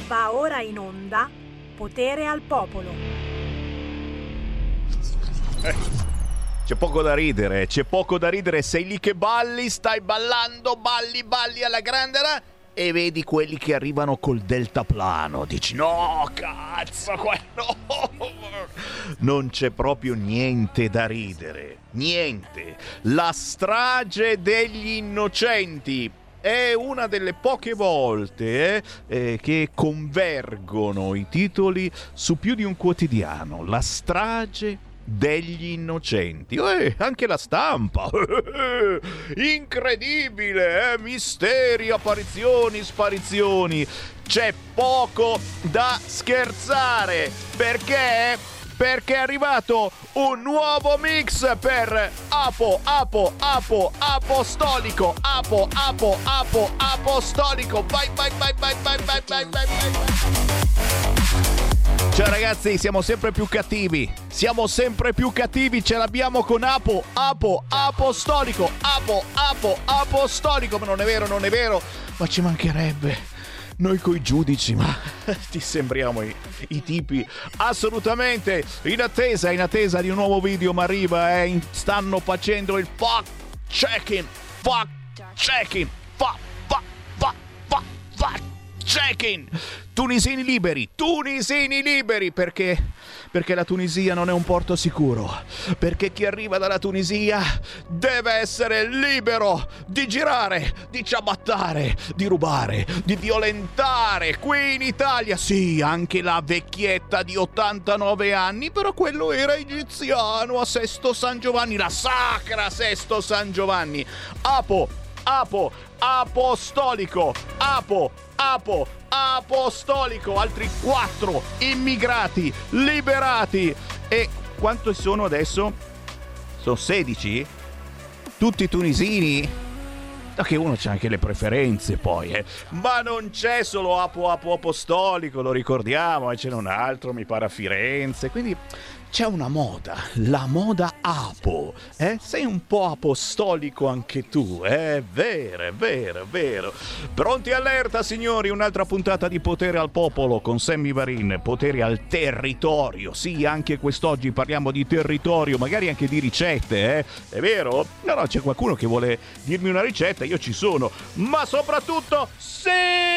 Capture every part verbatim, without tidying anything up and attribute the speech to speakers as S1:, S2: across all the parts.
S1: Va ora in onda Potere al Popolo.
S2: Eh, c'è poco da ridere, c'è poco da ridere. Sei lì che balli, stai ballando, balli, balli alla grande e vedi quelli che arrivano col deltaplano. Dici no, cazzo, no. Non c'è proprio niente da ridere, niente. La strage degli innocenti è una delle poche volte eh, eh, che convergono i titoli su più di un quotidiano. La strage degli innocenti. Eh, anche la stampa. Incredibile, eh? Misteri, apparizioni, sparizioni. C'è poco da scherzare. Perché? Perché è arrivato un nuovo mix per Apo, Apo, Apo, Apostolico, Apo, Apo, Apo, Apostolico. Vai, vai, vai, vai, vai, vai, vai, vai, vai. Ciao ragazzi, siamo sempre più cattivi. Siamo sempre più cattivi, ce l'abbiamo con Apo, Apo, Apostolico, Apo, Apo, Apostolico. Ma non è vero, non è vero, ma ci mancherebbe. Noi coi giudici, ma ti sembriamo i, i tipi assolutamente in attesa, in attesa di un nuovo video, ma arriva, eh, stanno facendo il fact checking, fact checking, fa, fa, fa, fa, fact checking. Tunisini liberi, tunisini liberi, perché? Perché la Tunisia non è un porto sicuro, perché chi arriva dalla Tunisia deve essere libero di girare, di ciabattare, di rubare, di violentare. Qui in Italia, sì, anche la vecchietta di ottantanove anni, però quello era egiziano a Sesto San Giovanni, la sacra Sesto San Giovanni. Apo, Apo, Apostolico, Apo, Apo, Apostolico, altri quattro immigrati liberati. E quanti sono adesso? Sono sedici? Tutti tunisini? Da che uno c'ha anche le preferenze poi, eh. Ma non c'è solo Apo, Apo, Apostolico, lo ricordiamo, e c'è un altro, mi pare a Firenze, quindi c'è una moda, la moda Apo, eh? Sei un po' apostolico anche tu, è eh? vero, è vero, è vero. Pronti allerta signori, un'altra puntata di Potere al Popolo con Sammy Varin, potere al territorio. Sì, anche quest'oggi parliamo di territorio, magari anche di ricette, eh? È vero? No, no, c'è qualcuno che vuole dirmi una ricetta, io ci sono, ma soprattutto sì!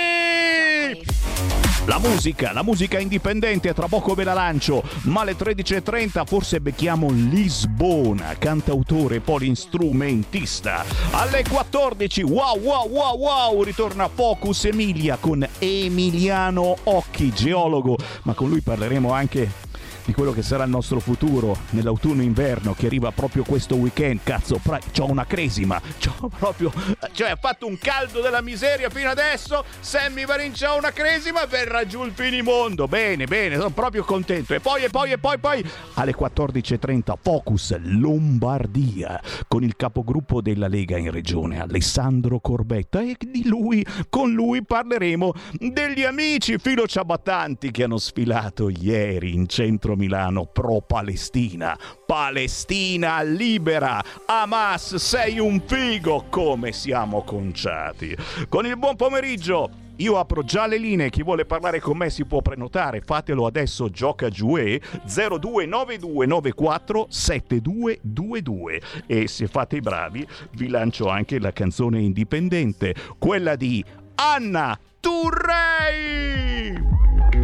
S2: La musica, la musica indipendente, tra poco ve la lancio, ma alle tredici e trenta forse becchiamo Lisbona, cantautore polistrumentista. Alle quattordici, wow wow wow wow, ritorna Focus Emilia con Emiliano Occhi, geologo, ma con lui parleremo anche di quello che sarà il nostro futuro nell'autunno-inverno che arriva proprio questo weekend. Cazzo, pra- c'ho una cresima, c'ho proprio, cioè ha fatto un caldo della miseria fino adesso. Sammy Varin c'ha una cresima, verrà giù il finimondo. Bene, bene, sono proprio contento. E poi, e poi, e poi, poi alle quattordici e trenta Focus Lombardia con il capogruppo della Lega in regione, Alessandro Corbetta, e di lui, con lui parleremo degli amici filociabattanti che hanno sfilato ieri in centro Milano pro Palestina. Palestina libera, Hamas sei un figo, come siamo conciati. Con il buon pomeriggio io apro già le linee, chi vuole parlare con me si può prenotare, fatelo adesso, gioca giù e zero due nove due nove quattro sette due due due, e se fate i bravi vi lancio anche la canzone indipendente, quella di Anna Turrei.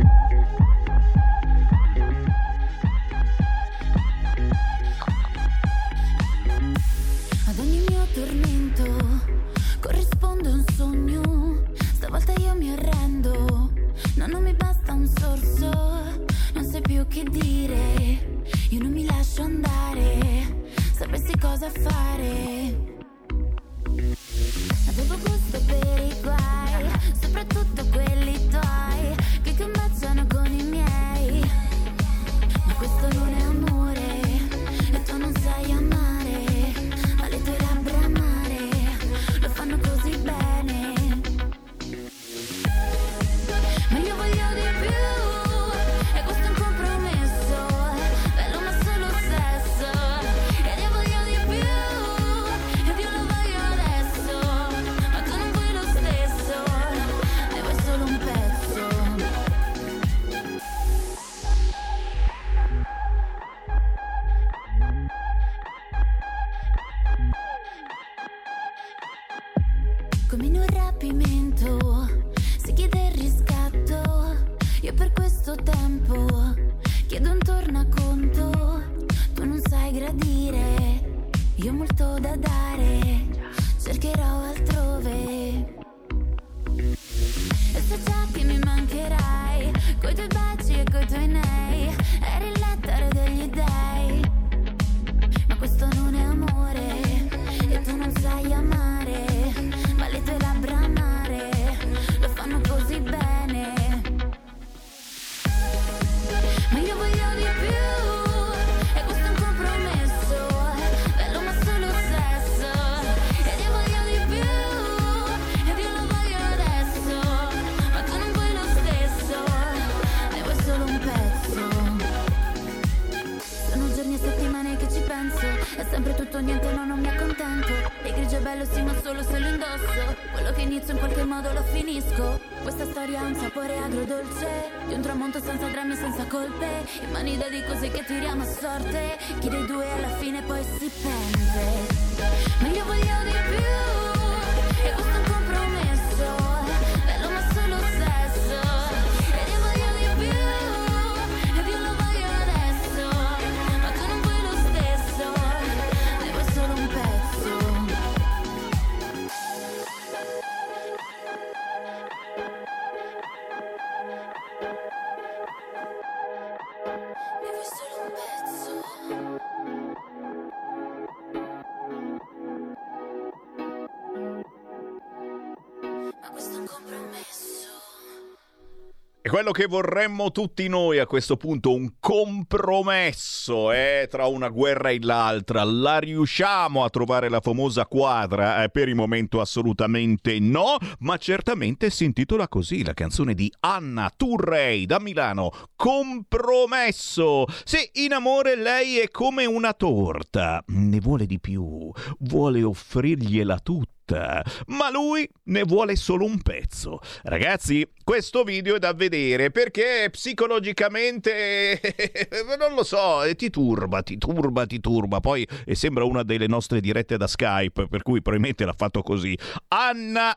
S3: Corrisponde un sogno, stavolta io mi arrendo, no, non mi basta un sorso, non sai più che dire, io non mi lascio andare, sapessi cosa fare. Avevo gusto per i guai, soprattutto quelli tuoi, che combaciano con i miei, ma questo non è amore, e tu non sai amare, ma le tue labbra amare lo fanno così bene, ma io voglio di più, e questo è un compromesso, bello ma solo sesso, ed io voglio di più, e come in un rapimento, si chiede il riscatto. Io per questo tempo chiedo un tornaconto. Tu non sai gradire, io ho molto da dare, cercherò altrove. E so già che mi mancherai, coi tuoi baci e coi tuoi nei, eri il nettare degli dèi. Ma questo non è amore, e tu non sai amare, ma le tue labbra amare lo fanno così bene. Ma io voglio di più, e questo è un compromesso, bello ma solo sesso. Ed io voglio di più, ed io lo voglio adesso, ma tu non vuoi lo stesso, ne vuoi solo un pezzo. Sono giorni e settimane che ci penso, è sempre tutto o niente, no, non mi accontento. Il grigio è bello sì, ma solo se lo indosso, quello che inizio in qualche modo lo finisco. Questa storia ha un sapore agrodolce, di un tramonto senza drammi e senza colpe, in mani di cose che tiriamo a sorte, chi dei due alla fine poi si pente. Ma io voglio di più, e questo è un compromesso, bello ma solo sesso. Ed io voglio di più, ed io lo voglio adesso, ma tu non vuoi lo stesso, ne vuoi solo un pezzo. Ne vuoi solo un pezzo. Ma questo è un compromesso.
S2: È quello che vorremmo tutti noi a questo punto, un compromesso eh, tra una guerra e l'altra. La riusciamo a trovare la famosa quadra? Eh, per il momento assolutamente no, ma certamente si intitola così la canzone di Anna Turrey da Milano, Compromesso. Se in amore lei è come una torta, ne vuole di più, vuole offrirgliela tutta, ma lui ne vuole solo un pezzo. Ragazzi, questo video è da vedere perché psicologicamente non lo so, ti turba, ti turba, ti turba. Poi eh, sembra una delle nostre dirette da Skype, per cui probabilmente l'ha fatto così. Anna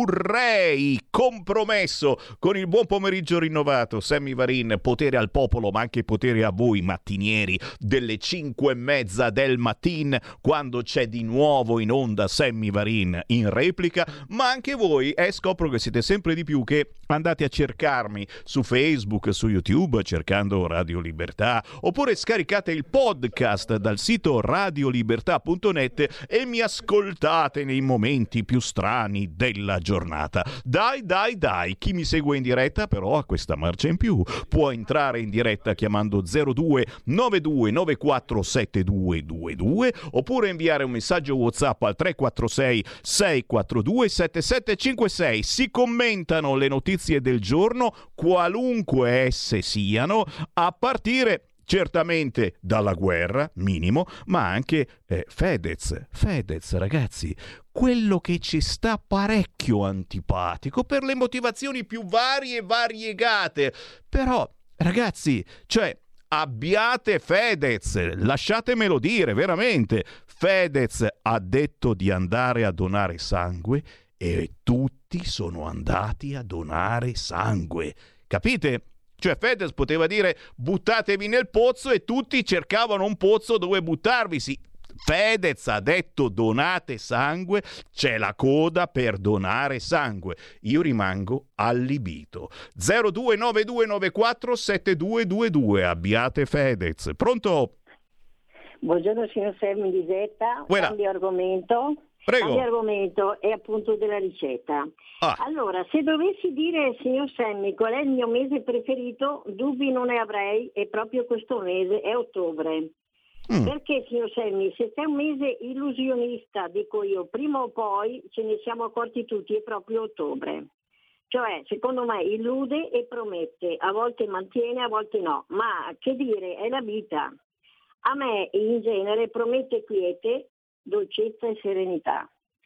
S2: Turrey, Compromesso, con il buon pomeriggio rinnovato. Sammy Varin, potere al popolo, ma anche potere a voi mattinieri delle cinque e mezza del mattino, quando c'è di nuovo in onda Sammy Varin in replica. Ma anche voi, eh, scopro che siete sempre di più che andate a cercarmi su Facebook, su YouTube, cercando Radio Libertà, oppure scaricate il podcast dal sito radiolibertà punto net e mi ascoltate nei momenti più strani della giornata. Dai, dai, dai, chi mi segue in diretta però ha questa marcia in più. Può entrare in diretta chiamando zero due nove due nove quattro sette due due due oppure inviare un messaggio WhatsApp al tre quattro sei sei quattro due sette sette cinque sei. Si commentano le notizie del giorno, qualunque esse siano, a partire certamente dalla guerra, minimo, ma anche eh, Fedez. Fedez, ragazzi, quello che ci sta parecchio antipatico per le motivazioni più varie e variegate. Però, ragazzi, cioè, abbiate Fedez, lasciatemelo dire, veramente. Fedez ha detto di andare a donare sangue e tutti sono andati a donare sangue. Capite? Cioè Fedez poteva dire buttatevi nel pozzo e tutti cercavano un pozzo dove buttarvisi. Fedez ha detto donate sangue, c'è la coda per donare sangue. Io rimango allibito. zero due nove due nove quattro sette due due due, abbiate Fedez. Pronto?
S4: Buongiorno signor Sammy Lisetta, cambio argomento.
S2: Prego.
S4: Cambio argomento è appunto della ricetta.
S2: Ah.
S4: Allora, se dovessi dire, signor Sammy, qual è il mio mese preferito, dubbi non ne avrei, e proprio questo mese è ottobre. Mm. Perché, signor Sammy, se c'è un mese illusionista, dico io, prima o poi ce ne siamo accorti tutti, è proprio ottobre. Cioè, secondo me, illude e promette, a volte mantiene, a volte no. Ma che dire, è la vita. A me, in genere, promette quiete, dolcezza e serenità.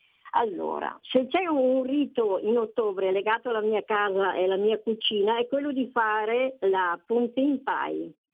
S4: Allora, se c'è un rito in ottobre legato alla mia casa e alla mia cucina, è quello di fare la pumpkin pie.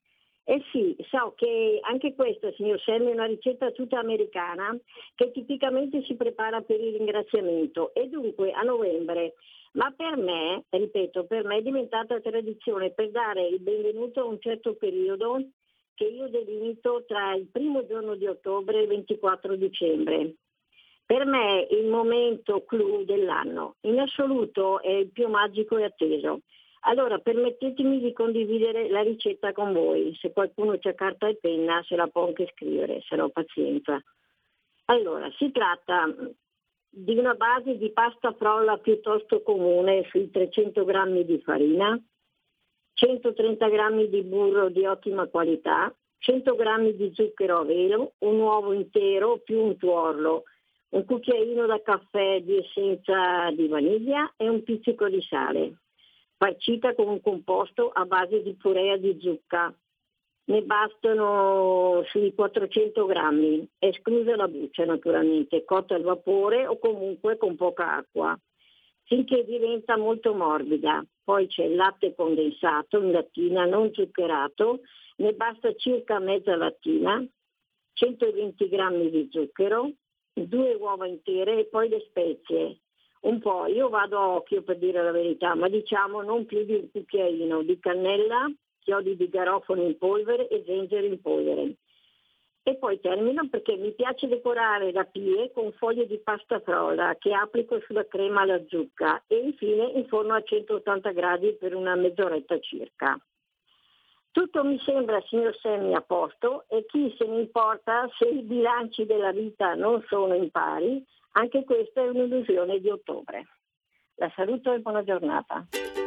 S4: Eh sì, so che anche questa, signor Semmi, è una ricetta tutta americana che tipicamente si prepara per il ringraziamento e dunque a novembre. Ma per me, ripeto, per me è diventata tradizione per dare il benvenuto a un certo periodo che io delimito tra il primo giorno di ottobre e il ventiquattro dicembre. Per me il momento clou dell'anno, in assoluto è il più magico e atteso. Allora permettetemi di condividere la ricetta con voi, se qualcuno c'ha carta e penna se la può anche scrivere, se no pazienza. Allora, si tratta di una base di pasta frolla piuttosto comune sui trecento grammi di farina, centotrenta grammi di burro di ottima qualità, cento grammi di zucchero a velo, un uovo intero più un tuorlo, un cucchiaino da caffè di essenza di vaniglia e un pizzico di sale. Farcita con un composto a base di purea di zucca. Ne bastano sui quattrocento grammi, esclusa la buccia naturalmente, cotta al vapore o comunque con poca acqua, finché diventa molto morbida. Poi c'è il latte condensato in lattina non zuccherato, ne basta circa mezza lattina, centoventi grammi di zucchero, due uova intere e poi le spezie. Un po', io vado a occhio per dire la verità, ma diciamo non più di un cucchiaino di cannella, chiodi di garofano in polvere e zenzero in polvere. E poi termino perché mi piace decorare la pie con foglie di pasta frolla che applico sulla crema alla zucca e infine in forno a centottanta gradi per una mezz'oretta circa. Tutto mi sembra, signor Semmi, a posto e chi se ne importa se i bilanci della vita non sono in pari. Anche questa è un'illusione di ottobre. La saluto e buona giornata.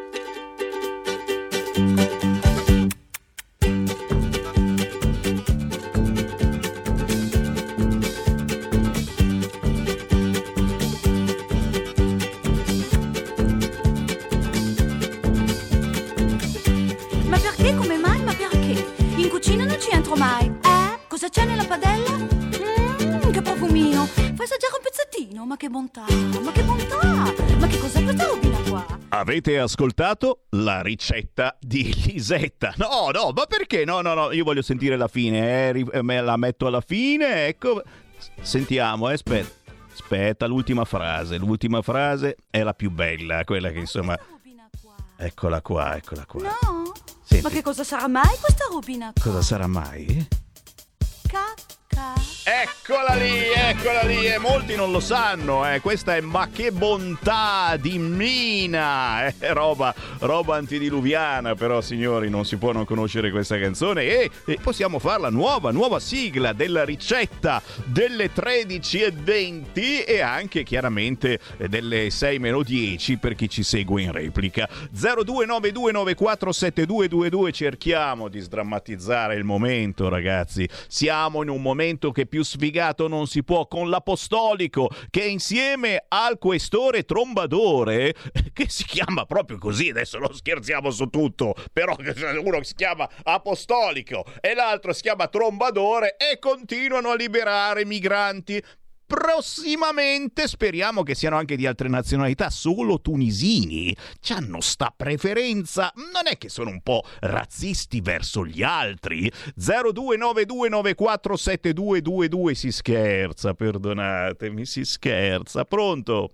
S3: Ma perché? Come mai? Ma perché? In cucina non ci entro mai. Eh? Cosa c'è nella padella? Mmm, che profumino. Fai assaggiare un pezzettino, ma che bontà, ma che bontà, ma che cos'è questa robina qua?
S2: Avete ascoltato la ricetta di Lisetta? No, no, ma perché? No, no, no, io voglio sentire la fine, eh, me la metto alla fine, ecco. Sentiamo, eh, aspetta, aspetta, l'ultima frase, l'ultima frase è la più bella, quella che insomma... Eccola qua, eccola qua.
S3: No?
S2: Senti.
S3: Ma che cosa sarà mai questa robina qua?
S2: Cosa sarà mai?
S3: Cacca.
S2: Eccola lì, eccola lì, e molti non lo sanno, eh. Questa è Ma che bontà di Mina, eh, roba, roba antidiluviana, però signori non si può non conoscere questa canzone e, e possiamo farla nuova, nuova sigla della ricetta delle tredici e venti e anche chiaramente delle sei meno dieci per chi ci segue in replica. zero due nove due nove quattro sette due due due, cerchiamo di sdrammatizzare il momento, ragazzi, siamo in un momento che più sfigato non si può, con l'Apostolico che insieme al questore Trombadore, che si chiama proprio così, adesso non scherziamo su tutto, però uno si chiama Apostolico e l'altro si chiama Trombadore e continuano a liberare migranti. Prossimamente speriamo che siano anche di altre nazionalità, solo tunisini c'hanno sta preferenza, non è che sono un po' razzisti verso gli altri? zero due nove due nove quattro sette due due due, si scherza, perdonatemi, si scherza. Pronto?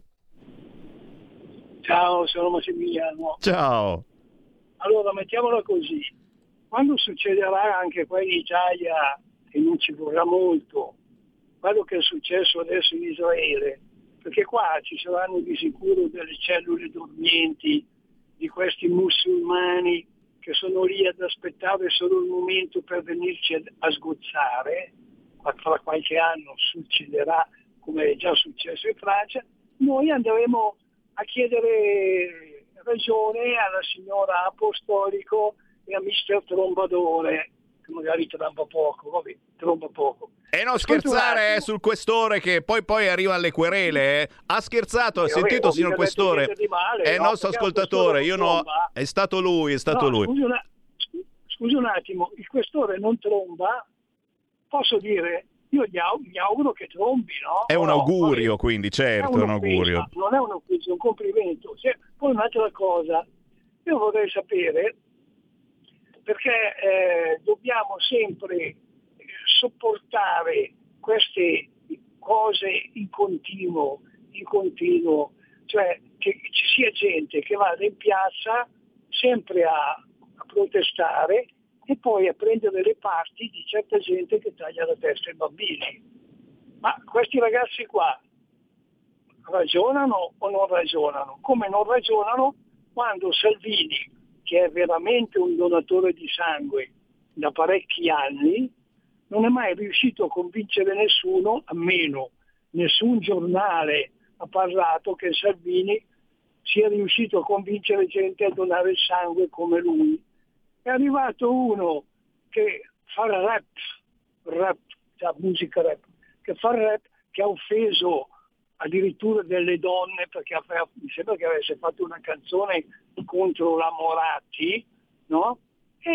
S5: Ciao, sono Massimiliano.
S2: Ciao.
S5: Allora, mettiamola così, quando succederà anche qua in Italia, e non ci vorrà molto, quello che è successo adesso in Israele, perché qua ci saranno di sicuro delle cellule dormienti di questi musulmani che sono lì ad aspettare solo il momento per venirci a, a sgozzare, ma tra qualche anno succederà come è già successo in Francia, noi andremo a chiedere ragione alla signora Apostolico e a mister Trombadore, che magari tromba poco, vabbè, tromba poco.
S2: E non scherzare eh, sul questore che poi poi arriva alle querele, eh. Ha scherzato, ha
S5: eh,
S2: sentito
S5: vabbè,
S2: signor questore?
S5: Male,
S2: è il
S5: no?
S2: nostro ascoltatore, io no, è stato lui, è stato
S5: no,
S2: lui.
S5: Scusi, una, scusi un attimo, il questore non tromba, posso dire, io gli, aug- gli auguro che trombi, no?
S2: È un
S5: no,
S2: augurio,
S5: vabbè.
S2: quindi, certo, è un augurio.
S5: Non è un augurio, è un complimento. Cioè, poi un'altra cosa, io vorrei sapere, perché eh, dobbiamo sempre sopportare queste cose in continuo, in continuo, cioè che ci sia gente che vada in piazza sempre a, a protestare e poi a prendere le parti di certa gente che taglia la testa ai bambini. Ma questi ragazzi qua ragionano o non ragionano? Come non ragionano quando Salvini, che è veramente un donatore di sangue da parecchi anni, non è mai riuscito a convincere nessuno, almeno nessun giornale ha parlato che Salvini sia riuscito a convincere gente a donare il sangue come lui. È arrivato uno che fa rap, rap, cioè musica rap, che fa rap, che ha offeso addirittura delle donne, perché aveva, mi sembra che avesse fatto una canzone contro la Moratti, no? E,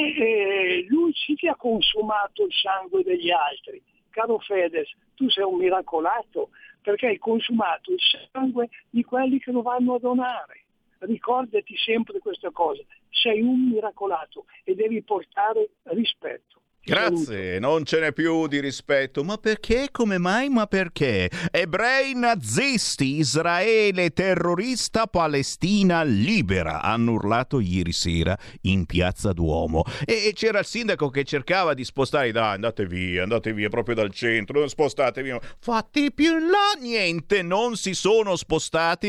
S5: e lui sì che ha consumato il sangue degli altri. Caro Fedez, tu sei un miracolato, perché hai consumato il sangue di quelli che lo vanno a donare. Ricordati sempre questa cosa, sei un miracolato e devi portare rispetto.
S2: Grazie, non ce n'è più di rispetto. Ma perché? Come mai? Ma perché? Ebrei nazisti, Israele terrorista, Palestina libera, hanno urlato ieri sera in Piazza Duomo. E c'era il sindaco che cercava di spostare, dai, andate via, andate via proprio dal centro, non spostatevi, fatti più in là, niente, non si sono spostati,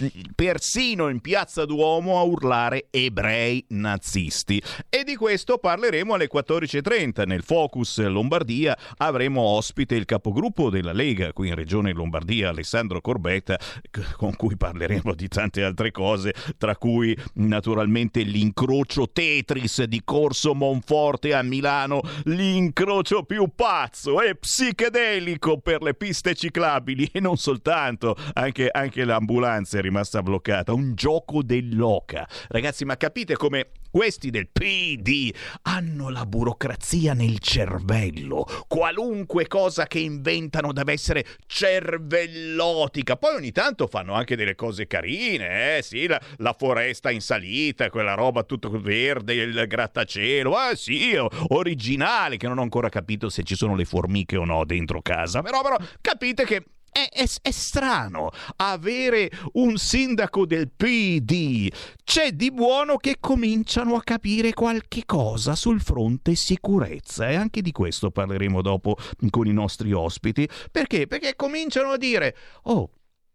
S2: persino in Piazza Duomo a urlare ebrei nazisti. E di questo parleremo alle quattordici e trenta. Nel Focus Lombardia avremo ospite il capogruppo della Lega qui in Regione Lombardia, Alessandro Corbetta, con cui parleremo di tante altre cose, tra cui naturalmente l'incrocio Tetris di Corso Monforte a Milano, l'incrocio più pazzo e psichedelico per le piste ciclabili, e non soltanto, anche, anche l'ambulanza è rimasta bloccata, un gioco dell'oca. Ragazzi, ma capite come questi del P D hanno la burocrazia nel cervello, qualunque cosa che inventano deve essere cervellotica. Poi ogni tanto fanno anche delle cose carine, eh sì, la, la foresta in salita, quella roba tutto verde, il grattacielo, ah sì, originale, che non ho ancora capito se ci sono le formiche o no dentro casa, però, però capite che È, è, è strano avere un sindaco del P D. C'è di buono che cominciano a capire qualche cosa sul fronte sicurezza, e anche di questo parleremo dopo con i nostri ospiti. Perché? Perché cominciano a dire: oh,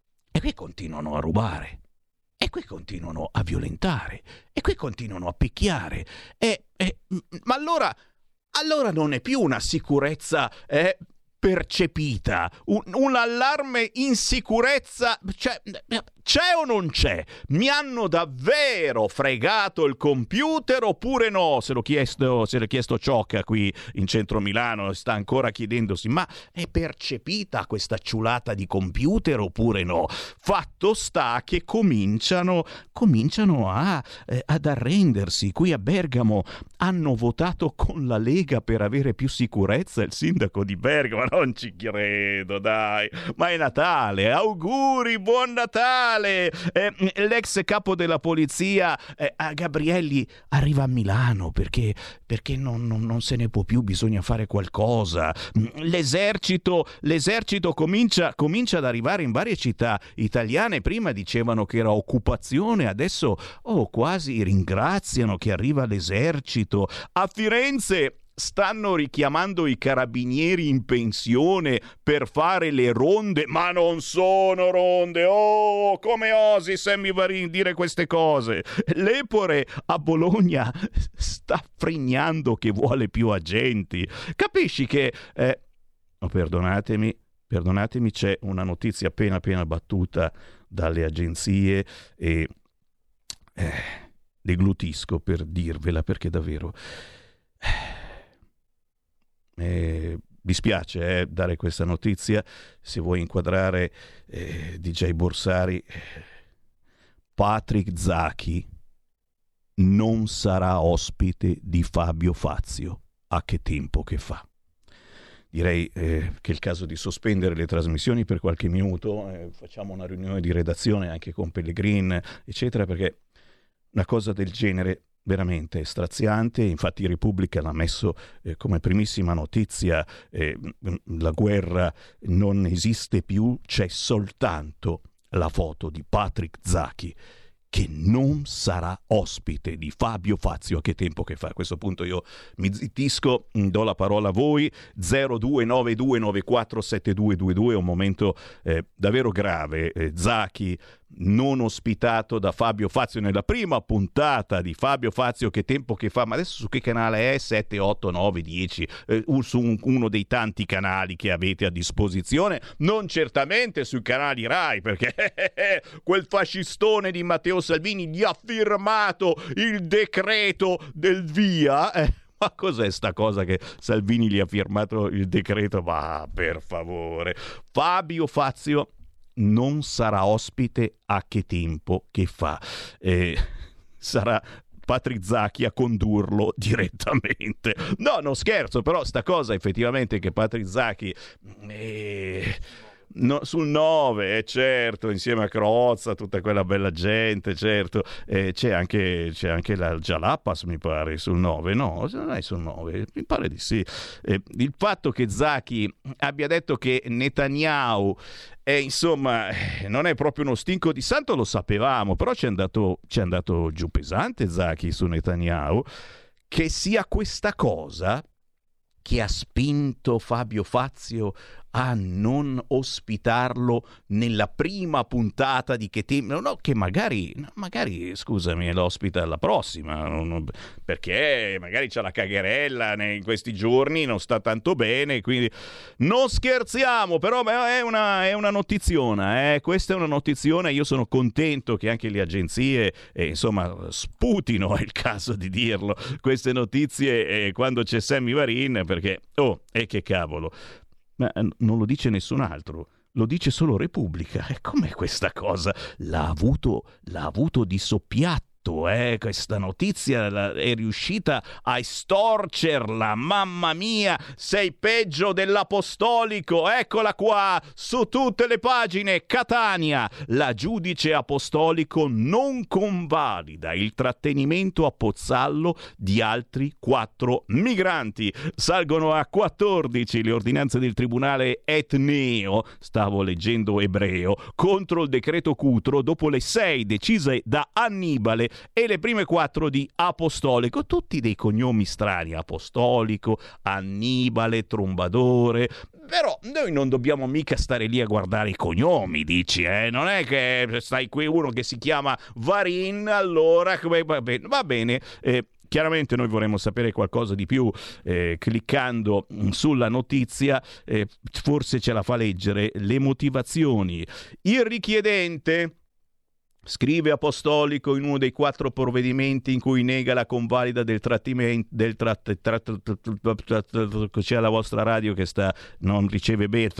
S2: e qui continuano a rubare, e qui continuano a violentare, e qui continuano a picchiare, e, e ma allora allora non è più una sicurezza eh, percepita, un, un allarme insicurezza, cioè, c'è o non c'è? Mi hanno davvero fregato il computer oppure no? Se l'ho chiesto, se l'ho chiesto Ciocca qui in centro Milano, sta ancora chiedendosi, ma è percepita questa ciulata di computer oppure no? Fatto sta che cominciano cominciano a, eh, ad arrendersi. Qui a Bergamo hanno votato con la Lega per avere più sicurezza. Il sindaco di Bergamo, non ci credo, dai, ma è Natale, auguri, buon Natale. Eh, l'ex capo della polizia eh, a Gabrielli arriva a Milano perché, perché non, non, non se ne può più, bisogna fare qualcosa. L'esercito, l'esercito comincia, comincia ad arrivare in varie città italiane. Prima dicevano che era occupazione, adesso oh, quasi ringraziano che arriva l'esercito. A Firenze stanno richiamando i carabinieri in pensione per fare le ronde, ma non sono ronde. Oh, come osi Sammy Varin dire queste cose? L'Epore a Bologna sta frignando che vuole più agenti. Capisci che eh, oh, perdonatemi perdonatemi c'è una notizia appena appena battuta dalle agenzie e eh, deglutisco per dirvela, perché davvero Eh, dispiace eh, dare questa notizia. Se vuoi inquadrare eh, D J Borsari, Patrick Zaki non sarà ospite di Fabio Fazio. A che tempo che fa? Direi eh, che è il caso di sospendere le trasmissioni per qualche minuto, eh, facciamo una riunione di redazione anche con Pellegrin eccetera, perché una cosa del genere veramente straziante. Infatti Repubblica l'ha messo eh, come primissima notizia, eh, la guerra non esiste più, c'è soltanto la foto di Patrick Zaki che non sarà ospite di Fabio Fazio. A che tempo che fa? A questo punto io mi zittisco, do la parola a voi. Zero due nove due nove quattro sette due due due, è un momento eh, davvero grave. eh, Zaki non ospitato da Fabio Fazio nella prima puntata di Fabio Fazio, che tempo che fa, ma adesso su che canale è? sette, otto, nove, dieci, eh, su un, uno dei tanti canali che avete a disposizione, non certamente sui canali Rai, perché quel fascistone di Matteo Salvini gli ha firmato il decreto del via. eh. Ma cos'è sta cosa che Salvini gli ha firmato il decreto? Ma per favore, Fabio Fazio non sarà ospite. A che tempo che fa? Eh, sarà Patrick Zaki a condurlo direttamente. No, non scherzo, però sta cosa effettivamente che Patrick Zaki eh, no, sul nove, eh, certo, insieme a Crozza, tutta quella bella gente, certo, eh, c'è anche c'è anche la Jalapas, mi pare, sul nove, no, non è sul nove, mi pare di sì. Eh, il fatto che Zaki abbia detto che Netanyahu E insomma, non è proprio uno stinco di santo, lo sapevamo, però ci è andato, ci è andato giù pesante Zaki su Netanyahu. Che sia questa cosa che ha spinto Fabio Fazio a non ospitarlo nella prima puntata di Che tempo, no, che magari, magari scusami, lo ospita alla prossima, non, perché magari c'ha la cagherella in questi giorni, non sta tanto bene, quindi non scherziamo, però è una, è una notiziona, eh? Questa è una notiziona. Io sono contento che anche le agenzie eh, insomma sputino, è il caso di dirlo, queste notizie eh, quando c'è Sammy Varin, perché oh, e che cavolo, ma non lo dice nessun altro, lo dice solo Repubblica. E com'è questa cosa? L'ha avuto, l'ha avuto di soppiatto, eh? Questa notizia la, è riuscita a estorcerla. Mamma mia, sei peggio dell'Apostolico. Eccola qua, su tutte le pagine. Catania, la giudice apostolico non convalida il trattenimento a Pozzallo di altri quattro migranti. Salgono a quattordici le ordinanze del tribunale etneo, stavo leggendo ebreo, contro il decreto Cutro, dopo le sei decise da Annibale e le prime quattro di Apostolico. Tutti dei cognomi strani: Apostolico, Annibale, Trombadore. Però noi non dobbiamo mica stare lì a guardare i cognomi, dici, eh? Non è che stai qui uno che si chiama Varin, allora va bene, va bene. Eh, Chiaramente noi vorremmo sapere qualcosa di più, eh, cliccando sulla notizia, eh, forse ce la fa leggere le motivazioni. Il richiedente, scrive Apostolico, in uno dei quattro provvedimenti in cui nega la convalida del trattamento del tratt, tratt, tratt, c'è la vostra radio che sta non riceve bene,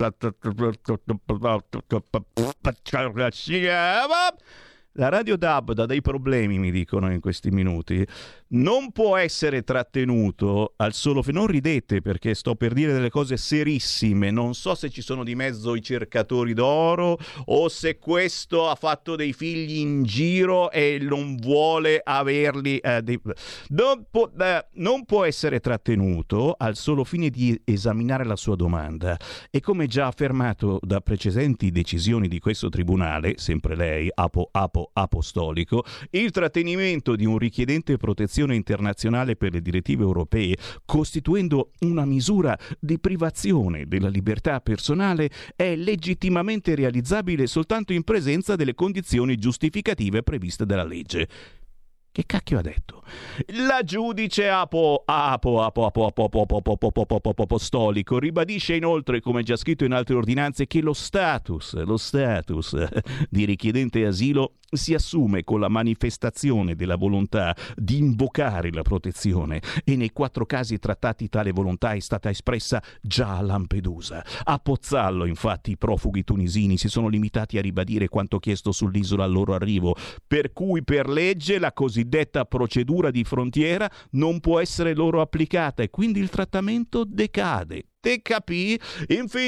S2: la radio D A B dà dei problemi, mi dicono in questi minuti. Non può essere trattenuto al solo fine. Non ridete, perché sto per dire delle cose serissime. Non so se ci sono di mezzo i cercatori d'oro o se questo ha fatto dei figli in giro e non vuole averli. Eh, dei... non, può, eh, non può essere trattenuto al solo fine di esaminare la sua domanda. E come già affermato da precedenti decisioni di questo tribunale, sempre lei, Apo Apo Apostolico, il trattenimento di un richiedente protezione internazionale per le direttive europee, costituendo una misura di privazione della libertà personale, è legittimamente realizzabile soltanto in presenza delle condizioni giustificative previste dalla legge. Che cacchio ha detto? La giudice Apo Apo Apo Apo Apo Apo Apo Apo Apo Apostolico ribadisce inoltre, come già scritto in altre ordinanze, che lo status, lo status di richiedente asilo si assume con la manifestazione della volontà di invocare la protezione, e nei quattro casi trattati tale volontà è stata espressa già a Lampedusa. A Pozzallo, infatti, i profughi tunisini si sono limitati a ribadire quanto chiesto sull'isola al loro arrivo, per cui per legge la cosiddetta procedura di frontiera non può essere loro applicata e quindi il trattamento decade. Te capì? Infine,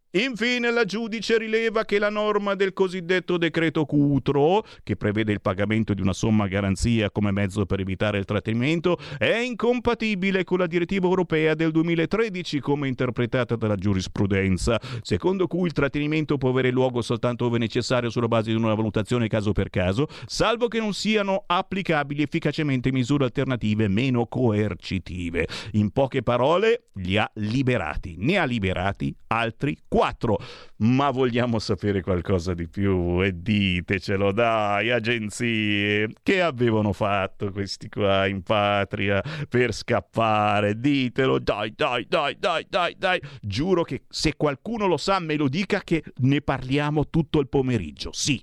S2: Infine la giudice rileva che la norma del cosiddetto decreto Cutro, che prevede il pagamento di una somma garanzia come mezzo per evitare il trattenimento, è incompatibile con la direttiva europea del duemilatredici come interpretata dalla giurisprudenza, secondo cui il trattenimento può avere luogo soltanto ove necessario sulla base di una valutazione caso per caso, salvo che non siano applicabili efficacemente misure alternative meno coercitive. In poche parole, li ha liberati. Ne ha liberati altri quattro. Ma vogliamo sapere qualcosa di più? E ditecelo, dai, agenzie. Che avevano fatto questi qua in patria per scappare? Ditelo, dai, dai, dai, dai, dai, dai. Giuro che se qualcuno lo sa me lo dica, che ne parliamo tutto il pomeriggio. Sì.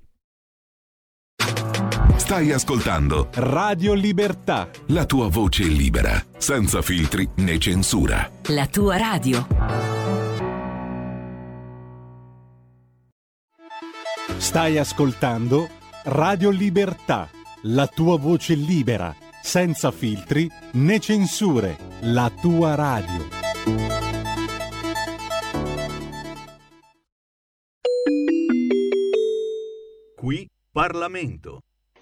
S6: Stai ascoltando
S7: Radio Libertà,
S6: la tua voce libera, senza filtri né censura.
S8: La tua radio.
S7: Stai ascoltando Radio Libertà, la tua voce libera, senza filtri né censure. La tua radio.
S2: Qui Parlamento.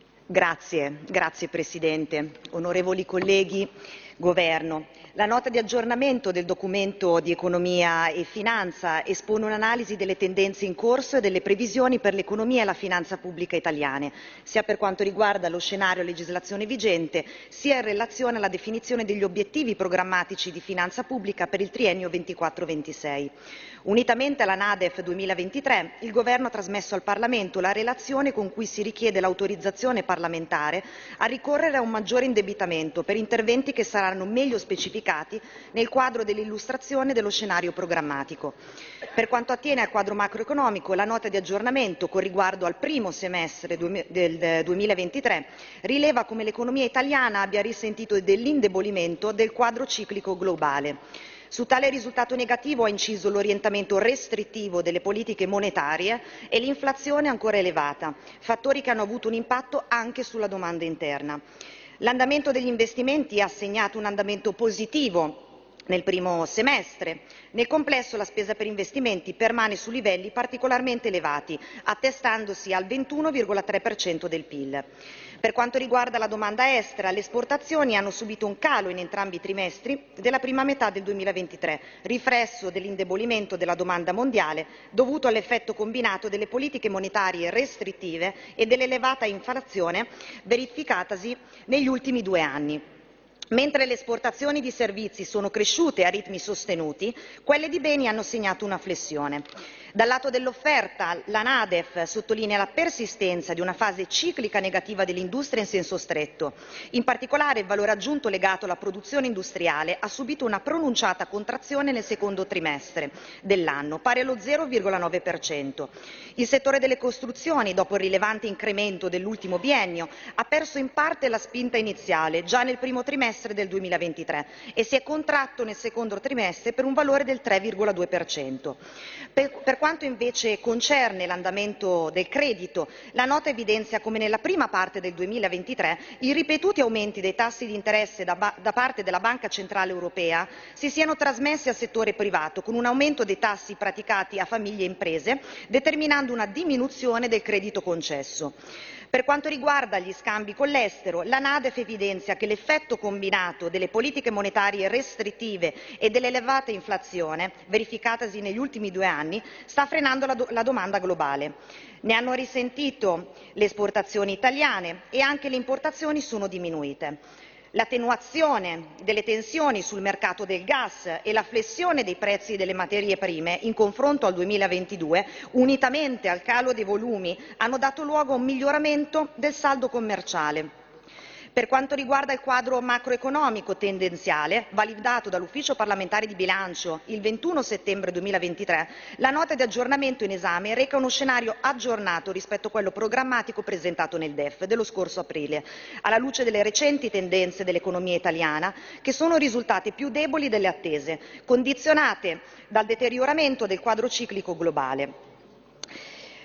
S9: Grazie, grazie Presidente, onorevoli colleghi, Governo. La nota di aggiornamento del documento di economia e finanza espone un'analisi delle tendenze in corso e delle previsioni per l'economia e la finanza pubblica italiane, sia per quanto riguarda lo scenario a legislazione vigente, sia in relazione alla definizione degli obiettivi programmatici di finanza pubblica per il triennio ventiquattro ventisei. Unitamente alla NADEF duemilaventitré, il Governo ha trasmesso al Parlamento la relazione con cui si richiede l'autorizzazione parlamentare a ricorrere a un maggiore indebitamento per interventi che saranno meglio specificati nel quadro dell'illustrazione dello scenario programmatico. Per quanto attiene al quadro macroeconomico, la nota di aggiornamento con riguardo al primo semestre del duemilaventitré rileva come l'economia italiana abbia risentito dell'indebolimento del quadro ciclico globale. Su tale risultato negativo ha inciso l'orientamento restrittivo delle politiche monetarie e l'inflazione ancora elevata, fattori che hanno avuto un impatto anche sulla domanda interna. L'andamento degli investimenti ha segnato un andamento positivo nel primo semestre. Nel complesso la spesa per investimenti permane su livelli particolarmente elevati, attestandosi al ventuno virgola tre per cento del P I L. Per quanto riguarda la domanda estera, le esportazioni hanno subito un calo in entrambi i trimestri della prima metà del duemilaventitré, riflesso dell'indebolimento della domanda mondiale dovuto all'effetto combinato delle politiche monetarie restrittive e dell'elevata inflazione verificatasi negli ultimi due anni. Mentre le esportazioni di servizi sono cresciute a ritmi sostenuti, quelle di beni hanno segnato una flessione. Dal lato dell'offerta, la NADEF sottolinea la persistenza di una fase ciclica negativa dell'industria in senso stretto. In particolare il valore aggiunto legato alla produzione industriale ha subito una pronunciata contrazione nel secondo trimestre dell'anno, pari allo zero virgola nove per cento. Il settore delle costruzioni, dopo il rilevante incremento dell'ultimo biennio, ha perso in parte la spinta iniziale già nel primo trimestre del duemilaventitré e si è contratto nel secondo trimestre per un valore del tre virgola due per cento. Per, per quanto invece concerne l'andamento del credito, la nota evidenzia come nella prima parte del duemilaventitré i ripetuti aumenti dei tassi di interesse da, ba- da parte della Banca Centrale Europea si siano trasmessi al settore privato, con un aumento dei tassi praticati a famiglie e imprese, determinando una diminuzione del credito concesso. Per quanto riguarda gli scambi con l'estero, la NADEF evidenzia che l'effetto combinato delle politiche monetarie restrittive e dell'elevata inflazione, verificatasi negli ultimi due anni, sta frenando la, do- la domanda globale. Ne hanno risentito le esportazioni italiane e anche le importazioni sono diminuite. L'attenuazione delle tensioni sul mercato del gas e la flessione dei prezzi delle materie prime in confronto al duemilaventidue, unitamente al calo dei volumi, hanno dato luogo a un miglioramento del saldo commerciale. Per quanto riguarda il quadro macroeconomico tendenziale, validato dall'Ufficio parlamentare di bilancio il ventuno settembre duemilaventitré, la nota di aggiornamento in esame reca uno scenario aggiornato rispetto a quello programmatico presentato nel D E F dello scorso aprile, alla luce delle recenti tendenze dell'economia italiana, che sono risultate più deboli delle attese, condizionate dal deterioramento del quadro ciclico globale.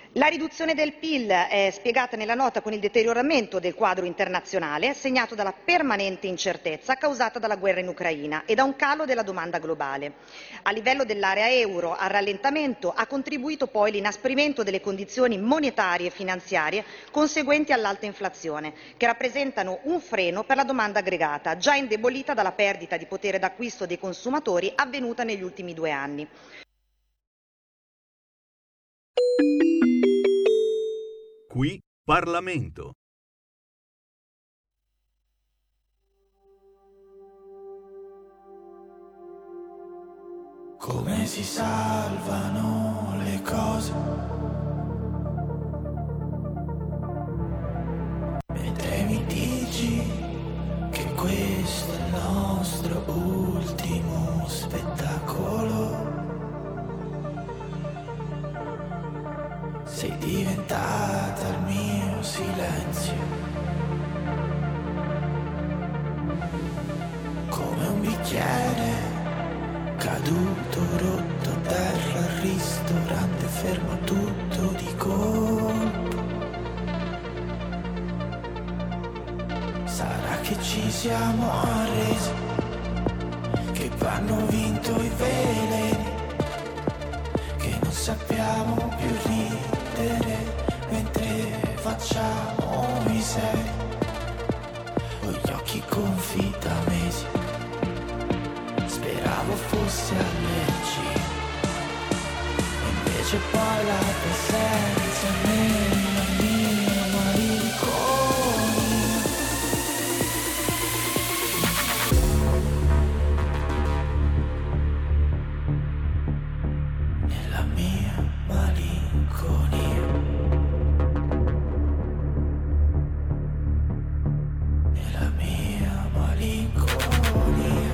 S9: La riduzione del P I L è spiegata nella nota con il deterioramento del quadro internazionale, segnato dalla permanente incertezza causata dalla guerra in Ucraina e da un calo della domanda globale. A livello dell'area euro, al rallentamento ha contribuito poi l'inasprimento delle condizioni monetarie e finanziarie conseguenti all'alta inflazione, che rappresentano un freno per la domanda aggregata, già indebolita dalla perdita di potere d'acquisto dei consumatori avvenuta negli ultimi due anni.
S8: Qui Parlamento.
S10: Come si salvano le cose mentre mi dici che questo è il nostro ultimo spettacolo. Sei diventata il mio silenzio, come un bicchiere caduto, rotto a terra al ristorante, fermo tutto di colpo. Sarà che ci siamo arresi, che vanno vinto i veleni, che non sappiamo più ridere mentre facciamo i seri, ho gli occhi gonfi da mesi, speravo fosse allergia, invece poi la presenza nella mia malinconia. Nella mia malinconia, nella mia malinconia.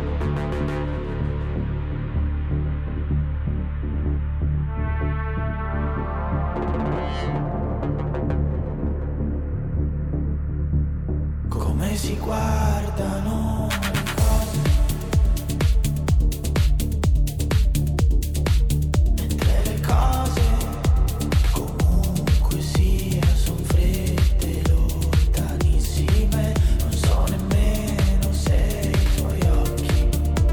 S10: Come si guardano le cose mentre le cose comunque sia son fredde, lontanissime, non so nemmeno se i tuoi occhi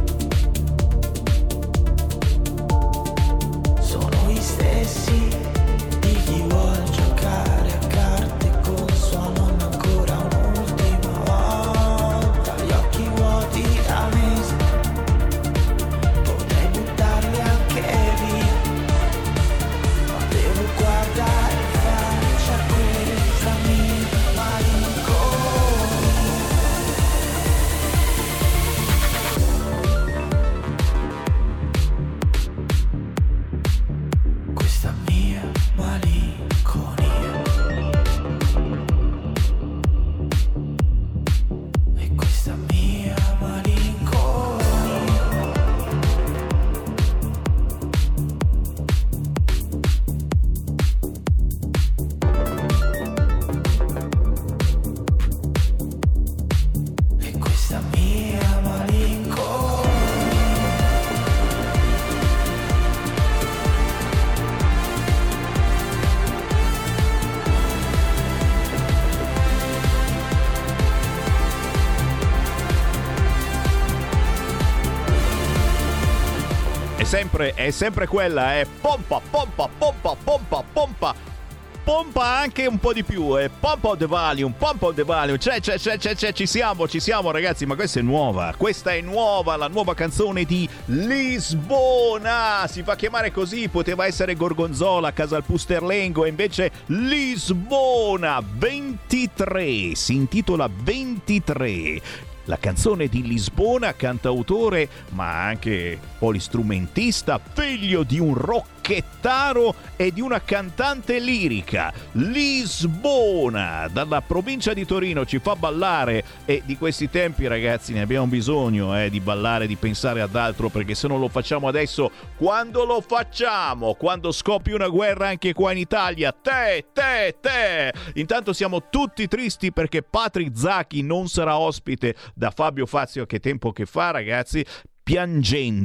S10: sono gli stessi di chi vuol giocare a carte con sua nonna ancora un'ultima volta, gli occhi vuoti da mesi, potrei buttarli anche via, ma devo guardare in faccia questa mia malinconia. Questa mia malinconia. E questa mia malinconia. E questa mia malinconia.
S2: È sempre, è sempre quella, è pompa, pompa, pompa, pompa, pompa. Pompa anche un po' di più, è pompa of the volume, pompa of the volume. C'è, c'è, c'è, c'è, c'è, ci siamo, ci siamo ragazzi, ma questa è nuova. Questa è nuova, la nuova canzone di Lisbona. Si fa chiamare così, poteva essere Gorgonzola, Casalpusterlengo, e invece Lisbona ventitré, si intitola ventitré. La canzone di Lisbona, cantautore ma anche polistrumentista, figlio di un rocchettaro e di una cantante lirica. Lisbona, dalla provincia di Torino, ci fa ballare, e di questi tempi ragazzi ne abbiamo bisogno eh, di ballare, di pensare ad altro, perché se non lo facciamo adesso, quando lo facciamo? Quando scoppia una guerra anche qua in Italia? Te, te, te! Intanto siamo tutti tristi perché Patri Zacchi non sarà ospite da Fabio Fazio, che tempo che fa ragazzi, piangendo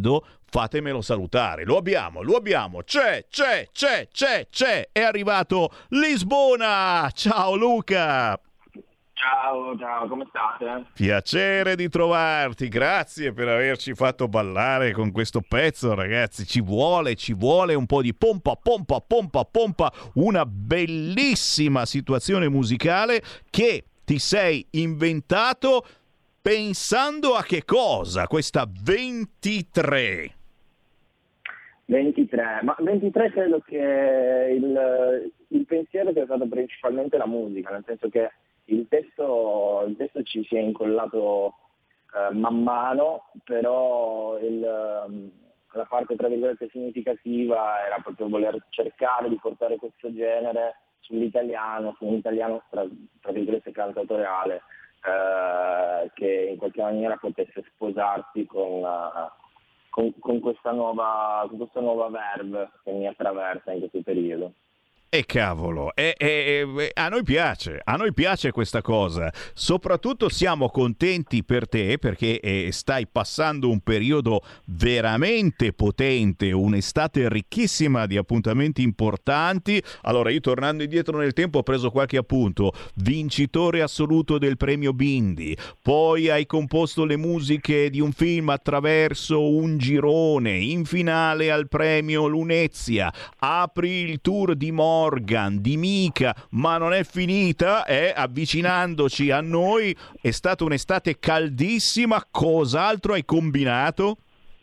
S2: fatemelo salutare. Lo abbiamo, lo abbiamo. C'è, c'è, c'è, c'è, c'è. È arrivato Lisbona. Ciao Luca.
S11: Ciao, ciao, come state?
S2: Piacere di trovarti, grazie per averci fatto ballare con questo pezzo, ragazzi. Ci vuole, ci vuole un po' di pompa, pompa, pompa, pompa. Una bellissima situazione musicale che ti sei inventato pensando a che cosa? Questa ventitré.
S11: ventitré, ma ventitré credo che il, il pensiero sia stato principalmente la musica, nel senso che il testo, il testo ci si è incollato eh, man mano, però il, la parte tra virgolette significativa era proprio voler cercare di portare questo genere sull'italiano, su un italiano tra, tra virgolette cantatoriale, eh, che in qualche maniera potesse sposarsi con, uh, con, con questa nuova con questa nuova verve che mi attraversa in questo periodo.
S2: E cavolo, e, e, e, a noi piace, a noi piace questa cosa, soprattutto siamo contenti per te perché eh, stai passando un periodo veramente potente, un'estate ricchissima di appuntamenti importanti. Allora io tornando indietro nel tempo ho preso qualche appunto, vincitore assoluto del premio Bindi, poi hai composto le musiche di un film attraverso un girone, in finale al premio Lunezia, apri il tour di Mo Morgan, di Mica, ma non è finita, eh? Avvicinandoci a noi, è stata un'estate caldissima, cos'altro hai combinato?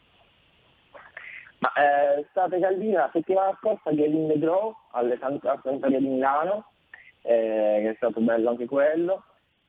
S11: Ma è stata caldina la settimana scorsa che in The Grow alle Santoria di Milano, eh, che è stato bello anche quello,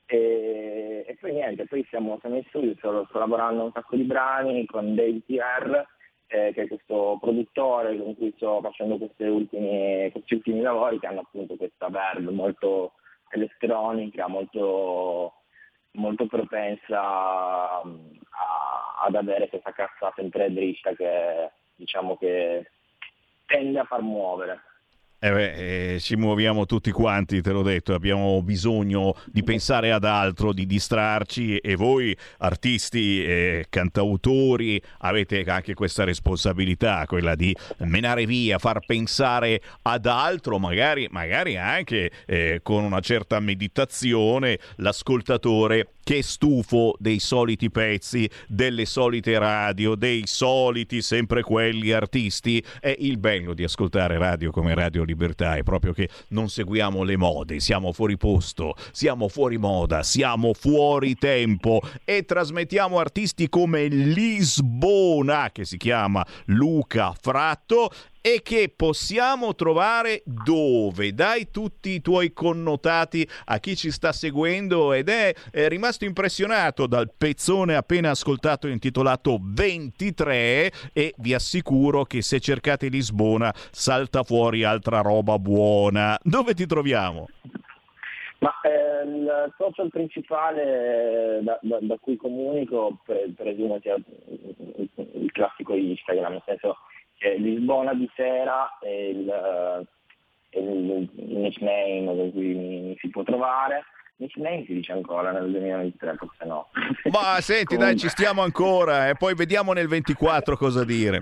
S11: e, e poi niente, poi siamo, siamo in studio, sto, sto lavorando un sacco di brani con Dave T R, Eh, che è questo produttore con cui sto facendo questi ultimi, questi ultimi lavori che hanno appunto questa verve molto elettronica, molto, molto propensa a, ad avere questa cassa sempre dritta che diciamo che tende a far muovere.
S2: Eh beh, eh, ci muoviamo tutti quanti, te l'ho detto, abbiamo bisogno di pensare ad altro, di distrarci, e voi artisti e cantautori avete anche questa responsabilità, quella di menare via, far pensare ad altro, magari, magari anche eh, con una certa meditazione, l'ascoltatore che è stufo dei soliti pezzi, delle solite radio, dei soliti sempre quelli artisti. È il bello di ascoltare radio come Radio Libertà, è proprio che non seguiamo le mode, siamo fuori posto, siamo fuori moda, siamo fuori tempo e trasmettiamo artisti come Lisbona, che si chiama Luca Fratto, e che possiamo trovare dove? Dai tutti i tuoi connotati a chi ci sta seguendo ed è, è rimasto impressionato dal pezzone appena ascoltato intitolato ventitré, e vi assicuro che se cercate Lisbona salta fuori altra roba buona. Dove ti troviamo?
S11: Ma eh, il social principale da, da, da cui comunico pre, presumo sia il, il classico Instagram, nel senso che Lisbona di sera è il, è il nickname con cui mi, mi si può trovare. Nickname si dice ancora nel duemilaventitré, forse no.
S2: Ma senti, dai, ci stiamo ancora e poi vediamo nel ventiquattro cosa dire.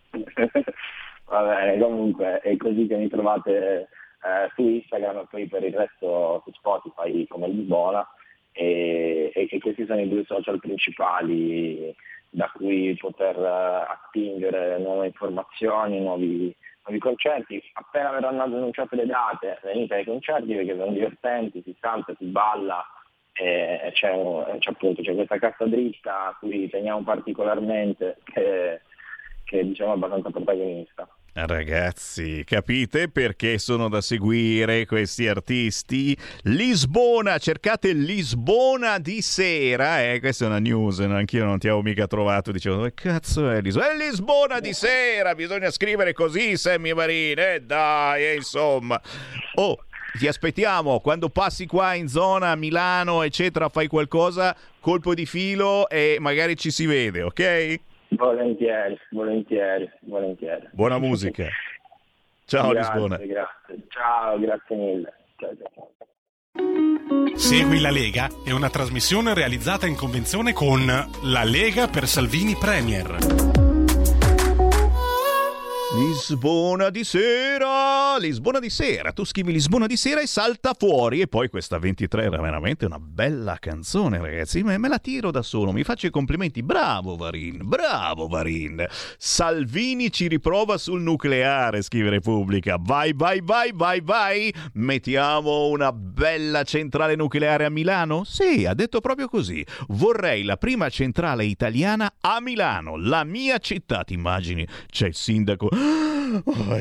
S11: Va bene, comunque è così che mi trovate eh, su Instagram e poi per il resto su Spotify come Lisbona, e, e, e questi sono i due social principali da cui poter uh, attingere nuove informazioni, nuovi, nuovi concerti. Appena verranno annunciate le date, venite ai concerti perché sono divertenti, si salta, si balla, e c'è, c'è appunto c'è questa cassa dritta a cui teniamo particolarmente, che, che diciamo è abbastanza protagonista.
S2: Ragazzi, capite perché sono da seguire questi artisti? Lisbona, cercate Lisbona di sera, eh, questa è una news, no? Anch'io non ti avevo mica trovato, dicevo, dove cazzo è Lisbona? È Lisbona di sera, bisogna scrivere così, Sammy Varin, eh, dai, eh, insomma. Oh, ti aspettiamo, quando passi qua in zona Milano, eccetera, fai qualcosa, colpo di filo e magari ci si vede, ok?
S11: Volentieri, volentieri, volentieri.
S2: Buona musica. Ciao
S11: grazie,
S2: Lisbona.
S11: Grazie, ciao, grazie mille. Ciao, ciao.
S7: Segui la Lega è una trasmissione realizzata in convenzione con La Lega per Salvini Premier.
S2: Lisbona di sera, Lisbona di sera, tu scrivi Lisbona di sera e salta fuori, e poi questa ventitré era veramente una bella canzone, ragazzi, me, me la tiro da solo, mi faccio i complimenti, bravo Varin, bravo Varin. Salvini ci riprova sul nucleare, scrive Repubblica, vai vai vai vai vai, mettiamo una bella centrale nucleare a Milano? Sì, ha detto proprio così, vorrei la prima centrale italiana a Milano, la mia città, ti immagini, c'è il sindaco. Oh,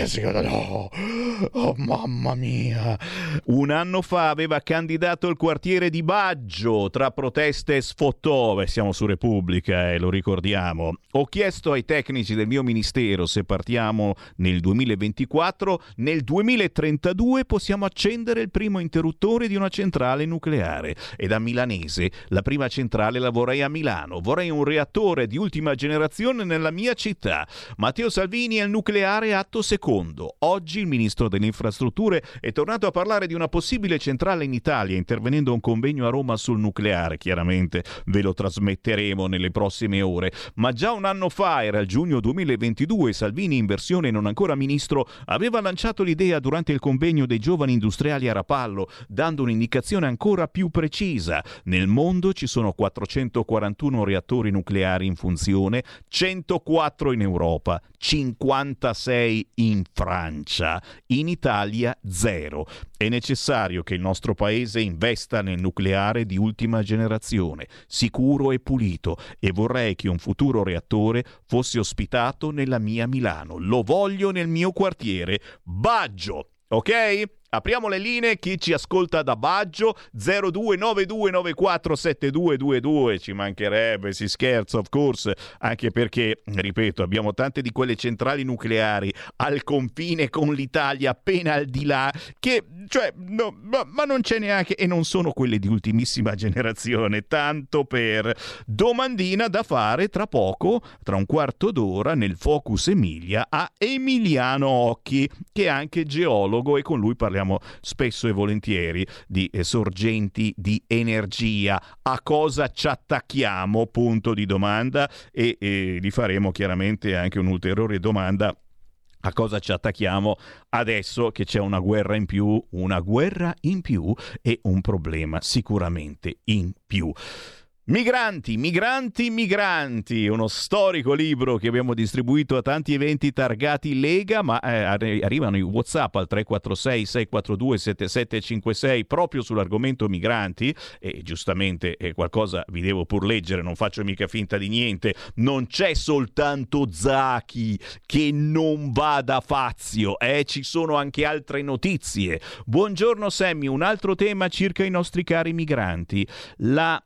S2: no. Oh, mamma mia. Un anno fa aveva candidato il quartiere di Baggio tra proteste e sfottò. Beh, siamo su Repubblica, eh, lo ricordiamo. Ho chiesto ai tecnici del mio ministero se partiamo nel duemilaventiquattro, nel duemilatrentadue possiamo accendere il primo interruttore di una centrale nucleare. E da milanese la prima centrale la vorrei a Milano. Vorrei un reattore di ultima generazione nella mia città. Matteo Salvini al nucleare atto secondo. Oggi il ministro delle infrastrutture è tornato a parlare di una possibile centrale in Italia, intervenendo a un convegno a Roma sul nucleare. Chiaramente ve lo trasmetteremo nelle prossime ore, ma già un anno fa, era il giugno duemilaventidue, Salvini, in versione non ancora ministro, aveva lanciato l'idea durante il convegno dei giovani industriali a Rapallo, dando un'indicazione ancora più precisa. Nel mondo ci sono quattrocentoquarantuno reattori nucleari in funzione, centoquattro in Europa, cinquantasei in Francia, in Italia zero. È necessario che il nostro paese investa nel nucleare di ultima generazione, sicuro e pulito, e vorrei che un futuro reattore fosse ospitato nella mia Milano. Lo voglio nel mio quartiere, Baggio, ok? Apriamo le linee, chi ci ascolta da Baggio, zero due nove due nove quattro sette due due due, ci mancherebbe, si scherza, of course, anche perché, ripeto, abbiamo tante di quelle centrali nucleari al confine con l'Italia, appena al di là, che, cioè, no, ma, ma non c'è neanche, e non sono quelle di ultimissima generazione, tanto per domandina da fare tra poco, tra un quarto d'ora, nel Focus Emilia, a Emiliano Occhi, che è anche geologo, e con lui parliamo spesso e volentieri di eh, sorgenti di energia. A cosa ci attacchiamo? Punto di domanda, e, e gli faremo chiaramente anche un'ulteriore domanda. A cosa ci attacchiamo adesso che c'è una guerra in più, una guerra in più e un problema sicuramente in più. Migranti, migranti, migranti, uno storico libro che abbiamo distribuito a tanti eventi targati Lega, ma eh, arrivano i WhatsApp al tre quattro sei sei quattro due sette sette cinque sei proprio sull'argomento migranti, e giustamente eh, qualcosa vi devo pur leggere, non faccio mica finta di niente. Non c'è soltanto Zaki che non va da Fazio, eh, ci sono anche altre notizie. Buongiorno Sammy, un altro tema circa i nostri cari migranti. La...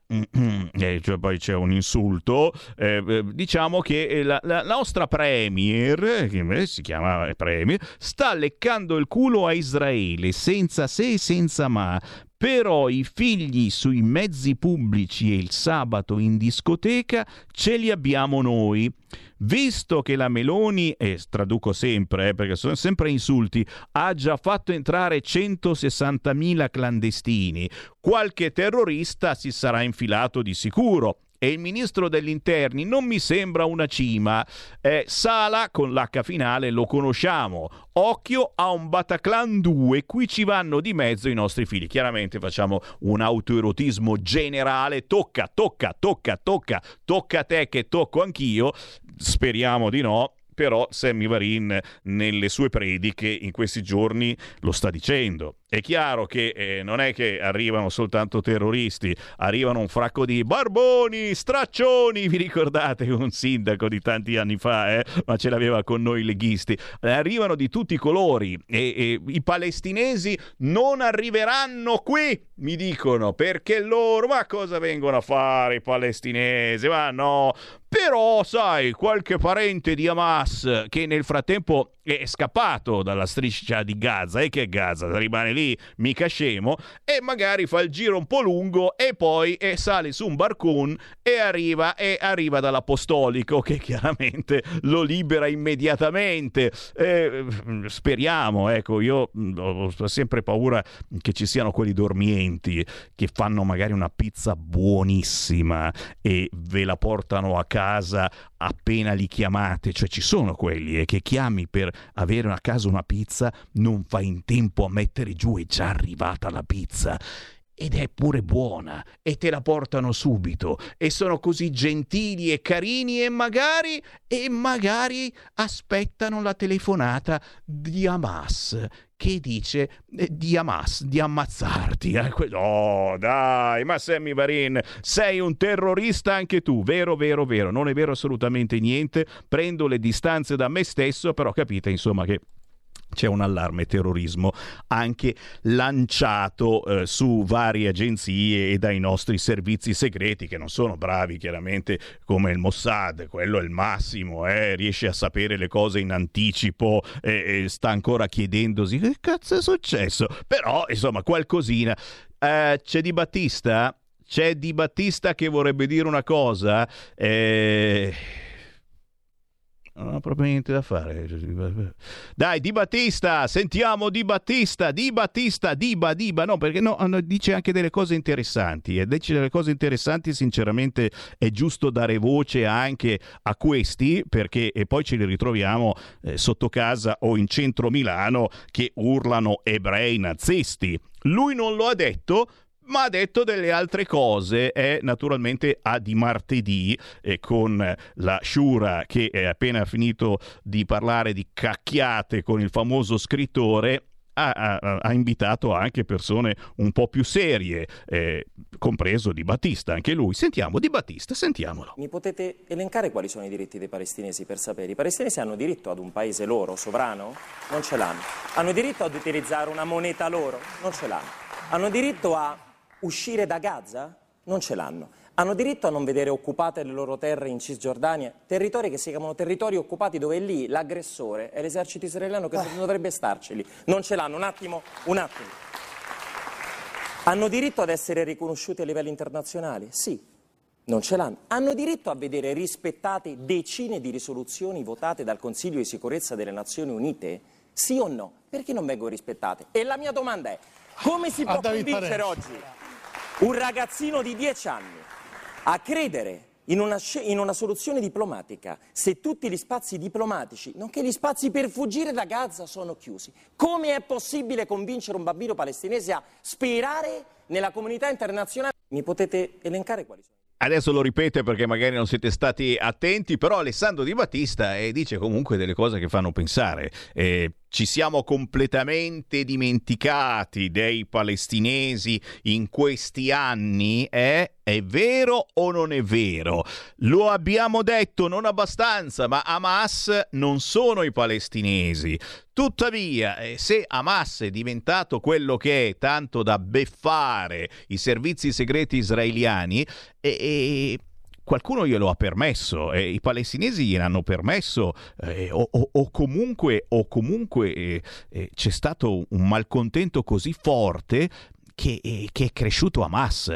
S2: Eh, cioè poi c'è un insulto, eh, diciamo che la, la nostra premier, che si chiama premier, sta leccando il culo a Israele senza se e senza ma. Però i figli sui mezzi pubblici e il sabato in discoteca ce li abbiamo noi. Visto che la Meloni, e eh, traduco sempre eh, perché sono sempre insulti, ha già fatto entrare centosessantamila clandestini, qualche terrorista si sarà infilato di sicuro. E il ministro degli interni non mi sembra una cima. Eh, Sala con l'H finale lo conosciamo. Occhio a un Bataclan due, qui ci vanno di mezzo i nostri figli. Chiaramente facciamo un autoerotismo generale. Tocca, tocca, tocca, tocca, tocca a te che tocco anch'io. Speriamo di no. Però Sammy Varin nelle sue prediche in questi giorni lo sta dicendo. È chiaro che eh, non è che arrivano soltanto terroristi, arrivano un fracco di barboni, straccioni, vi ricordate un sindaco di tanti anni fa, eh? Ma ce l'aveva con noi leghisti, arrivano di tutti i colori, e, e i palestinesi non arriveranno qui, mi dicono, perché loro, ma cosa vengono a fare i palestinesi? Ma no, però sai, qualche parente di Hamas che nel frattempo è scappato dalla striscia di Gaza, e che Gaza rimane lì mica scemo, e magari fa il giro un po' lungo e poi e sale su un barcone e arriva e arriva dall'Apostolico, che chiaramente lo libera immediatamente. Eh, speriamo, ecco, io ho sempre paura che ci siano quelli dormienti che fanno magari una pizza buonissima e ve la portano a casa appena li chiamate, cioè ci sono quelli eh, che chiami per avere a casa una pizza, non fai in tempo a mettere giù, è già arrivata la pizza ed è pure buona e te la portano subito e sono così gentili e carini e magari e magari aspettano la telefonata di Hamas che dice eh, di Hamas di ammazzarti. Eh? Oh, dai, ma Sammy Varin, sei un terrorista anche tu, vero, vero, vero, non è vero assolutamente niente, prendo le distanze da me stesso, però capite insomma che c'è un allarme terrorismo anche lanciato eh, su varie agenzie e dai nostri servizi segreti, che non sono bravi chiaramente come il Mossad, quello è il massimo, eh, riesce a sapere le cose in anticipo e, e sta ancora chiedendosi che cazzo è successo, però insomma qualcosina. Eh, c'è Di Battista? C'è Di Battista che vorrebbe dire una cosa? Eh... Non ho proprio niente da fare. Dai, Di Battista, sentiamo Di Battista, Di Battista, Diba, Diba, no, perché no, dice anche delle cose interessanti, e dice delle cose interessanti, sinceramente è giusto dare voce anche a questi, perché e poi ce li ritroviamo eh, sotto casa o in centro Milano che urlano ebrei nazisti. Lui non lo ha detto, ma ha detto delle altre cose, è naturalmente a di martedì eh, con la Shura che è appena finito di parlare di cacchiate con il famoso scrittore. Ha, ha, ha invitato anche persone un po' più serie, eh, compreso Di Battista, anche lui. Sentiamo Di Battista, sentiamolo.
S12: Mi potete elencare quali sono i diritti dei palestinesi per sapere? I palestinesi hanno diritto ad un paese loro, sovrano? Non ce l'hanno. Hanno diritto ad utilizzare una moneta loro? Non ce l'hanno. Hanno diritto a uscire da Gaza? Non ce l'hanno. Hanno diritto a non vedere occupate le loro terre in Cisgiordania, territori che si chiamano territori occupati, dove lì l'aggressore è l'esercito israeliano che non dovrebbe starceli. Non ce l'hanno. Un attimo, un attimo. Hanno diritto ad essere riconosciuti a livello internazionale? Sì. Non ce l'hanno. Hanno diritto a vedere rispettate decine di risoluzioni votate dal Consiglio di sicurezza delle Nazioni Unite? Sì o no? Perché non vengono rispettate? E la mia domanda è: come si può convincere oggi un ragazzino di dieci anni a credere in una, in una soluzione diplomatica se tutti gli spazi diplomatici, nonché gli spazi per fuggire da Gaza, sono chiusi? Come è possibile convincere un bambino palestinese a sperare nella comunità internazionale? Mi potete elencare quali sono?
S2: Adesso lo ripete perché magari non siete stati attenti, però Alessandro Di Battista eh, dice comunque delle cose che fanno pensare. Eh, ci siamo completamente dimenticati dei palestinesi in questi anni, eh? È vero o non è vero? Lo abbiamo detto non abbastanza, ma Hamas non sono i palestinesi. Tuttavia, eh, se Hamas è diventato quello che è, tanto da beffare i servizi segreti israeliani, e... e qualcuno glielo ha permesso, eh, i palestinesi gliel'hanno permesso, eh, o, o, o comunque, o comunque eh, eh, c'è stato un malcontento così forte che, eh, che è cresciuto Hamas.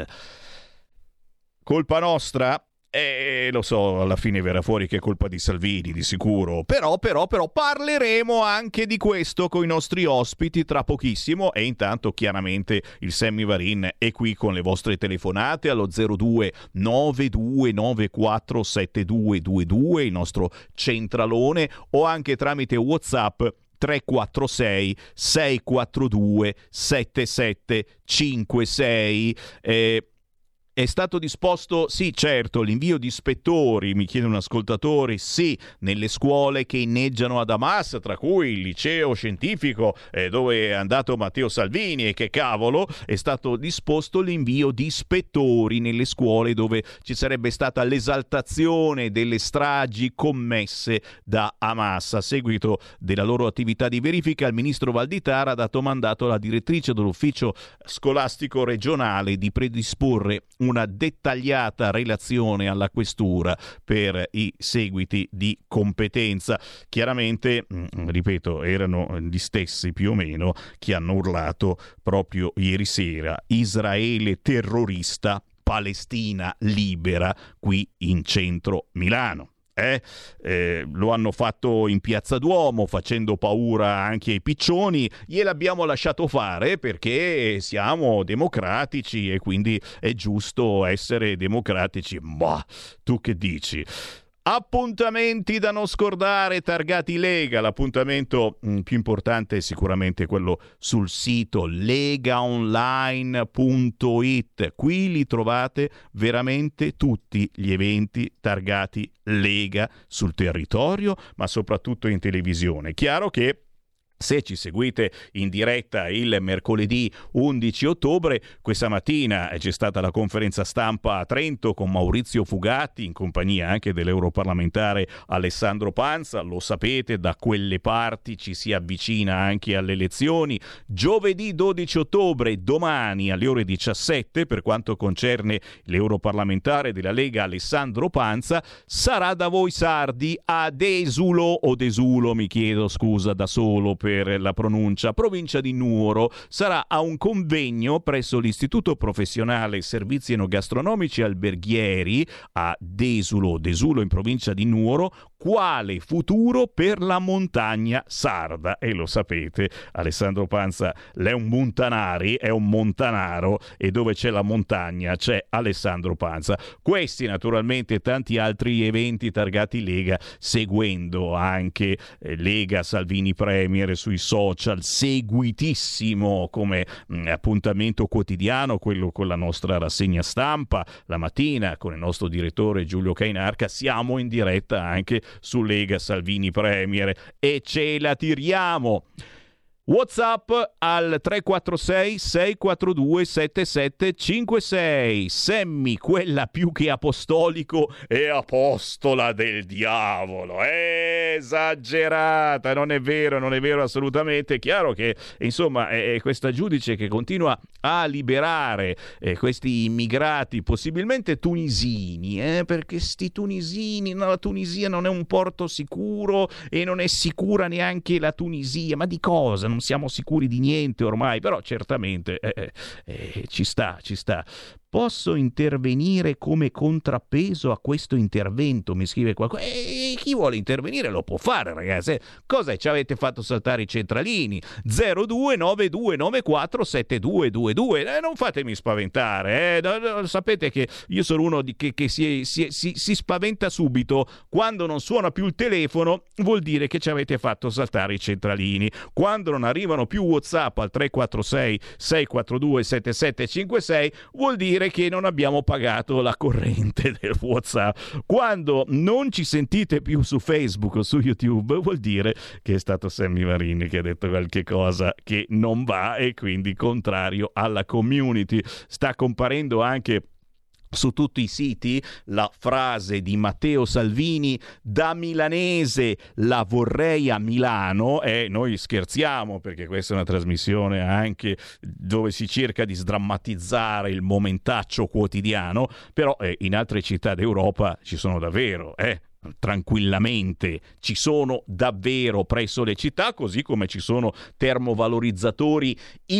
S2: Colpa nostra? Eh, lo so, alla fine verrà fuori che è colpa di Salvini, di sicuro. Però, però, però parleremo anche di questo con i nostri ospiti tra pochissimo. E intanto, chiaramente, il Sammy Varin è qui con le vostre telefonate allo zero due nove due nove quattro sette due due due, il nostro centralone, o anche tramite WhatsApp tre quattro sei sei quattro due sette sette cinque sei. Eh, È stato disposto, sì certo, l'invio di ispettori, mi chiede un ascoltatore, sì, nelle scuole che inneggiano ad Hamas, tra cui il liceo scientifico eh, dove è andato Matteo Salvini, e che cavolo, è stato disposto l'invio di ispettori nelle scuole dove ci sarebbe stata l'esaltazione delle stragi commesse da Hamas. A seguito della loro attività di verifica, il ministro Valditara ha dato mandato alla direttrice dell'ufficio scolastico regionale di predisporre una dettagliata relazione alla questura per i seguiti di competenza. Chiaramente, ripeto, erano gli stessi più o meno che hanno urlato proprio ieri sera: Israele terrorista, Palestina libera, qui in centro Milano. Eh, eh, lo hanno fatto in Piazza Duomo, facendo paura anche ai piccioni. Gliel'abbiamo lasciato fare perché siamo democratici e quindi è giusto essere democratici. Ma tu che dici? Appuntamenti da non scordare, targati Lega. L'appuntamento mh, più importante è sicuramente quello sul sito legaonline punto it. Qui li trovate veramente tutti gli eventi targati Lega sul territorio, ma soprattutto in televisione. Chiaro che se ci seguite in diretta il mercoledì undici ottobre, questa mattina c'è stata la conferenza stampa a Trento con Maurizio Fugatti, in compagnia anche dell'europarlamentare Alessandro Panza. Lo sapete, da quelle parti ci si avvicina anche alle elezioni. Giovedì dodici ottobre, domani alle ore diciassette, per quanto concerne l'europarlamentare della Lega Alessandro Panza, sarà da voi sardi a Desulo, o Desulo, mi chiedo scusa da solo per la pronuncia, provincia di Nuoro. Sarà a un convegno presso l'Istituto Professionale Servizi Enogastronomici Alberghieri a Desulo, Desulo in provincia di Nuoro. Quale futuro per la montagna sarda? E lo sapete, Alessandro Panza è un montanari, è un montanaro, e dove c'è la montagna c'è Alessandro Panza. Questi naturalmente e tanti altri eventi targati Lega, seguendo anche eh, Lega Salvini Premier sui social, seguitissimo come mh, appuntamento quotidiano, quello con la nostra rassegna stampa la mattina con il nostro direttore Giulio Cainarca. Siamo in diretta anche su Lega Salvini Premier e ce la tiriamo. WhatsApp al tre quattro sei sei quattro due sette sette cinque sei. Semmi, quella più che apostolico e apostola del diavolo. È esagerata, non è vero, non è vero assolutamente. È chiaro che, insomma, è questa giudice che continua a liberare eh, questi immigrati, possibilmente tunisini, eh, perché sti tunisini, no, la Tunisia non è un porto sicuro e non è sicura neanche la Tunisia. Ma di cosa? Non siamo sicuri di niente ormai, però certamente eh, eh, ci sta, ci sta. Posso intervenire come contrappeso a questo intervento? Mi scrive qualcuno. E chi vuole intervenire lo può fare, ragazzi. Cosa ci avete fatto saltare i centralini? zero due nove due nove quattro sette due due due. Eh, non fatemi spaventare. Eh. Sapete che io sono uno di che, che si, si, si, si spaventa subito. Quando non suona più il telefono vuol dire che ci avete fatto saltare i centralini. Quando non arrivano più WhatsApp al tre quattro sei sei quattro due sette sette cinque sei vuol dire che non abbiamo pagato la corrente del WhatsApp. Quando non ci sentite più su Facebook o su YouTube vuol dire che è stato Sammy Varin che ha detto qualche cosa che non va e quindi contrario alla community. Sta comparendo anche su tutti i siti la frase di Matteo Salvini: da milanese la vorrei a Milano. E eh, noi scherziamo perché questa è una trasmissione anche dove si cerca di sdrammatizzare il momentaccio quotidiano, però eh, in altre città d'Europa ci sono davvero, eh tranquillamente ci sono davvero presso le città, così come ci sono termovalorizzatori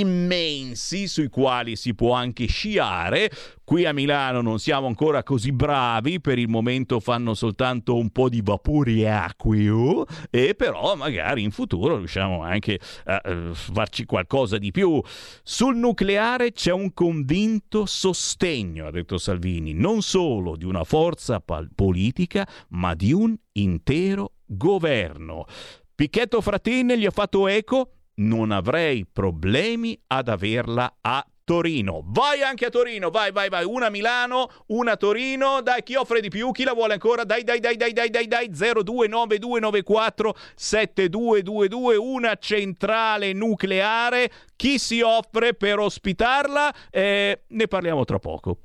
S2: immensi sui quali si può anche sciare. Qui a Milano non siamo ancora così bravi, per il momento fanno soltanto un po' di vapore acqueo, e però magari in futuro riusciamo anche a uh, farci qualcosa di più. Sul nucleare c'è un convinto sostegno, ha detto Salvini, non solo di una forza pal- politica, ma di un intero governo. Picchetto Fratin gli ha fatto eco: non avrei problemi ad averla a Torino. Vai anche a Torino, vai vai vai, una a Milano, una a Torino. Dai, chi offre di più? Chi la vuole ancora? Dai dai dai dai dai dai dai. zero due nove due nove quattro sette due due due, una centrale nucleare. Chi si offre per ospitarla? Eh, ne parliamo tra poco.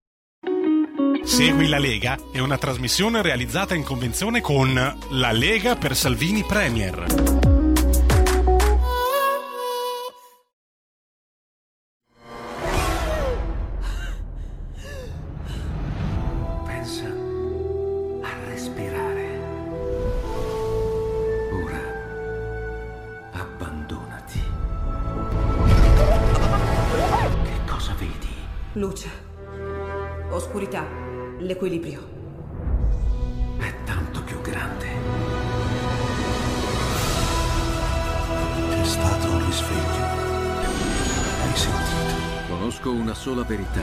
S13: Segui la Lega è una trasmissione realizzata in convenzione con La Lega per Salvini Premier.
S14: Luce, oscurità, l'equilibrio.
S15: È tanto più grande.
S16: C'è stato un risveglio. Hai sentito?
S15: Conosco una sola verità.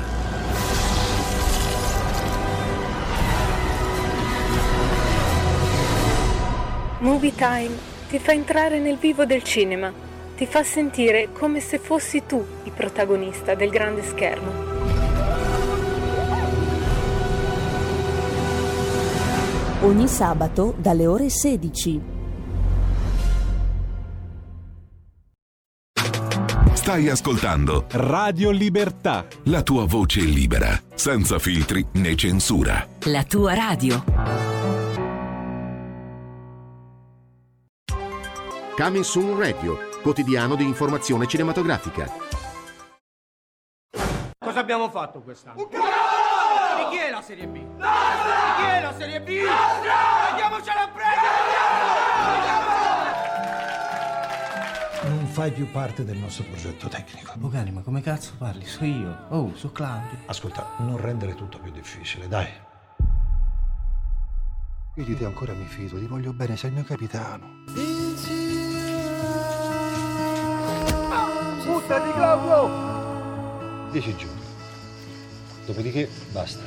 S17: Movie Time ti fa entrare nel vivo del cinema, ti fa sentire come se fossi tu il protagonista del grande schermo.
S18: Ogni sabato dalle ore sedici.
S6: Stai ascoltando
S7: Radio Libertà.
S6: La tua voce libera, senza filtri né censura.
S18: La tua radio.
S19: Coming Soon Radio, quotidiano di informazione cinematografica.
S20: Cosa abbiamo fatto quest'anno? Un cazzo! Di chi è la Serie B? Nostra! Di chi è la Serie B? Nostra! Andiamocela a prendere!
S16: Non fai più parte del nostro progetto tecnico.
S20: Bogani, ma come cazzo parli? So io. Oh, so Claudio.
S16: Ascolta, non rendere tutto più difficile, dai. Io di te ancora mi fido, ti voglio bene, sei il mio capitano.
S20: Buttati, Claudio!
S16: Dieci giorni. Dopodiché basta.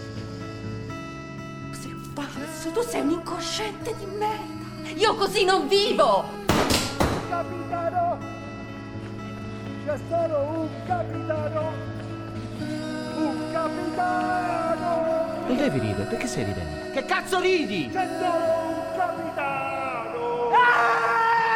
S21: Sei un pazzo, tu sei un incosciente di merda. Io così non vivo!
S20: Capitano! C'è solo un capitano! Un capitano!
S22: Non devi ridere, perché stai ridendo?
S20: Che cazzo ridi? C'è solo un capitano! Ah!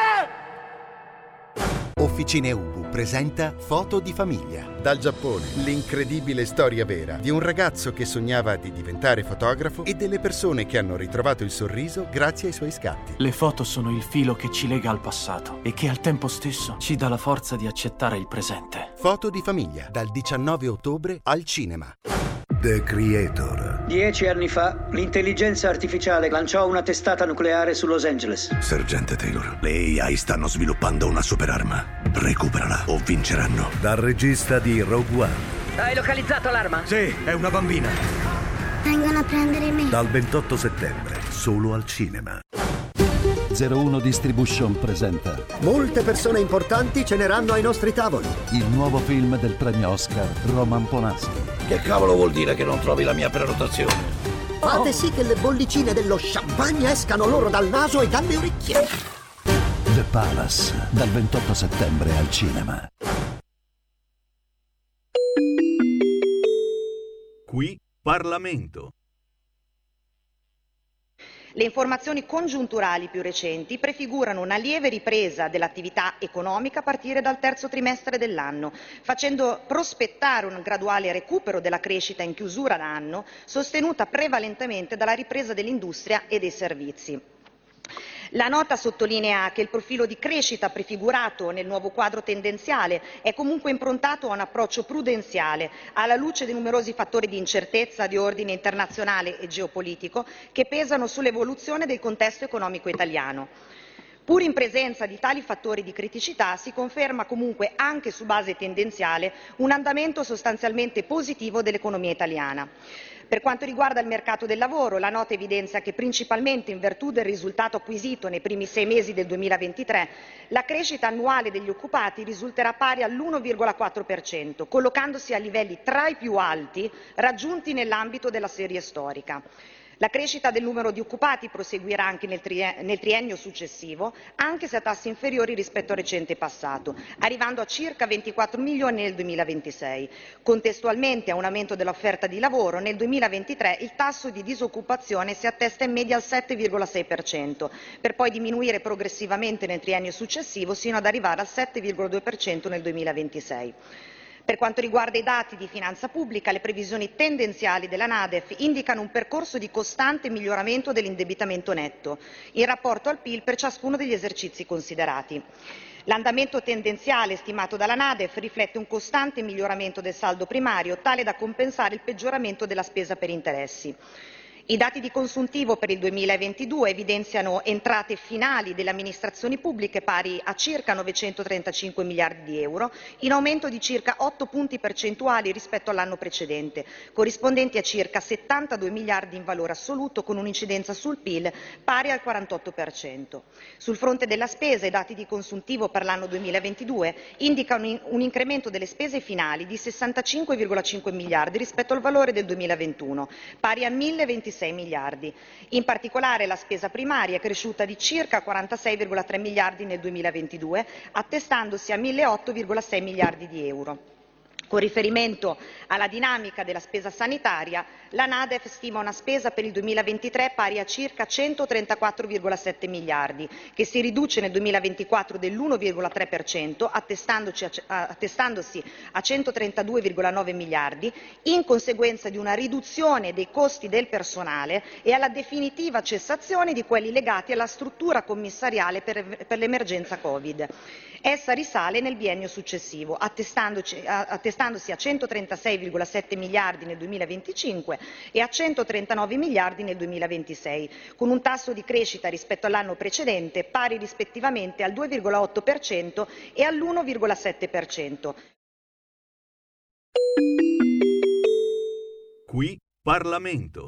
S23: Officine Ubu presenta Foto di famiglia. Dal Giappone, l'incredibile storia vera di un ragazzo che sognava di diventare fotografo e delle persone che hanno ritrovato il sorriso grazie ai suoi scatti.
S22: Le foto sono il filo che ci lega al passato e che al tempo stesso ci dà la forza di accettare il presente.
S23: Foto di famiglia, dal diciannove ottobre al cinema.
S16: The Creator.
S24: Dieci anni fa, l'intelligenza artificiale lanciò una testata nucleare su Los Angeles.
S16: Sergente Taylor, le A I stanno sviluppando una superarma. Recuperala o vinceranno. Dal regista di Rogue One.
S24: Hai localizzato l'arma?
S16: Sì, è una bambina.
S25: Vengono a prendere me.
S16: Dal ventotto settembre, solo al cinema.
S26: zero uno Distribution presenta
S27: Molte persone importanti ceneranno ai nostri tavoli.
S26: il nuovo film del premio Oscar Roman Polanski.
S16: Che cavolo vuol dire che non trovi la mia prenotazione?
S27: Fate sì che le bollicine dello champagne escano loro dal naso e dalle orecchie.
S26: The Palace, dal ventotto settembre al cinema.
S8: Qui Parlamento.
S9: Le informazioni congiunturali più recenti prefigurano una lieve ripresa dell'attività economica a partire dal terzo trimestre dell'anno, facendo prospettare un graduale recupero della crescita in chiusura d'anno, sostenuta prevalentemente dalla ripresa dell'industria e dei servizi. La nota sottolinea che il profilo di crescita prefigurato nel nuovo quadro tendenziale è comunque improntato a un approccio prudenziale, alla luce dei numerosi fattori di incertezza di ordine internazionale e geopolitico che pesano sull'evoluzione del contesto economico italiano. Pur in presenza di tali fattori di criticità, si conferma comunque anche su base tendenziale un andamento sostanzialmente positivo dell'economia italiana. Per quanto riguarda il mercato del lavoro, la nota evidenzia che principalmente in virtù del risultato acquisito nei primi sei mesi del duemilaventitré, la crescita annuale degli occupati risulterà pari all'uno virgola quattro per cento, collocandosi a livelli tra i più alti raggiunti nell'ambito della serie storica. La crescita del numero di occupati proseguirà anche nel, tri- nel triennio successivo, anche se a tassi inferiori rispetto al recente passato, arrivando a circa ventiquattro milioni nel duemilaventisei. Contestualmente a un aumento dell'offerta di lavoro, nel duemilaventitré il tasso di disoccupazione si attesta in media al sette virgola sei per cento, per poi diminuire progressivamente nel triennio successivo sino ad arrivare al sette virgola due per cento nel duemilaventisei. Per quanto riguarda i dati di finanza pubblica, le previsioni tendenziali della NADEF indicano un percorso di costante miglioramento dell'indebitamento netto in rapporto al P I L per ciascuno degli esercizi considerati. L'andamento tendenziale stimato dalla NADEF riflette un costante miglioramento del saldo primario, tale da compensare il peggioramento della spesa per interessi. I dati di consuntivo per il duemilaventidue evidenziano entrate finali delle amministrazioni pubbliche pari a circa novecentotrentacinque miliardi di euro, in aumento di circa otto punti percentuali rispetto all'anno precedente, corrispondenti a circa settantadue miliardi in valore assoluto, con un'incidenza sul P I L pari al quarantotto per cento. Sul fronte della spesa, i dati di consuntivo per l'anno duemilaventidue indicano un incremento delle spese finali di sessantacinque virgola cinque miliardi rispetto al valore del duemilaventuno, pari a milleventisei miliardi. In particolare la spesa primaria è cresciuta di circa quarantasei virgola tre miliardi nel duemilaventidue, attestandosi a milleotto virgola sei miliardi di euro. Con riferimento alla dinamica della spesa sanitaria, la NADEF stima una spesa per il duemilaventitré pari a circa centotrentaquattro virgola sette miliardi, che si riduce nel duemilaventiquattro dell'uno virgola tre per cento, attestandosi a centotrentadue virgola nove miliardi, in conseguenza di una riduzione dei costi del personale e alla definitiva cessazione di quelli legati alla struttura commissariale per, per l'emergenza Covid. Essa risale nel biennio successivo, attestandosi a centotrentasei virgola sette miliardi nel duemilaventicinque e a centotrentanove miliardi nel duemilaventisei, con un tasso di crescita rispetto all'anno precedente pari rispettivamente al due virgola otto per cento e all'uno virgola sette per cento.
S8: Qui Parlamento.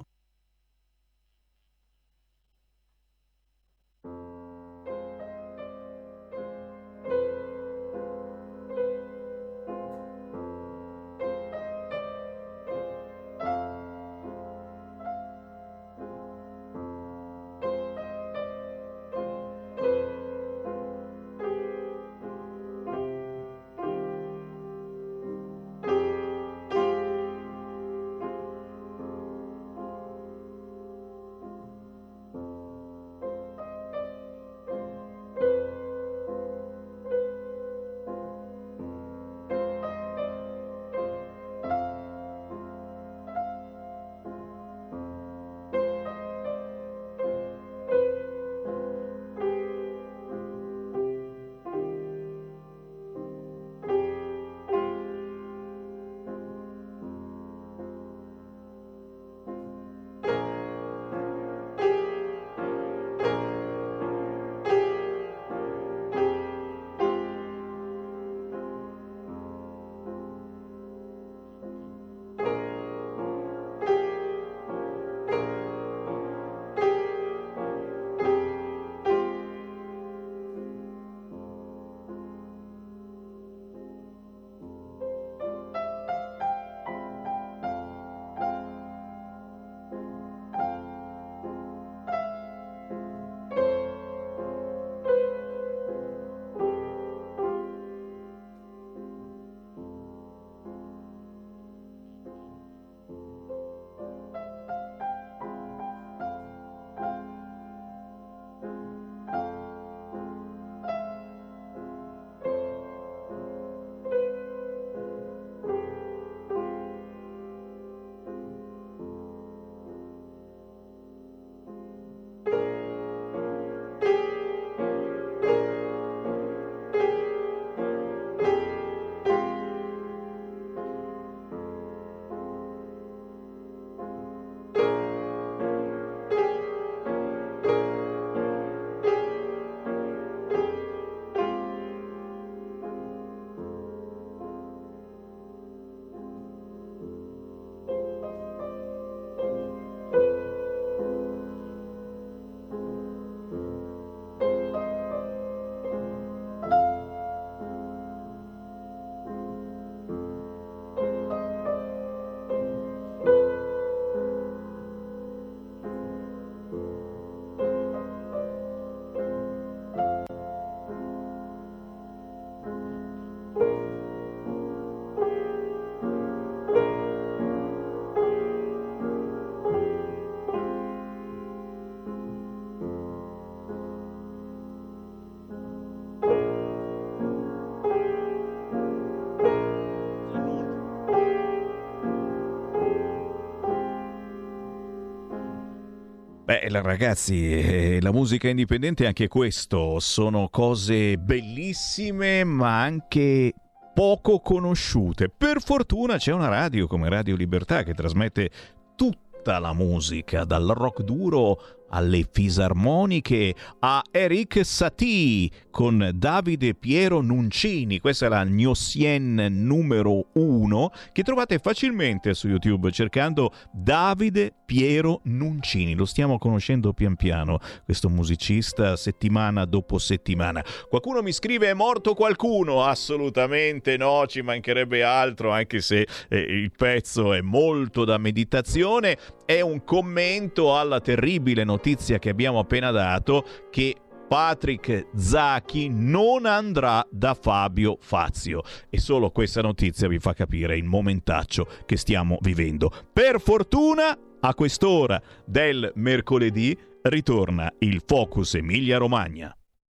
S2: Beh, ragazzi, eh, la musica indipendente è anche questo, sono cose bellissime ma anche poco conosciute. Per fortuna c'è una radio come Radio Libertà che trasmette tutte tutta la musica, dal rock duro alle fisarmoniche a Eric Satie con Davide Piero Nuncini. Questa è la Gnossienne numero uno che trovate facilmente su YouTube cercando Davide Piero Nuncini. Lo stiamo conoscendo pian piano, questo musicista, settimana dopo settimana. Qualcuno mi scrive: è morto qualcuno? Assolutamente no, ci mancherebbe altro, anche se eh, il pezzo è molto da meditazione. È un commento alla terribile notizia che abbiamo appena dato, che Patrick Zaki non andrà da Fabio Fazio, e solo questa notizia vi fa capire il momentaccio che stiamo vivendo. Per fortuna a quest'ora del mercoledì ritorna il Focus Emilia Romagna.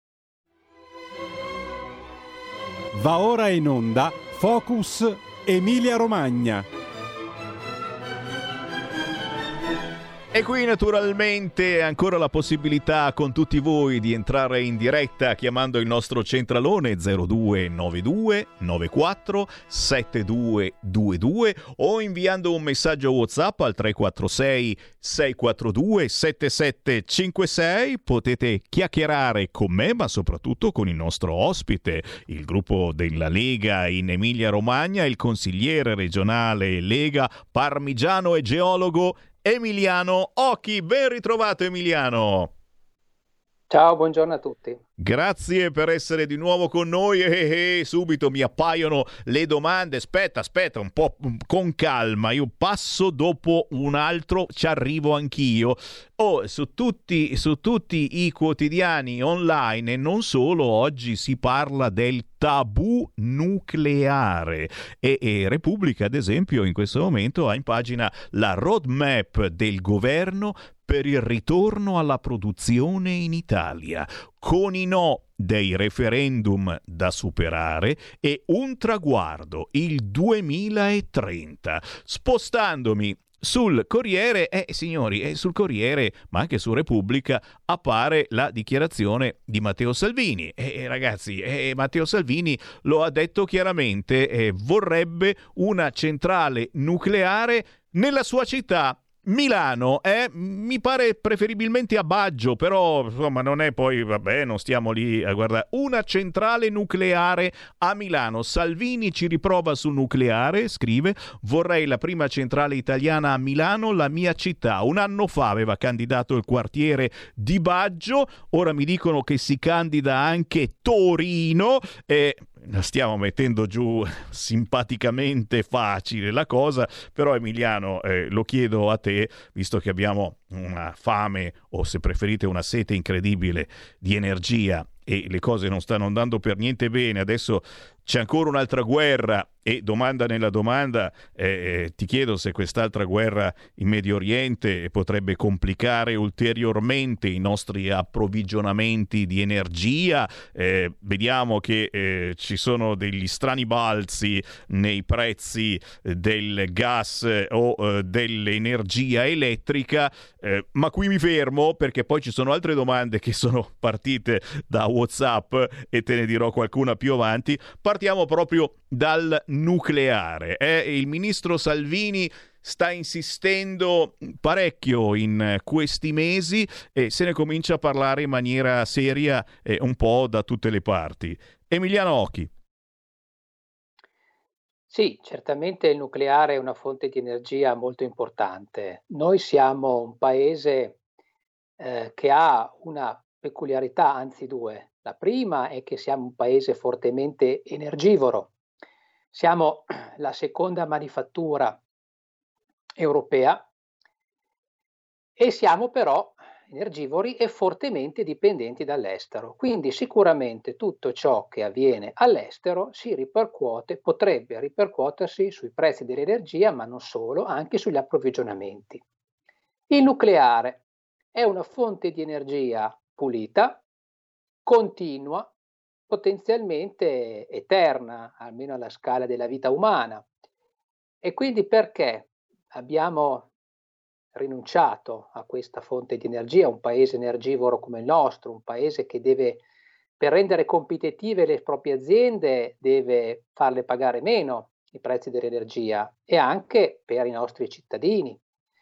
S7: Va ora in onda Focus Emilia Romagna.
S2: E qui naturalmente ancora la possibilità con tutti voi di entrare in diretta chiamando il nostro centralone zero due nove due nove quattro sette due due due o inviando un messaggio WhatsApp al tre quattro sei sei quattro due sette sette cinque sei. Potete chiacchierare con me, ma soprattutto con il nostro ospite, il gruppo della Lega in Emilia Romagna, il consigliere regionale Lega parmigiano e geologo Emiliano Occhi. Ben ritrovato Emiliano.
S1: Ciao, buongiorno a tutti.
S2: Grazie per essere di nuovo con noi e, e subito mi appaiono le domande. Aspetta, aspetta, un po' con calma, io passo dopo un altro, ci arrivo anch'io. Oh, su tutti, su tutti i quotidiani online e non solo, oggi si parla del tabù nucleare e, e Repubblica ad esempio in questo momento ha in pagina la roadmap del governo per il ritorno alla produzione in Italia, con i no dei referendum da superare e un traguardo, il duemilatrenta. Spostandomi sul Corriere, eh signori, eh, sul Corriere, ma anche su Repubblica, appare la dichiarazione di Matteo Salvini. E eh, ragazzi, eh, Matteo Salvini lo ha detto chiaramente, eh, vorrebbe una centrale nucleare nella sua città, Milano, eh, mi pare preferibilmente a Baggio, però insomma non è poi, vabbè, non stiamo lì a guardare. Una centrale nucleare a Milano. Salvini ci riprova sul nucleare, scrive: vorrei la prima centrale italiana a Milano, la mia città. Un anno fa aveva candidato il quartiere di Baggio, ora mi dicono che si candida anche Torino e la stiamo mettendo giù simpaticamente facile la cosa, però Emiliano, eh, lo chiedo a te, visto che abbiamo una fame o se preferite una sete incredibile di energia e le cose non stanno andando per niente bene, adesso c'è ancora un'altra guerra e domanda nella domanda, eh, ti chiedo se quest'altra guerra in Medio Oriente potrebbe complicare ulteriormente i nostri approvvigionamenti di energia. Eh, vediamo che eh, ci sono degli strani balzi nei prezzi del gas o eh, dell'energia elettrica, eh, ma qui mi fermo perché poi ci sono altre domande che sono partite da WhatsApp e te ne dirò qualcuna più avanti. Partiamo proprio dal nucleare. Eh? Il ministro Salvini sta insistendo parecchio in questi mesi e se ne comincia a parlare in maniera seria eh, un po' da tutte le parti. Emiliano Occhi.
S1: Sì, certamente il nucleare è una fonte di energia molto importante. Noi siamo un paese eh, che ha una peculiarità, anzi due. La prima è che siamo un paese fortemente energivoro. Siamo la seconda manifattura europea e siamo però energivori e fortemente dipendenti dall'estero. Quindi sicuramente tutto ciò che avviene all'estero si ripercuote, potrebbe ripercuotersi sui prezzi dell'energia, ma non solo, anche sugli approvvigionamenti. Il nucleare è una fonte di energia pulita, continua, potenzialmente eterna, almeno alla scala della vita umana. E quindi perché abbiamo rinunciato a questa fonte di energia, un paese energivoro come il nostro, un paese che deve, per rendere competitive le proprie aziende, deve farle pagare meno i prezzi dell'energia e anche per i nostri cittadini.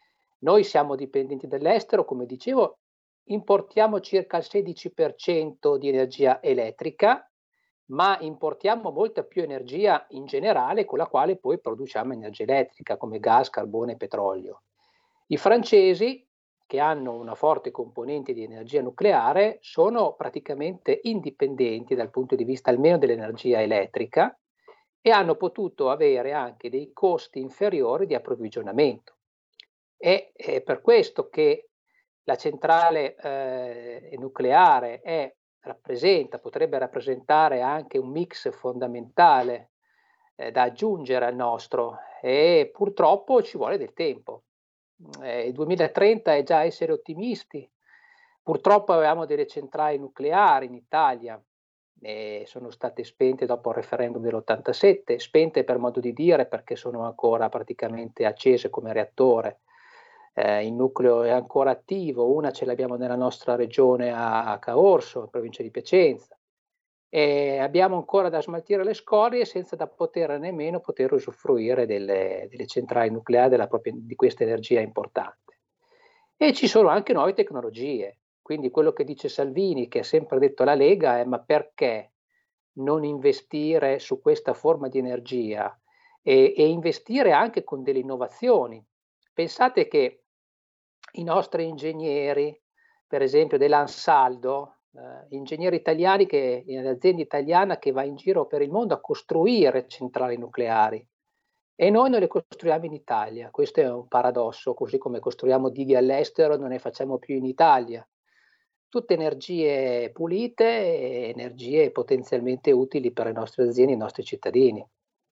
S1: Noi siamo dipendenti dall'estero, come dicevo, importiamo circa il sedici per cento di energia elettrica, ma importiamo molta più energia in generale con la quale poi produciamo energia elettrica come gas, carbone e petrolio. I francesi, che hanno una forte componente di energia nucleare, sono praticamente indipendenti dal punto di vista almeno dell'energia elettrica e hanno potuto avere anche dei costi inferiori di approvvigionamento. E è per questo che la centrale eh, nucleare è rappresenta, potrebbe rappresentare anche un mix fondamentale eh, da aggiungere al nostro, e purtroppo ci vuole del tempo. Eh, il duemilatrenta è già essere ottimisti. Purtroppo avevamo delle centrali nucleari in Italia, e sono state spente dopo il referendum dell'ottantasette, spente per modo di dire perché sono ancora praticamente accese come reattore. Eh, il nucleo è ancora attivo, una ce l'abbiamo nella nostra regione a Caorso, in provincia di Piacenza, e abbiamo ancora da smaltire le scorie senza da poter nemmeno poter usufruire delle, delle centrali nucleari della propria, di questa energia importante. E ci sono anche nuove tecnologie, quindi quello che dice Salvini, che ha sempre detto la Lega, è ma perché non investire su questa forma di energia e, e investire anche con delle innovazioni. Pensate che i nostri ingegneri, per esempio dell'Ansaldo, eh, ingegneri italiani, che in un'azienda italiana che va in giro per il mondo a costruire centrali nucleari, e noi non le costruiamo in Italia. Questo è un paradosso, così come costruiamo dighe all'estero non ne facciamo più in Italia. Tutte energie pulite e energie potenzialmente utili per le nostre aziende e i nostri cittadini.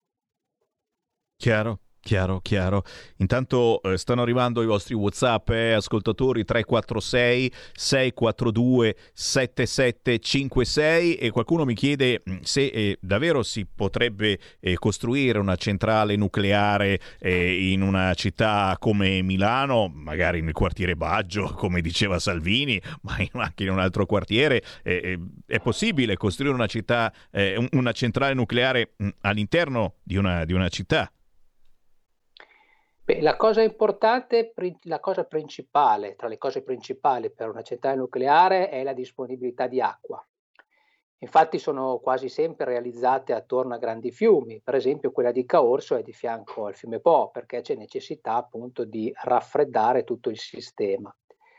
S2: Chiaro. Chiaro, chiaro. Intanto eh, stanno arrivando i vostri WhatsApp, eh, ascoltatori, tre quattro sei sei quattro due sette sette cinque sei, e qualcuno mi chiede se eh, davvero si potrebbe eh, costruire una centrale nucleare eh, in una città come Milano, magari nel quartiere Baggio, come diceva Salvini, ma in, anche in un altro quartiere. Eh, è possibile costruire una città, eh, una centrale nucleare mh, all'interno di una, di una città?
S1: Beh, la cosa importante, la cosa principale, tra le cose principali per una centrale nucleare è la disponibilità di acqua. Infatti sono quasi sempre realizzate attorno a grandi fiumi, per esempio quella di Caorso è di fianco al fiume Po, perché c'è necessità appunto di raffreddare tutto il sistema.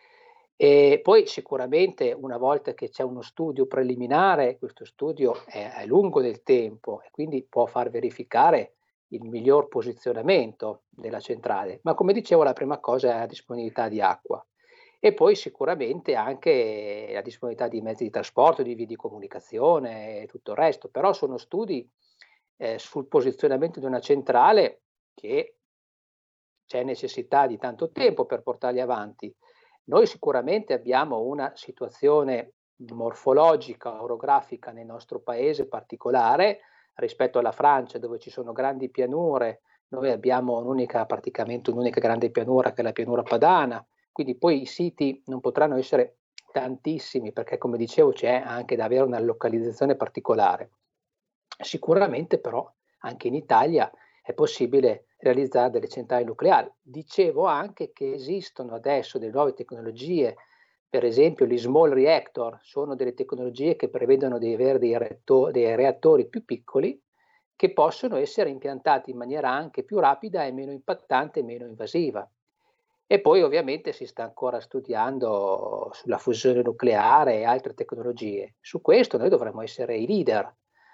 S1: E poi sicuramente una volta che c'è uno studio preliminare, questo studio è, è lungo nel tempo e quindi può far verificare il miglior posizionamento della centrale, ma come dicevo la prima cosa è la disponibilità di acqua e poi sicuramente anche la disponibilità di mezzi di trasporto, di vie di comunicazione e tutto il resto, però sono studi eh, sul posizionamento di una centrale che c'è necessità di tanto tempo per portarli avanti. Noi sicuramente abbiamo una situazione morfologica, orografica nel nostro paese particolare rispetto alla Francia, dove ci sono grandi pianure. Noi abbiamo un'unica, praticamente un'unica grande pianura che è la pianura padana, quindi poi i siti non potranno essere tantissimi perché, come dicevo, c'è anche da avere una localizzazione particolare. Sicuramente però anche in Italia è possibile realizzare delle centrali nucleari. Dicevo anche che esistono adesso delle nuove tecnologie, per esempio gli small reactor, sono delle tecnologie che prevedono di avere dei, reattor- dei reattori più piccoli che possono essere impiantati in maniera anche più rapida e meno impattante e meno invasiva. E poi ovviamente si sta ancora studiando sulla fusione nucleare e altre tecnologie. Su questo noi dovremmo essere i leader.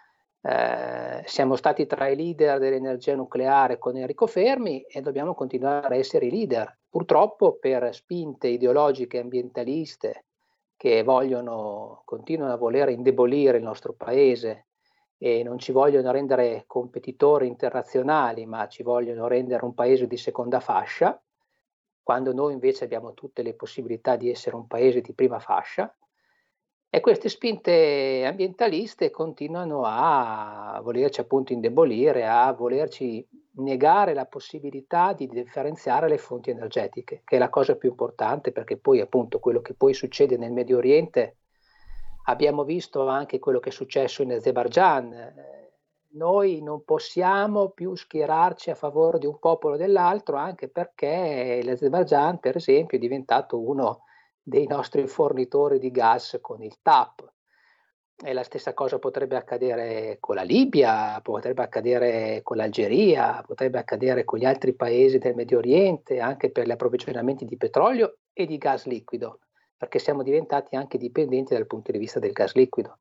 S1: Eh, siamo stati tra i leader dell'energia nucleare con Enrico Fermi e dobbiamo continuare a essere i leader. Purtroppo per spinte ideologiche e ambientaliste che vogliono, continuano a voler indebolire il nostro paese e non ci vogliono rendere competitori internazionali, ma ci vogliono rendere un paese di seconda fascia, quando noi invece abbiamo tutte le possibilità di essere un paese di prima fascia. E queste spinte ambientaliste continuano a volerci appunto indebolire, a volerci negare la possibilità di differenziare le fonti energetiche, che è la cosa più importante, perché poi appunto quello che poi succede nel Medio Oriente, abbiamo visto anche quello che è successo in Azerbaijan, noi non possiamo più schierarci a favore di un popolo o dell'altro, anche perché l'Azerbaigian, per esempio, è diventato uno dei nostri fornitori di gas con il T A P. E la stessa cosa potrebbe accadere con la Libia, potrebbe accadere con l'Algeria, potrebbe accadere con gli altri paesi del Medio Oriente, anche per gli approvvigionamenti di petrolio e di gas liquido, perché siamo diventati anche dipendenti dal punto di vista del gas liquido.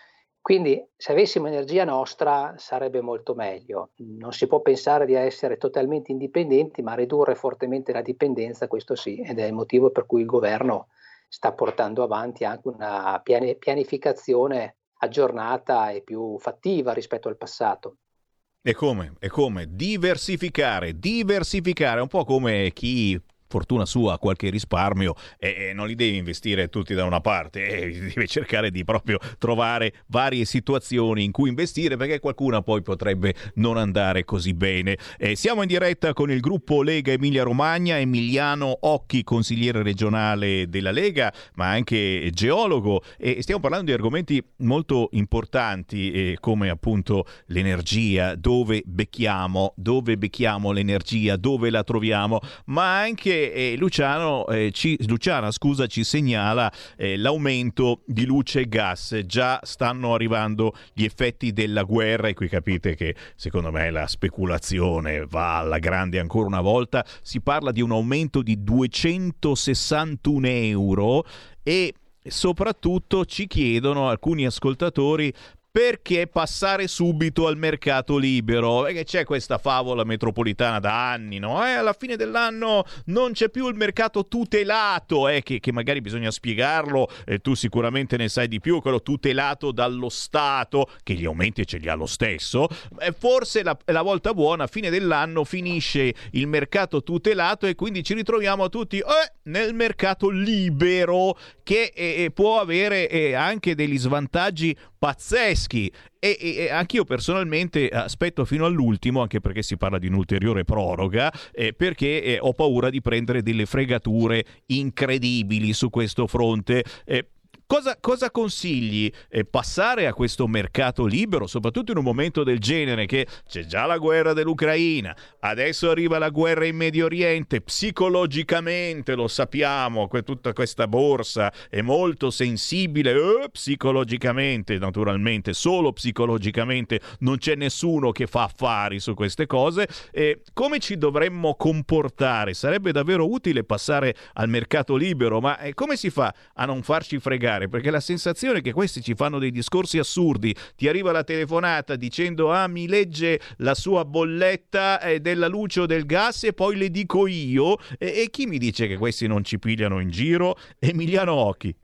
S1: Quindi se avessimo energia nostra sarebbe molto meglio. Non si può pensare di essere totalmente indipendenti, ma ridurre fortemente la dipendenza, questo sì, ed è il motivo per cui il governo sta portando avanti anche una piani- pianificazione aggiornata e più fattiva rispetto al passato.
S2: E come? E come? Diversificare, diversificare, un po' come chi, fortuna sua, ha qualche risparmio e, e non li devi investire tutti da una parte, e deve cercare di proprio trovare varie situazioni in cui investire, perché qualcuna poi potrebbe non andare così bene. E siamo in diretta con il gruppo Lega Emilia Romagna, Emiliano Occhi, consigliere regionale della Lega, ma anche geologo, e stiamo parlando di argomenti molto importanti eh, come appunto l'energia, dove becchiamo, dove becchiamo l'energia, dove la troviamo, ma anche E Luciano, eh, ci, Luciana scusa, ci segnala eh, l'aumento di luce e gas. Già stanno arrivando gli effetti della guerra, e qui capite che secondo me la speculazione va alla grande ancora una volta. Si parla di un aumento di duecentosessantuno euro e soprattutto ci chiedono alcuni ascoltatori: perché passare subito al mercato libero? Perché c'è questa favola metropolitana da anni, no? Eh, alla fine dell'anno non c'è più il mercato tutelato, eh, che, che magari bisogna spiegarlo, eh, tu sicuramente ne sai di più, quello tutelato dallo Stato, che gli aumenti ce li ha lo stesso. Eh, forse la, la volta buona, a fine dell'anno finisce il mercato tutelato e quindi ci ritroviamo tutti eh, nel mercato libero, che eh, può avere eh, anche degli svantaggi pazzeschi. E, e anch'io personalmente aspetto fino all'ultimo, anche perché si parla di un'ulteriore proroga, eh, perché eh, ho paura di prendere delle fregature incredibili su questo fronte. Eh, Cosa, cosa consigli? Eh, passare a questo mercato libero, soprattutto in un momento del genere, che c'è già la guerra dell'Ucraina, adesso arriva la guerra in Medio Oriente, psicologicamente lo sappiamo, que- tutta questa borsa è molto sensibile, eh, psicologicamente naturalmente, solo psicologicamente, non c'è nessuno che fa affari su queste cose. Eh, come ci dovremmo comportare? Sarebbe davvero utile passare al mercato libero, ma eh, come si fa a non farci fregare? Perché la sensazione è che questi ci fanno dei discorsi assurdi. Ti arriva la telefonata dicendo ah mi legge la sua bolletta eh, della luce o del gas e poi le dico io, e, e chi mi dice che questi non ci pigliano in giro? Emiliano Occhi.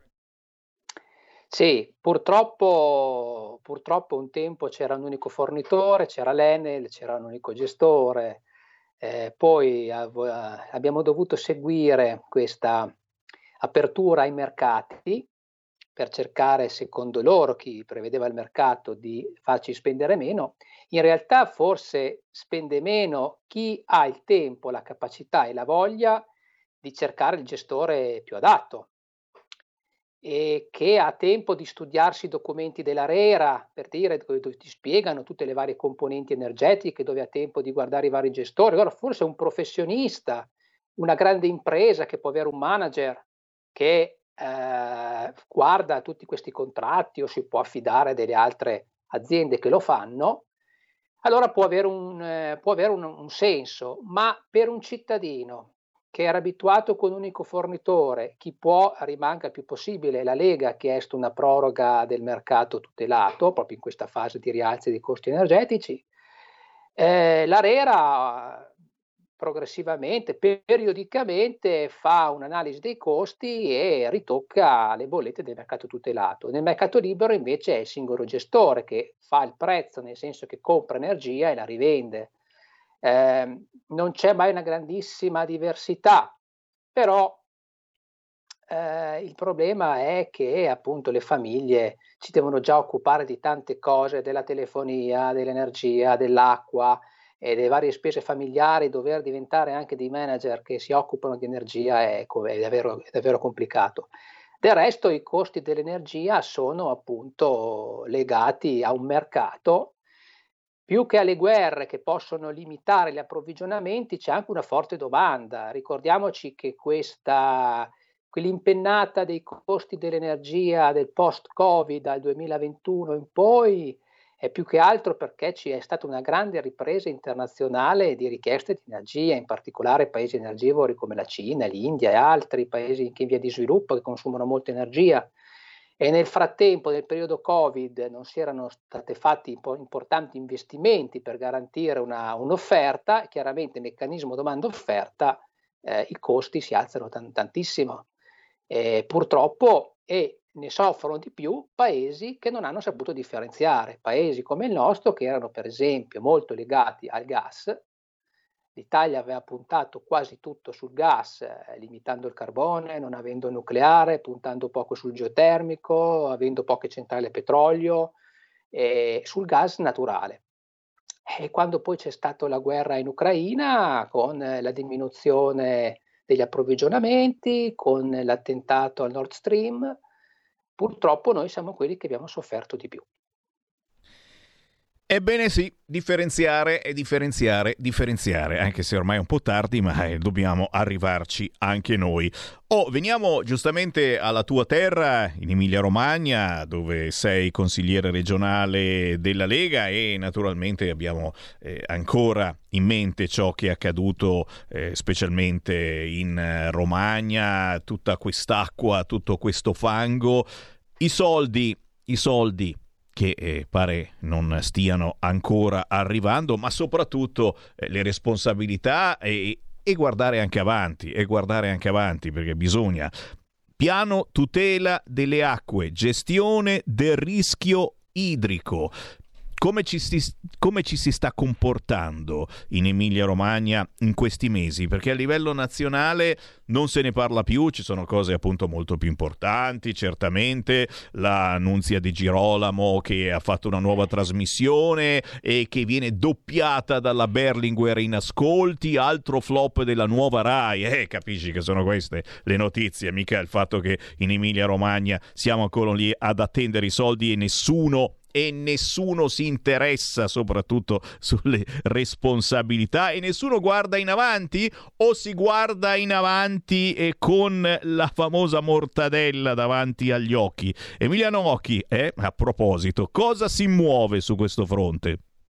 S1: Sì, purtroppo, purtroppo un tempo c'era un unico fornitore, c'era l'Enel, c'era un unico gestore, eh, poi av- abbiamo dovuto seguire questa apertura ai mercati per cercare, secondo loro, chi prevedeva il mercato, di farci spendere meno. In realtà forse spende meno chi ha il tempo, la capacità e la voglia di cercare il gestore più adatto, e che ha tempo di studiarsi i documenti dell'ARERA, per dire, dove ti spiegano tutte le varie componenti energetiche, dove ha tempo di guardare i vari gestori. Allora forse un professionista, una grande impresa che può avere un manager che Eh, guarda tutti questi contratti o si può affidare a delle altre aziende che lo fanno, allora può avere un, eh, può avere un, un senso. Ma per un cittadino che era abituato con un unico fornitore, chi può rimanga il più possibile. La Lega ha chiesto una proroga del mercato tutelato proprio in questa fase di rialzi dei costi energetici. eh, l'ARERA progressivamente, periodicamente fa un'analisi dei costi e ritocca le bollette del mercato tutelato. Nel mercato libero invece è il singolo gestore che fa il prezzo, nel senso che compra energia e la rivende. Eh, non c'è mai una grandissima diversità, però eh, il problema è che appunto le famiglie si devono già occupare di tante cose, della telefonia, dell'energia, dell'acqua e delle varie spese familiari. Dover diventare anche dei manager che si occupano di energia è, è, davvero, è davvero complicato. Del resto i costi dell'energia sono appunto legati a un mercato più che alle guerre che possono limitare gli approvvigionamenti, c'è anche una forte domanda. Ricordiamoci che questa, quell'impennata dei costi dell'energia del post-Covid dal duemilaventuno in poi è più che altro perché ci è stata una grande ripresa internazionale di richieste di energia, in particolare paesi energivori come la Cina, l'India e altri paesi in via di sviluppo che consumano molta energia. E nel frattempo, nel periodo Covid, non si erano stati fatti importanti investimenti per garantire una, un'offerta, chiaramente meccanismo domanda-offerta, eh, i costi si alzano t- tantissimo. E purtroppo, e ne soffrono di più paesi che non hanno saputo differenziare, paesi come il nostro che erano per esempio molto legati al gas. L'Italia aveva puntato quasi tutto sul gas, eh, limitando il carbone, non avendo il nucleare, puntando poco sul geotermico, avendo poche centrali a petrolio, e sul gas naturale. E quando poi c'è stata la guerra in Ucraina, con eh, la diminuzione degli approvvigionamenti, con l'attentato al Nord Stream, purtroppo noi siamo quelli che abbiamo sofferto di più.
S2: Ebbene sì, differenziare e differenziare, differenziare, anche se ormai è un po' tardi, ma eh, dobbiamo arrivarci anche noi. Oh, veniamo giustamente alla tua terra, in Emilia-Romagna, dove sei consigliere regionale della Lega e naturalmente abbiamo eh, ancora in mente ciò che è accaduto eh, specialmente in eh, Romagna, tutta quest'acqua, tutto questo fango, i soldi, i soldi che eh, pare non stiano ancora arrivando, ma soprattutto eh, le responsabilità e, e guardare anche avanti, e guardare anche avanti, perché bisogna piano tutela delle acque, gestione del rischio idrico. Come ci, si, come ci si sta comportando in Emilia-Romagna in questi mesi? Perché a livello nazionale non se ne parla più, ci sono cose appunto molto più importanti, certamente la Nunzia Di Girolamo che ha fatto una nuova trasmissione e che viene doppiata dalla Berlinguer in ascolti, altro flop della nuova Rai, eh, capisci che sono queste le notizie, mica il fatto che in Emilia-Romagna siamo ancora lì ad attendere i soldi e nessuno e nessuno si interessa soprattutto sulle responsabilità e nessuno guarda in avanti, o si guarda in avanti e con la famosa mortadella davanti agli occhi. Emiliano Occhi, eh, a proposito, cosa si muove su questo fronte?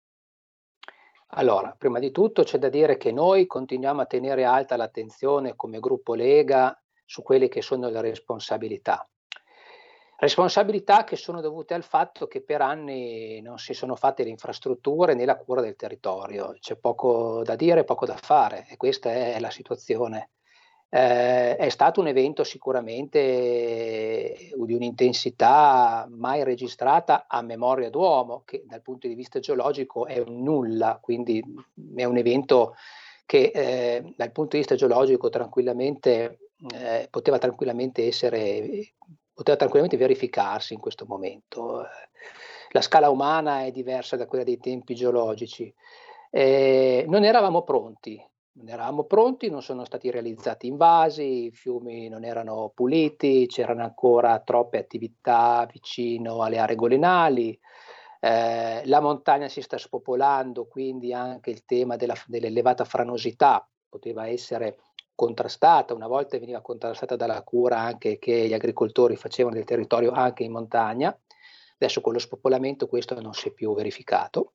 S1: Allora, prima di tutto c'è da dire che noi continuiamo a tenere alta l'attenzione come gruppo Lega su quelle che sono le responsabilità. Responsabilità che sono dovute al fatto che per anni non si sono fatte le infrastrutture né la cura del territorio. C'è poco da dire, poco da fare, e questa è la situazione. Eh, è stato un evento sicuramente di un'intensità mai registrata a memoria d'uomo, che dal punto di vista geologico è un nulla, quindi è un evento che eh, dal punto di vista geologico tranquillamente eh, poteva tranquillamente essere poteva tranquillamente verificarsi in questo momento. La scala umana è diversa da quella dei tempi geologici. Eh, non eravamo pronti, non eravamo pronti, non sono stati realizzati invasi, i fiumi non erano puliti, c'erano ancora troppe attività vicino alle aree golenali, eh, la montagna si sta spopolando, quindi anche il tema della, dell'elevata franosità poteva essere contrastata, una volta veniva contrastata dalla cura anche che gli agricoltori facevano del territorio anche in montagna. Adesso con lo spopolamento questo non si è più verificato.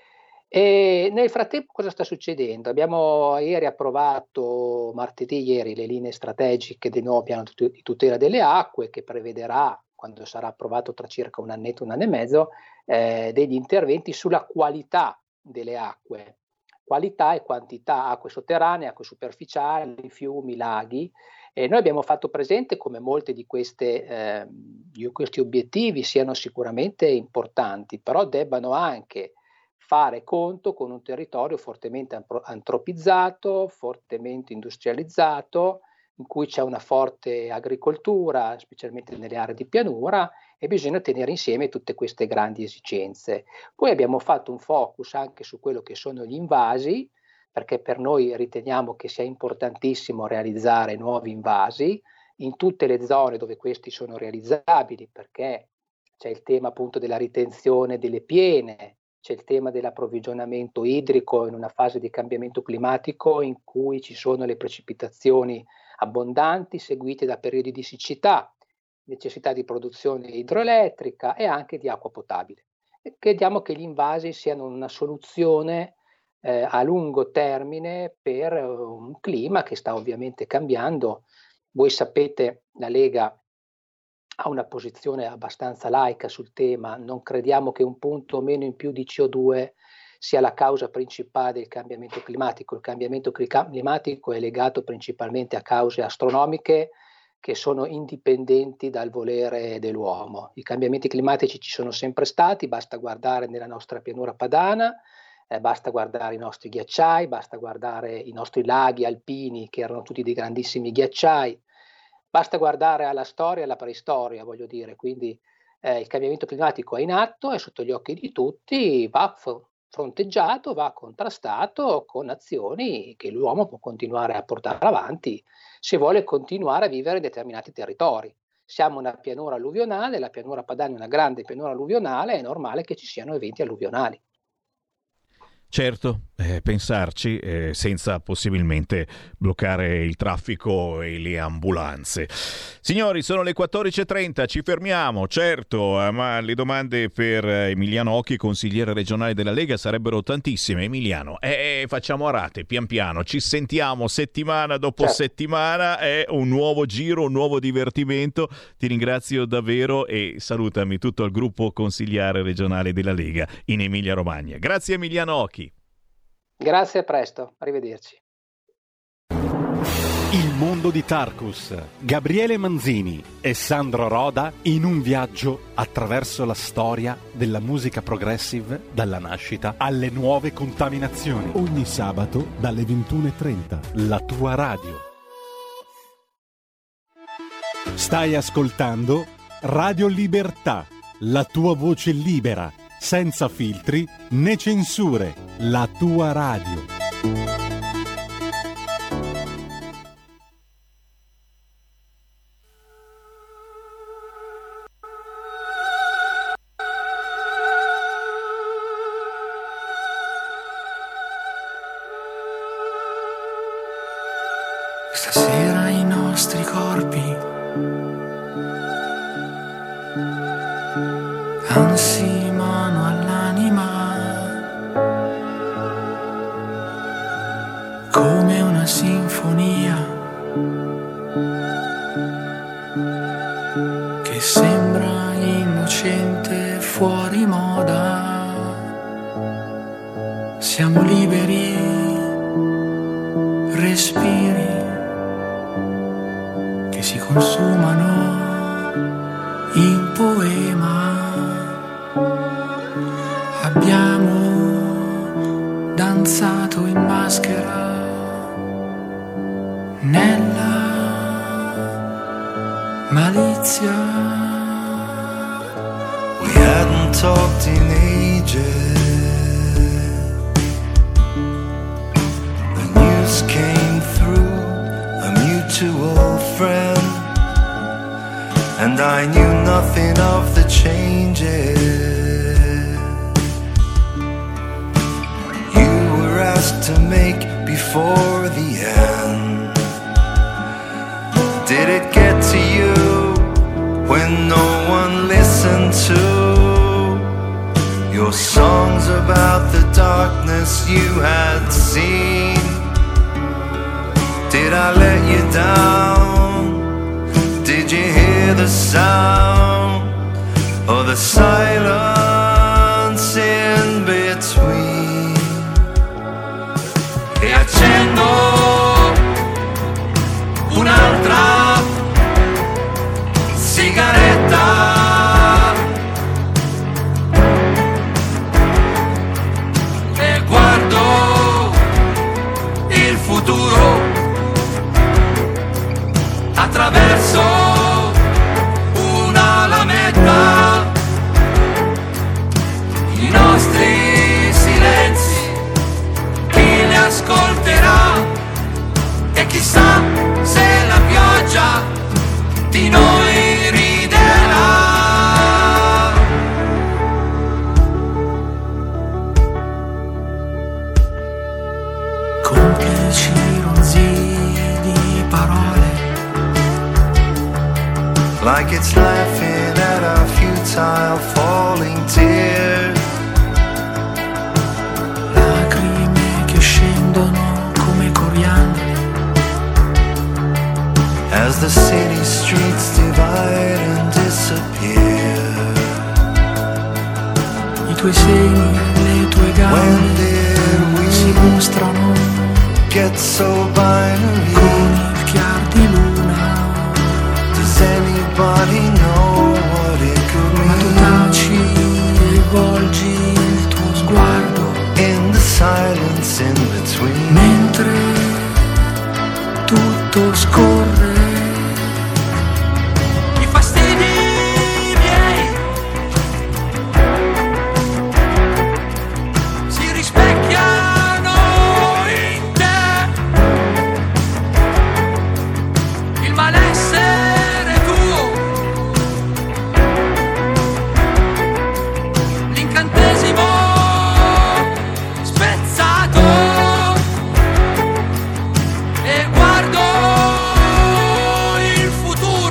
S1: E nel frattempo cosa sta succedendo? Abbiamo ieri approvato, martedì ieri, le linee strategiche del nuovo piano di tutela delle acque, che prevederà, quando sarà approvato tra circa un annetto, un anno e mezzo, eh, degli interventi sulla qualità delle acque. Qualità e quantità, acque sotterranee, acque superficiali, fiumi, laghi. E noi abbiamo fatto presente come molti di, queste, eh, di questi obiettivi siano sicuramente importanti, però debbano anche fare conto con un territorio fortemente antropizzato, fortemente industrializzato, in cui c'è una forte agricoltura, specialmente nelle aree di pianura, e bisogna tenere insieme tutte queste grandi esigenze. Poi abbiamo fatto un focus anche su quello che sono gli invasi, perché per noi riteniamo che sia importantissimo realizzare nuovi invasi in tutte le zone dove questi sono realizzabili, perché c'è il tema appunto della ritenzione delle piene, c'è il tema dell'approvvigionamento idrico in una fase di cambiamento climatico in cui ci sono le precipitazioni abbondanti seguite da periodi di siccità, necessità di produzione idroelettrica e anche di acqua potabile. E crediamo che gli invasi siano una soluzione eh, a lungo termine per un clima che sta ovviamente cambiando. Voi sapete, la Lega ha una posizione abbastanza laica sul tema, non crediamo che un punto o meno in più di C O due sia la causa principale del cambiamento climatico. Il cambiamento climatico è legato principalmente a cause astronomiche che sono indipendenti dal volere dell'uomo. I cambiamenti climatici ci sono sempre stati, basta guardare nella nostra pianura padana, eh, basta guardare i nostri ghiacciai, basta guardare i nostri laghi alpini che erano tutti dei grandissimi ghiacciai, basta guardare alla storia e alla preistoria, voglio dire, quindi eh, il cambiamento climatico è in atto, è sotto gli occhi di tutti, va fronteggiato, va contrastato con azioni che l'uomo può continuare a portare avanti se vuole continuare a vivere in determinati territori. Siamo una pianura alluvionale, la pianura padana è una grande pianura alluvionale, è normale che ci siano eventi alluvionali.
S2: Certo, eh, pensarci eh, senza possibilmente bloccare il traffico e le ambulanze. Signori, sono le quattordici e trenta, ci fermiamo, certo, eh, ma le domande per Emiliano Occhi, consigliere regionale della Lega, sarebbero tantissime. Emiliano, eh, facciamo a rate, pian piano, ci sentiamo settimana dopo certo. settimana, è un nuovo giro, un nuovo divertimento. Ti ringrazio davvero e salutami tutto il gruppo consigliere regionale della Lega in Emilia Romagna. Grazie Emiliano Occhi.
S1: Grazie, a presto, arrivederci.
S7: Il mondo di Tarkus, Gabriele Manzini e Sandro Roda in un viaggio attraverso la storia della musica progressive dalla nascita alle nuove contaminazioni.
S26: Ogni sabato dalle ventuno e trenta.
S7: La tua radio.
S26: Stai ascoltando Radio Libertà, la tua voce libera, senza filtri né censure, la tua radio.
S3: Stasera i nostri corpi, anzi mano all'anima, come una sinfonia che sembra innocente fuori moda. Siamo liberi, respiri che si consumano in poema. Abbiamo danzato in maschera nella malizia.
S4: We hadn't talked in ages. The news came through, a mutual friend, and I knew nothing of the changes. To make before the end. Did it get to you when no one listened to your songs about the darkness you had seen? Did I let you down? Did you hear the sound or the silence in between? E accendo un'altra sigaretta e guardo il futuro attraverso una lametta, i nostri silenzi ascolterà e chissà se la pioggia di noi riderà. like it's laughing at our futile falling tears.
S3: Lacrime che scendono come coriandoli
S4: as the city streets divide and disappear.
S3: I tuoi seni, le tue gambe si mostrano
S4: get so binary
S3: con il chiar di luna.
S4: Does anybody know what it could mean?
S3: Ma tu taci e volgi il tuo sguardo
S4: in the silence in between,
S3: mentre tutto scorre.
S20: I fastidi miei si rispecchiano in te, il malessere tuo, l'incantesimo spezzato, e guardo il futuro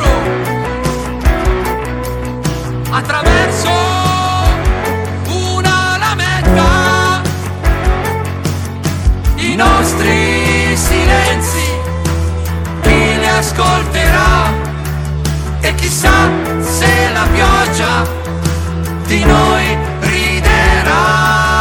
S20: attraverso una lametta. I nostri silenzi chi li ascolterà, e chissà se la pioggia di noi riderà.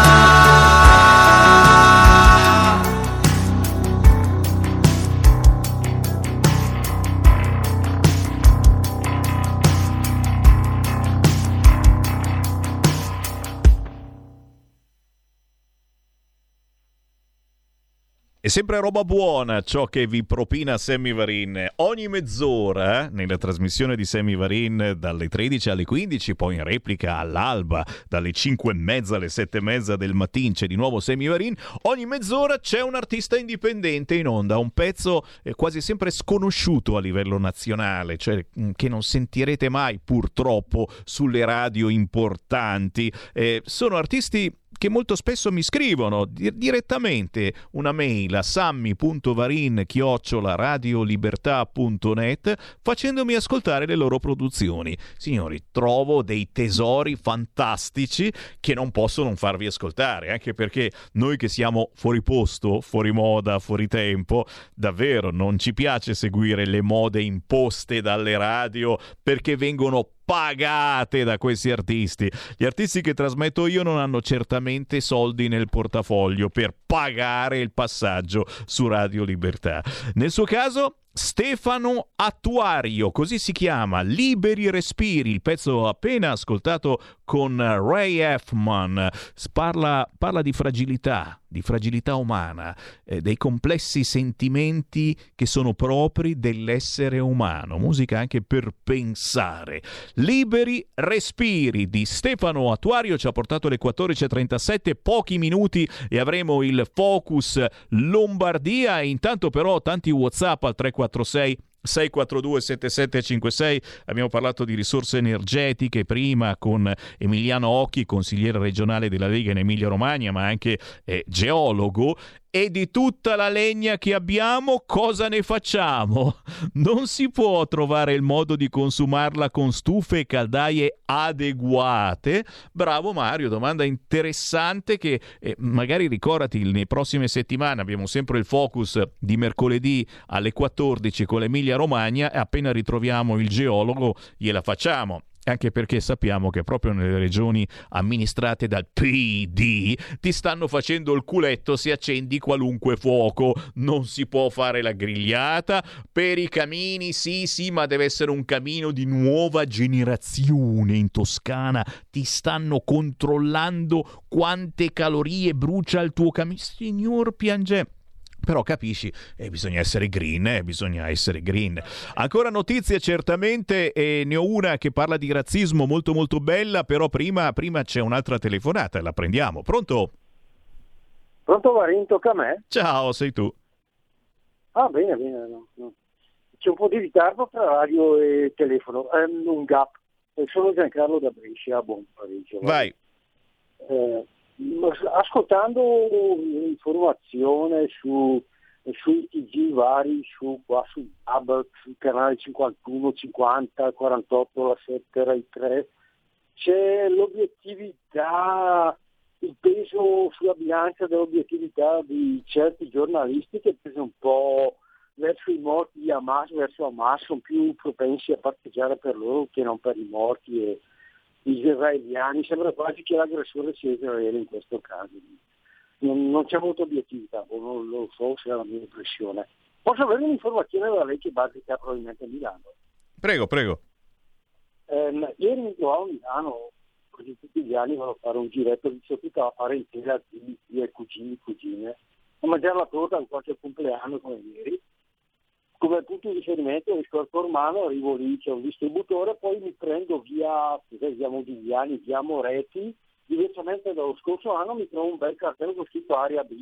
S2: È sempre roba buona ciò che vi propina Sammy Varin ogni mezz'ora, eh, nella trasmissione di Sammy Varin dalle tredici alle quindici, poi in replica all'alba dalle cinque e mezza alle sette e mezza del mattino c'è di nuovo Sammy Varin. Ogni mezz'ora c'è un artista indipendente in onda, un pezzo eh, quasi sempre sconosciuto a livello nazionale, cioè mh, che non sentirete mai purtroppo sulle radio importanti. Eh, sono artisti che molto spesso mi scrivono di- direttamente una mail a sammy punto varin chiocciola radiolibertà punto net facendomi ascoltare le loro produzioni. Signori, trovo dei tesori fantastici che non posso non farvi ascoltare, anche perché noi che siamo fuori posto, fuori moda, fuori tempo, davvero non ci piace seguire le mode imposte dalle radio perché vengono pagate da questi artisti. Gli artisti che trasmetto io non hanno certamente soldi nel portafoglio per pagare il passaggio su Radio Libertà. Nel suo caso Stefano Attuario, così si chiama, Liberi Respiri, il pezzo appena ascoltato con Ray Effman, parla, parla di fragilità, di fragilità umana, eh, dei complessi sentimenti che sono propri dell'essere umano, musica anche per pensare. Liberi Respiri di Stefano Attuario ci ha portato alle quattordici e trentasette, pochi minuti e avremo il Focus Lombardia. Intanto però tanti WhatsApp al tre quattro sei sei quattro due sette sette cinque sei. Abbiamo parlato di risorse energetiche prima con Emiliano Occhi, consigliere regionale della Lega in Emilia Romagna, ma anche eh, geologo. E di tutta la legna che abbiamo, cosa ne facciamo? Non si può trovare il modo di consumarla con stufe e caldaie adeguate? Bravo Mario, domanda interessante che eh, magari ricordati, nelle prossime settimane abbiamo sempre il Focus di mercoledì alle quattordici con l'Emilia Romagna e appena ritroviamo il geologo gliela facciamo. Anche perché sappiamo che proprio nelle regioni amministrate dal P D ti stanno facendo il culetto se accendi qualunque fuoco. Non si può fare la grigliata. Per i camini sì sì, ma deve essere un camino di nuova generazione. In Toscana ti stanno controllando quante calorie brucia il tuo camino. Signor Piangè, però capisci, eh, bisogna essere green, eh, bisogna essere green. Ancora notizie certamente, e ne ho una che parla di razzismo molto molto bella, però prima, prima c'è un'altra telefonata, la prendiamo. Pronto?
S5: Pronto Varin, tocca a me?
S2: Ciao, sei tu.
S5: Ah, bene, bene. No, no. C'è un po' di ritardo tra radio e telefono, è un gap. Sono Giancarlo da Brescia, a buon pareggio.
S2: Vai.
S5: Eh, ascoltando l'informazione su e sui T G vari, su qua su A B, sul canale cinquantuno, cinquanta, quarantotto, la sette, Rai tre, c'è l'obiettività, il peso sulla bilancia dell'obiettività di certi giornalisti che pesa un po' verso i morti di Hamas, verso Hamas, sono più propensi a parteggiare per loro che non per i morti e gli israeliani. Sembra quasi che l'aggressore sia Israele in questo caso. Non, non c'è molta obiettività, non lo so se è la mia impressione. Posso avere un'informazione da lei che batica probabilmente a Milano?
S2: Prego, prego.
S5: Eh, ieri mi trovavo a Milano, così tutti gli anni vado a fare un giretto di tutta la parentela di, di cugini, cugine, a mangiare la torta in qualche compleanno come ieri. Come punto di riferimento riesco al Cormano, arrivo lì, c'è un distributore, poi mi prendo via, via Modigliani, via Moretti, diversamente dallo scorso anno mi trovo un bel cartello con scritto Area B.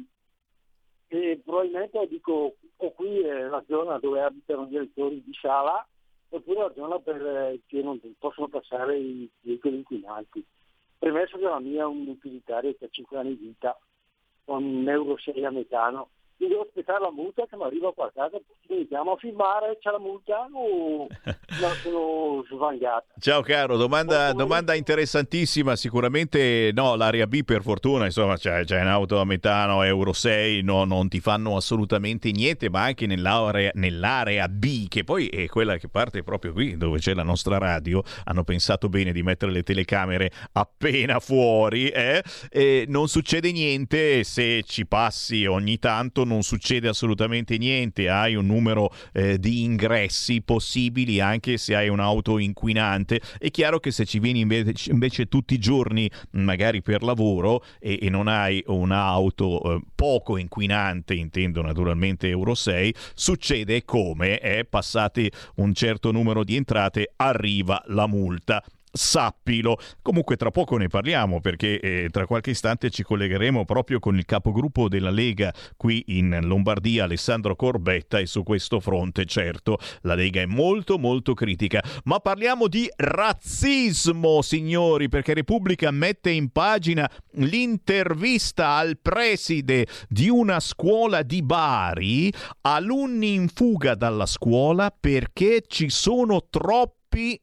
S5: E probabilmente dico, o qui è la zona dove abitano gli elettori di Sala, oppure la zona per che non possono passare i veicoli inquinanti. Premesso che la mia è un utilitario che ha cinque anni di vita, con un euro sei a metano, mi devo aspettare la multa che mi arriva qua a casa, poi mi chiamo a filmare, c'è la multa o no, sono svangata.
S2: Ciao caro, domanda, domanda interessantissima, sicuramente no, l'area B per fortuna, insomma c'è, c'è un'auto a metano, euro sei, no, non ti fanno assolutamente niente, ma anche nell'area, nell'area B, che poi è quella che parte proprio qui, dove c'è la nostra radio, hanno pensato bene di mettere le telecamere appena fuori, eh? E non succede niente se ci passi ogni tanto, non succede assolutamente niente, hai un numero eh, di ingressi possibili anche se hai un'auto inquinante. È chiaro che se ci vieni invece, invece tutti i giorni magari per lavoro e, e non hai un'auto eh, poco inquinante, intendo naturalmente euro sei, succede come eh, passati un certo numero di entrate arriva la multa. Sappilo. Comunque tra poco ne parliamo perché eh, tra qualche istante ci collegheremo proprio con il capogruppo della Lega qui in Lombardia, Alessandro Corbetta, e su questo fronte certo la Lega è molto molto critica. Ma parliamo di razzismo, signori, perché Repubblica mette in pagina l'intervista al preside di una scuola di Bari, alunni in fuga dalla scuola perché ci sono troppi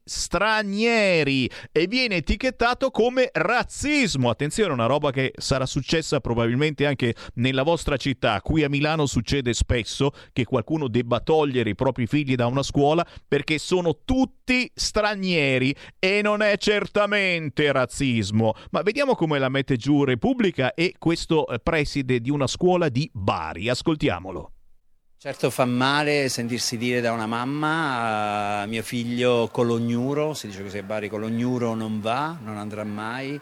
S2: stranieri, e viene etichettato come razzismo. Attenzione, una roba che sarà successa probabilmente anche nella vostra città. Qui a Milano succede spesso che qualcuno debba togliere i propri figli da una scuola perché sono tutti stranieri, e non è certamente razzismo. Ma vediamo come la mette giù Repubblica e questo preside di una scuola di Bari. Ascoltiamolo.
S10: Certo fa male sentirsi dire da una mamma, uh, mio figlio colognuro, si dice così a Bari, colognuro non va, non andrà mai.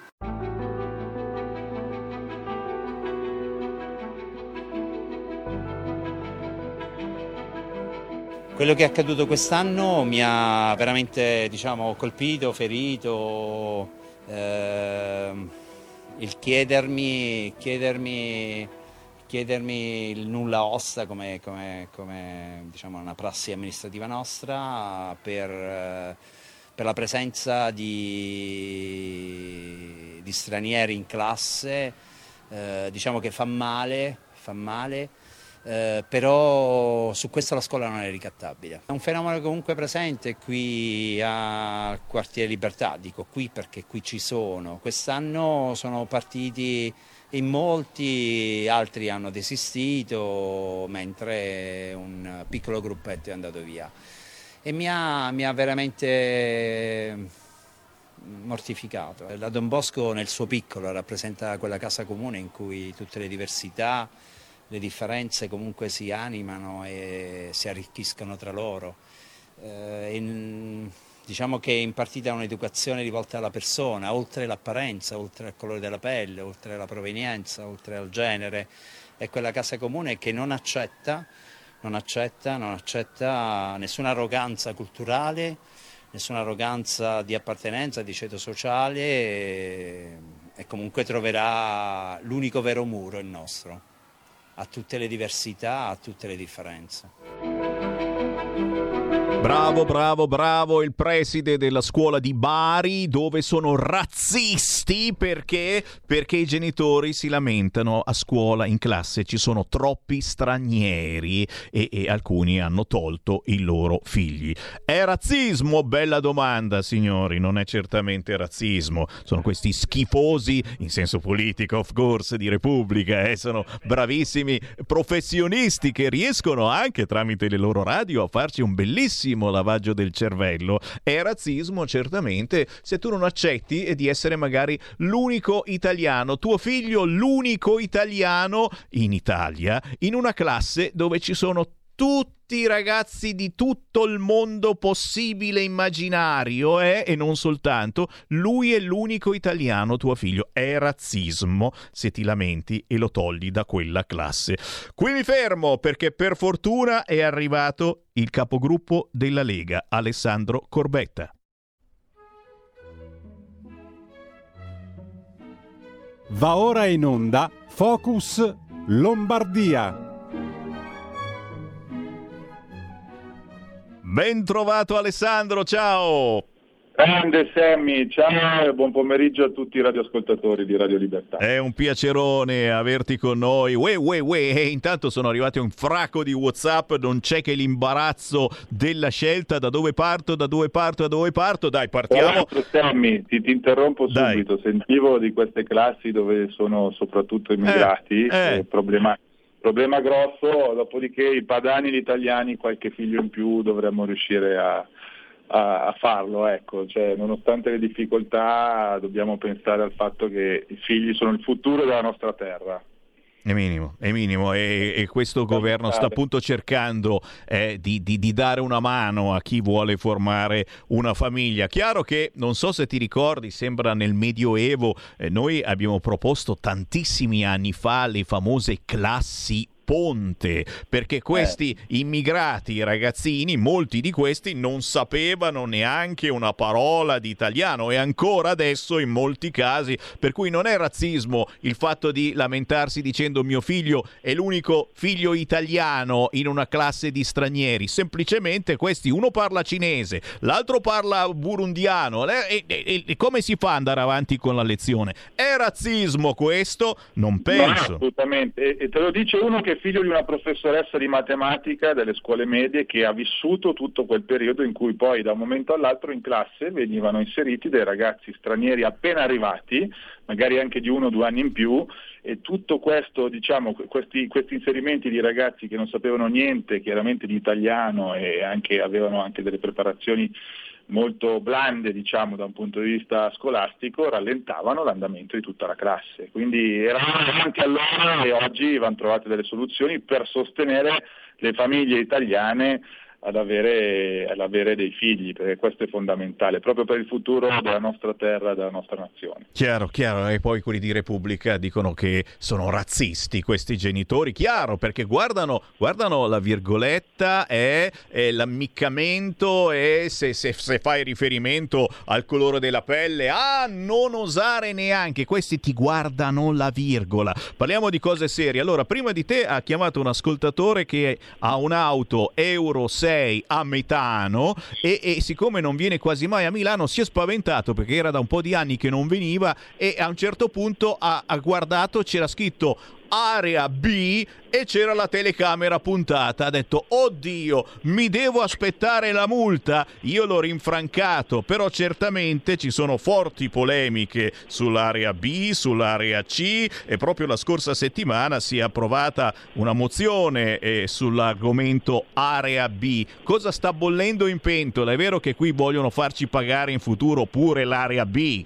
S10: Quello che è accaduto quest'anno mi ha veramente, diciamo, colpito, ferito, eh, il chiedermi, chiedermi... chiedermi il nulla osta come, come, come diciamo, una prassi amministrativa nostra per, per la presenza di, di stranieri in classe, eh, diciamo che fa male, fa male. Eh, però su questo la scuola non è ricattabile. È un fenomeno comunque presente qui al Quartiere Libertà, dico qui perché qui ci sono. Quest'anno sono partiti in molti, altri hanno desistito, mentre un piccolo gruppetto è andato via. E mi ha, mi ha veramente mortificato. La Don Bosco nel suo piccolo rappresenta quella casa comune in cui tutte le diversità, le differenze comunque si animano e si arricchiscono tra loro. Eh, in, diciamo che è impartita un'educazione rivolta alla persona, oltre l'apparenza, oltre al colore della pelle, oltre alla provenienza, oltre al genere. È quella casa comune che non accetta, non accetta, non accetta nessuna arroganza culturale, nessuna arroganza di appartenenza, di ceto sociale, e, e comunque troverà l'unico vero muro, il nostro, a tutte le diversità, a tutte le differenze.
S2: Bravo, bravo, bravo il preside della scuola di Bari, dove sono razzisti perché perché i genitori si lamentano a scuola, in classe ci sono troppi stranieri e, e alcuni hanno tolto i loro figli. È razzismo? Bella domanda, signori, non è certamente razzismo, sono questi schifosi, in senso politico of course, di Repubblica, eh? Sono bravissimi professionisti che riescono anche tramite le loro radio a farci un bellissimo lavaggio del cervello. È razzismo certamente se tu non accetti di essere magari l'unico italiano, tuo figlio l'unico italiano in Italia, in una classe dove ci sono tutti ragazzi di tutto il mondo possibile e immaginario, eh? E non soltanto, lui è l'unico italiano, tuo figlio. È razzismo se ti lamenti e lo togli da quella classe. Qui mi fermo perché per fortuna è arrivato il capogruppo della Lega, Alessandro Corbetta.
S26: Va ora in onda Focus Lombardia.
S2: Ben trovato Alessandro, ciao!
S6: Grande Sammy, ciao e buon pomeriggio a tutti i radioascoltatori di Radio Libertà.
S2: È un piacerone averti con noi. Uè, uè, uè. E intanto sono arrivati un fracco di WhatsApp, non c'è che l'imbarazzo della scelta, da dove parto, da dove parto, da dove parto. Dai, partiamo.
S6: Sammy, ti, ti interrompo
S2: Dai.
S6: subito, sentivo di queste classi dove sono soprattutto immigrati,
S2: eh, eh.
S6: eh, problema, problema grosso, dopodiché i padani, gli italiani, qualche figlio in più dovremmo riuscire a... a farlo, ecco, cioè nonostante le difficoltà dobbiamo pensare al fatto che i figli sono il futuro della nostra terra.
S2: È minimo, è minimo e, e questo governo sta appunto cercando eh, di, di, di dare una mano a chi vuole formare una famiglia. Chiaro che, non so se ti ricordi, sembra nel Medioevo, eh, noi abbiamo proposto tantissimi anni fa le famose classi ponte, perché questi eh. immigrati ragazzini, molti di questi non sapevano neanche una parola di italiano e ancora adesso in molti casi, per cui non è razzismo il fatto di lamentarsi dicendo mio figlio è l'unico figlio italiano in una classe di stranieri, semplicemente questi, uno parla cinese, l'altro parla burundiano e, e, e come si fa ad andare avanti con la lezione? È razzismo questo? Non penso.
S6: No, assolutamente, e, e te lo dice uno che figlio di una professoressa di matematica delle scuole medie che ha vissuto tutto quel periodo in cui poi da un momento all'altro in classe venivano inseriti dei ragazzi stranieri appena arrivati, magari anche di uno o due anni in più, e tutto questo, diciamo, questi, questi inserimenti di ragazzi che non sapevano niente chiaramente di italiano e anche avevano anche delle preparazioni molto blande, diciamo, da un punto di vista scolastico, rallentavano l'andamento di tutta la classe. Quindi eravamo avanti allora e oggi vanno trovate delle soluzioni per sostenere le famiglie italiane ad avere, ad avere dei figli, perché questo è fondamentale, proprio per il futuro della nostra terra e della nostra nazione.
S2: Chiaro, chiaro, e poi quelli di Repubblica dicono che sono razzisti questi genitori, chiaro, perché guardano, guardano la virgoletta e l'ammiccamento e se, se, se fai riferimento al colore della pelle, ah, non osare neanche, questi ti guardano la virgola. Parliamo di cose serie. Allora, prima di te ha chiamato un ascoltatore che ha un'auto Euro sei a metano e, e siccome non viene quasi mai a Milano si è spaventato perché era da un po' di anni che non veniva e a un certo punto ha, ha guardato, c'era scritto area B e c'era la telecamera puntata, ha detto oddio mi devo aspettare la multa, io l'ho rinfrancato, però certamente ci sono forti polemiche sull'area B, sull'area C e proprio la scorsa settimana si è approvata una mozione eh, sull'argomento area B. Cosa sta bollendo in pentola? È vero che qui vogliono farci pagare in futuro pure l'area B?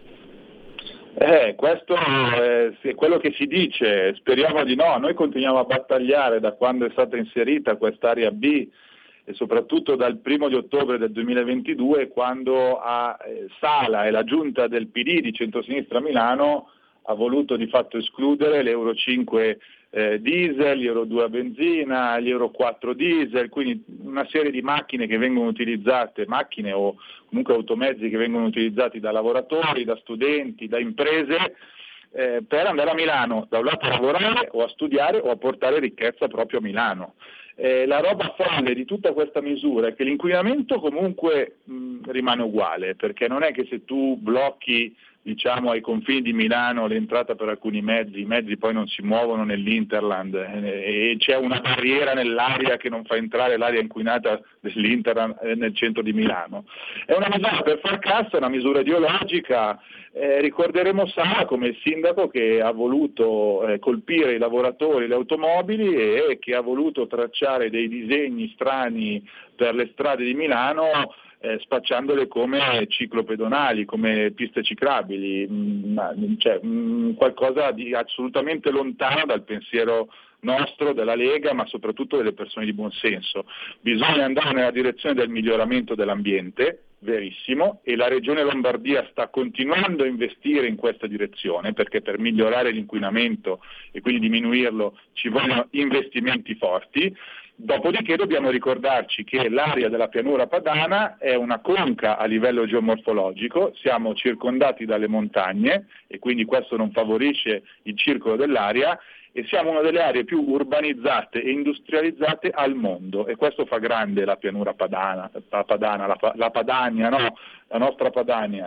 S6: Eh, questo è, è quello che si dice, speriamo di no. Noi continuiamo a battagliare da quando è stata inserita quest'area B e soprattutto dal primo di ottobre del duemilaventidue, quando a eh, Sala e la giunta del P D di centrosinistra a Milano ha voluto di fatto escludere l'Euro cinque eh, diesel, gli Euro due a benzina, gli Euro quattro diesel, quindi una serie di macchine che vengono utilizzate, macchine o comunque automezzi che vengono utilizzati da lavoratori, da studenti, da imprese, eh, per andare a Milano, da un lato a lavorare o a studiare o a portare ricchezza proprio a Milano. Eh, la roba folle di tutta questa misura è che l'inquinamento comunque mh, rimane uguale, perché non è che se tu blocchi, diciamo, ai confini di Milano l'entrata per alcuni mezzi, i mezzi poi non si muovono nell'Interland eh, e c'è una barriera nell'aria che non fa entrare l'aria inquinata dell'Interland eh, nel centro di Milano. È una misura per far cassa, è una misura ideologica. Eh, ricorderemo Sala come il sindaco che ha voluto eh, colpire i lavoratori, le automobili e che ha voluto tracciare dei disegni strani per le strade di Milano eh, spacciandole come ciclopedonali, come piste ciclabili, mh, cioè, mh, qualcosa di assolutamente lontano dal pensiero nostro, della Lega, ma soprattutto delle persone di buon senso. Bisogna andare nella direzione del miglioramento dell'ambiente, verissimo, e la Regione Lombardia sta continuando a investire in questa direzione, perché per migliorare l'inquinamento e quindi diminuirlo ci vogliono investimenti forti. Dopodiché dobbiamo ricordarci che l'area della pianura padana è una conca a livello geomorfologico, siamo circondati dalle montagne e quindi questo non favorisce il circolo dell'aria, e siamo una delle aree più urbanizzate e industrializzate al mondo, e questo fa grande la pianura padana, la, padana, la, la Padania, no? La nostra Padania.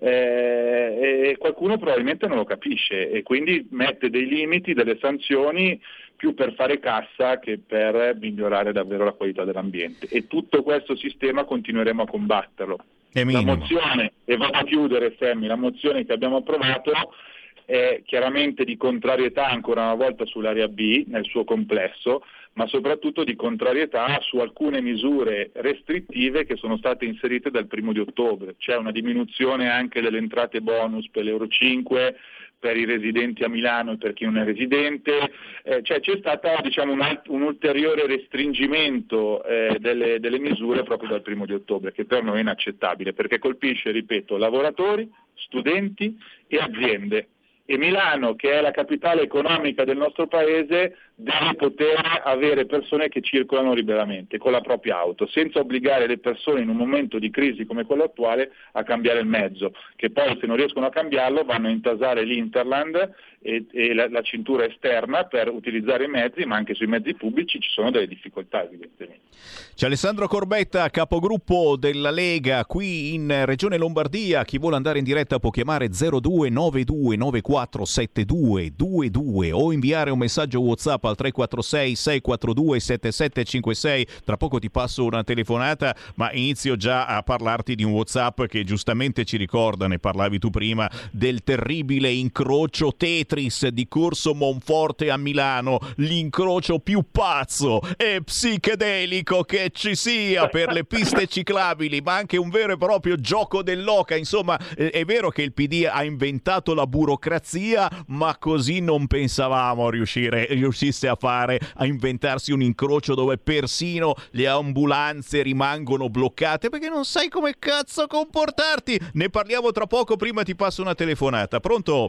S6: Eh, e qualcuno probabilmente non lo capisce e quindi mette dei limiti, delle sanzioni più per fare cassa che per migliorare davvero la qualità dell'ambiente, e tutto questo sistema continueremo a combatterlo. La mozione, e vado a chiudere Sammy, la mozione che abbiamo approvato è chiaramente di contrarietà ancora una volta sull'area B nel suo complesso, ma soprattutto di contrarietà su alcune misure restrittive che sono state inserite dal primo di ottobre. C'è una diminuzione anche delle entrate bonus per l'Euro cinque, per i residenti a Milano e per chi non è residente, eh, cioè c'è stato diciamo, un, alt- un ulteriore restringimento eh, delle, delle misure proprio dal primo di ottobre, che per noi è inaccettabile, perché colpisce, ripeto, lavoratori, studenti e aziende. E Milano, che è la capitale economica del nostro paese, deve poter avere persone che circolano liberamente con la propria auto, senza obbligare le persone in un momento di crisi come quello attuale a cambiare il mezzo, che poi se non riescono a cambiarlo vanno a intasare l'Interland e, e la, la cintura esterna per utilizzare i mezzi, ma anche sui mezzi pubblici ci sono delle difficoltà evidentemente.
S2: C'è Alessandro Corbetta, capogruppo della Lega qui in Regione Lombardia. Chi vuole andare in diretta può chiamare zero due nove due nove quattro sette due due due o inviare un messaggio WhatsApp al tre quattro sei sei quattro due sette sette cinque sei. Tra poco ti passo una telefonata, ma inizio già a parlarti di un WhatsApp che giustamente ci ricorda, ne parlavi tu prima, del terribile incrocio Tetris di Corso Monforte a Milano, l'incrocio più pazzo e psichedelico che ci sia per le piste ciclabili, ma anche un vero e proprio gioco dell'oca. Insomma, è vero che il P D ha inventato la burocrazia, ma così non pensavamo riuscire, riuscisse a fare, a inventarsi un incrocio dove persino le ambulanze rimangono bloccate perché non sai come cazzo comportarti. Ne parliamo tra poco, prima ti passo una telefonata. Pronto?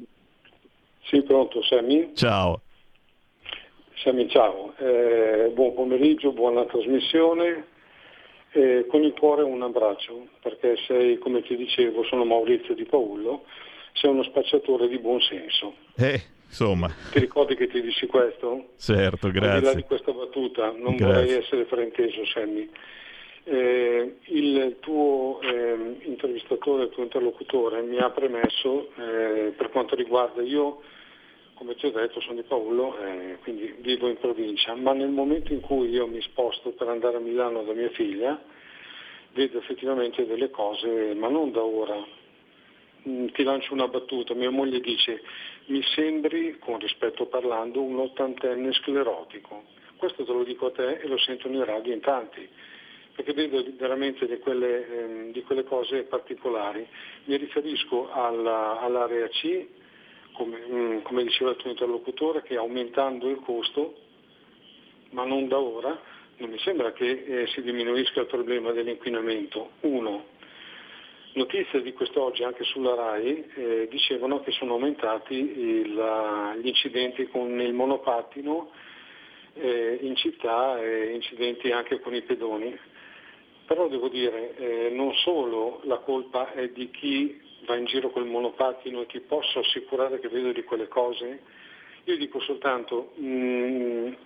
S11: Sì, pronto, Sammy?
S2: Ciao.
S11: Sammy, ciao. Eh, buon pomeriggio, buona trasmissione. Eh, con il cuore un abbraccio, perché sei, come ti dicevo, sono Maurizio Di Paolo, sei uno spacciatore di buon senso.
S2: Eh, insomma.
S11: Ti ricordi che ti dissi questo?
S2: Certo, grazie.
S11: Al di là di questa battuta, non
S2: Grazie.
S11: vorrei essere frainteso, Sammy. Eh, il tuo eh, intervistatore, il tuo interlocutore mi ha premesso eh, per quanto riguarda io, come ti ho detto, sono di Paolo, eh, quindi vivo in provincia, ma nel momento in cui io mi sposto per andare a Milano da mia figlia, vedo effettivamente delle cose, ma non da ora. Mm, ti lancio una battuta, mia moglie dice: mi sembri, con rispetto parlando, un ottantenne sclerotico. Questo te lo dico a te e lo sento in radio in tanti, perché vedo veramente di quelle, ehm, di quelle cose particolari. Mi riferisco alla, all'area C, come, mh, come diceva il tuo interlocutore, che aumentando il costo, ma non da ora, non mi sembra che eh, si diminuisca il problema dell'inquinamento. Uno. Notizie di quest'oggi anche sulla RAI eh, dicevano che sono aumentati il, gli incidenti con il monopattino eh, in città e incidenti anche con i pedoni. Però devo dire, eh, non solo la colpa è di chi va in giro col monopattino e ti posso assicurare che vedo di quelle cose, io dico soltanto mh,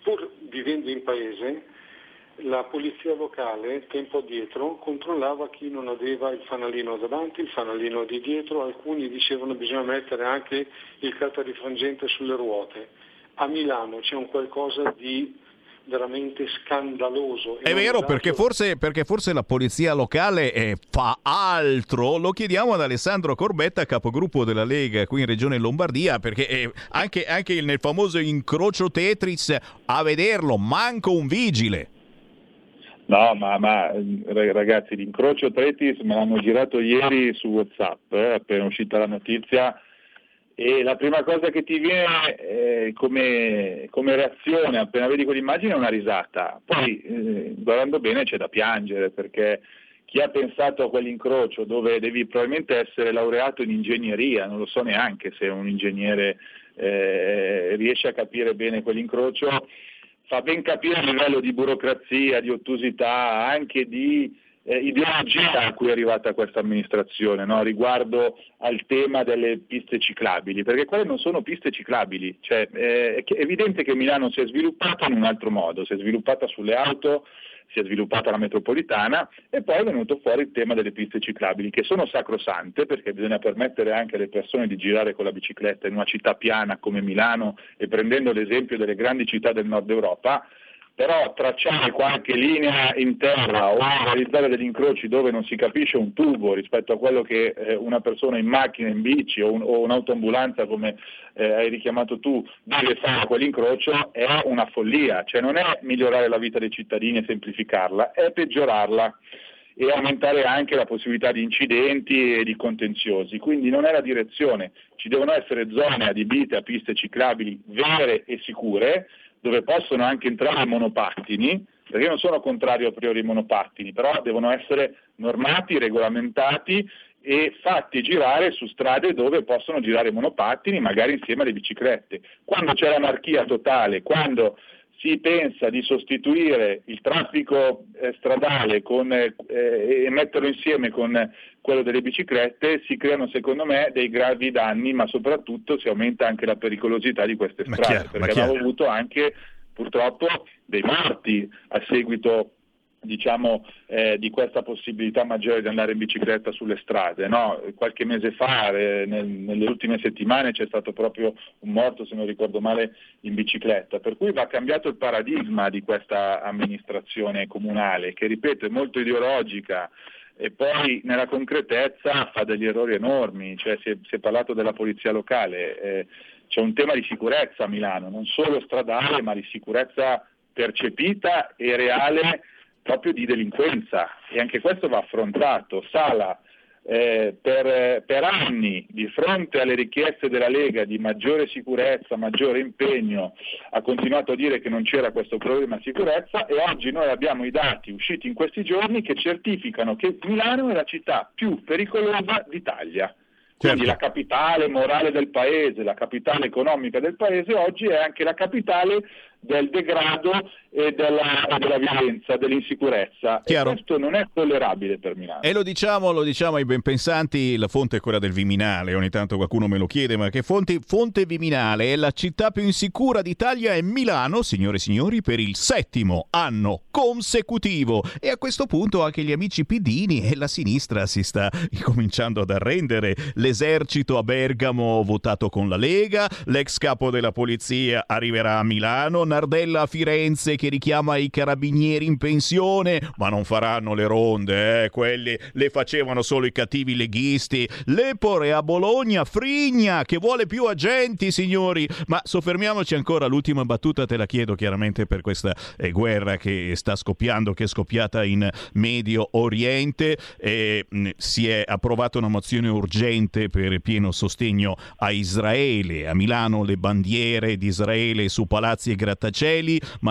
S11: pur vivendo in paese, la polizia locale tempo addietro controllava chi non aveva il fanalino davanti, il fanalino di dietro, alcuni dicevano che bisogna mettere anche il catarifrangente sulle ruote. A Milano c'è un qualcosa di veramente scandaloso.
S2: È vero, perché forse, perché forse la polizia locale eh, fa altro. Lo chiediamo ad Alessandro Corbetta, capogruppo della Lega qui in Regione Lombardia, perché eh, anche, anche nel famoso incrocio Tetris, a vederlo manco un vigile.
S6: No, ma, ma ragazzi, l'incrocio Tetris me l'hanno girato ieri su WhatsApp, eh, appena uscita la notizia. E la prima cosa che ti viene eh, come, come reazione appena vedi quell'immagine è una risata. Poi eh, guardando bene c'è da piangere, perché chi ha pensato a quell'incrocio dove devi probabilmente essere laureato in ingegneria, non lo so neanche se un ingegnere eh, riesce a capire bene quell'incrocio, fa ben capire il livello di burocrazia, di ottusità, anche di Eh, ideologia a cui è arrivata questa amministrazione, no? Riguardo al tema delle piste ciclabili, perché quelle non sono piste ciclabili, cioè, eh, è evidente che Milano si è sviluppata in un altro modo, si è sviluppata sulle auto, si è sviluppata la metropolitana e poi è venuto fuori il tema delle piste ciclabili, che sono sacrosante perché bisogna permettere anche alle persone di girare con la bicicletta in una città piana come Milano, e prendendo l'esempio delle grandi città del nord Europa. Però tracciare qualche linea in terra o realizzare degli incroci dove non si capisce un tubo rispetto a quello che eh, una persona in macchina, in bici o, un, o un'autoambulanza, come eh, hai richiamato tu, deve fare quell'incrocio, è una follia. Cioè non è migliorare la vita dei cittadini e semplificarla, è peggiorarla e aumentare anche la possibilità di incidenti e di contenziosi. Quindi non è la direzione. Ci devono essere zone adibite a piste ciclabili vere e sicure, dove possono anche entrare i monopattini, perché io non sono contrario a priori ai monopattini, però devono essere normati, regolamentati e fatti girare su strade dove possono girare i monopattini, magari insieme alle biciclette. Quando c'è l'anarchia totale, quando si pensa di sostituire il traffico eh, stradale con, eh, e metterlo insieme con quello delle biciclette, si creano secondo me dei gravi danni, ma soprattutto si aumenta anche la pericolosità di queste strade, chiaro, perché abbiamo avuto anche purtroppo dei morti a seguito, diciamo, eh, di questa possibilità maggiore di andare in bicicletta sulle strade, no? Qualche mese fa, eh, nel, nelle ultime settimane, c'è stato proprio un morto, se non ricordo male, in bicicletta, per cui va cambiato il paradigma di questa amministrazione comunale, che ripeto è molto ideologica e poi nella concretezza fa degli errori enormi. Cioè si è, si è parlato della polizia locale, eh, c'è un tema di sicurezza a Milano, non solo stradale ma di sicurezza percepita e reale, proprio di delinquenza, e anche questo va affrontato. Sala eh, per, per anni di fronte alle richieste della Lega di maggiore sicurezza, maggiore impegno, ha continuato a dire che non c'era questo problema sicurezza, e oggi noi abbiamo i dati usciti in questi giorni che certificano che Milano è la città più pericolosa d'Italia. Quindi certo. La capitale morale del paese, la capitale economica del paese, oggi è anche la capitale del degrado e della, e della violenza, dell'insicurezza. Chiaro. E questo non è tollerabile per Milano.
S2: E lo diciamo, lo diciamo ai ben pensanti, la fonte è quella del Viminale, ogni tanto qualcuno me lo chiede, ma che fonte? Fonte Viminale, è la città più insicura d'Italia, è Milano, signore e signori, per il settimo anno consecutivo. E a questo punto anche gli amici pidini e la sinistra si sta cominciando ad arrendere. L'esercito a Bergamo votato con la Lega, l'ex capo della polizia arriverà a Milano, Nardella a Firenze che richiama i carabinieri in pensione, ma non faranno le ronde, eh? Quelli le facevano solo i cattivi leghisti. Lepore a Bologna, Frigna che vuole più agenti, signori. Ma soffermiamoci ancora, l'ultima battuta te la chiedo chiaramente per questa eh, guerra che sta scoppiando, che è scoppiata in Medio Oriente. Eh, mh, si è approvata una mozione urgente per pieno sostegno a Israele. A Milano le bandiere di Israele su palazzi e grattacieli, ma nelle piazze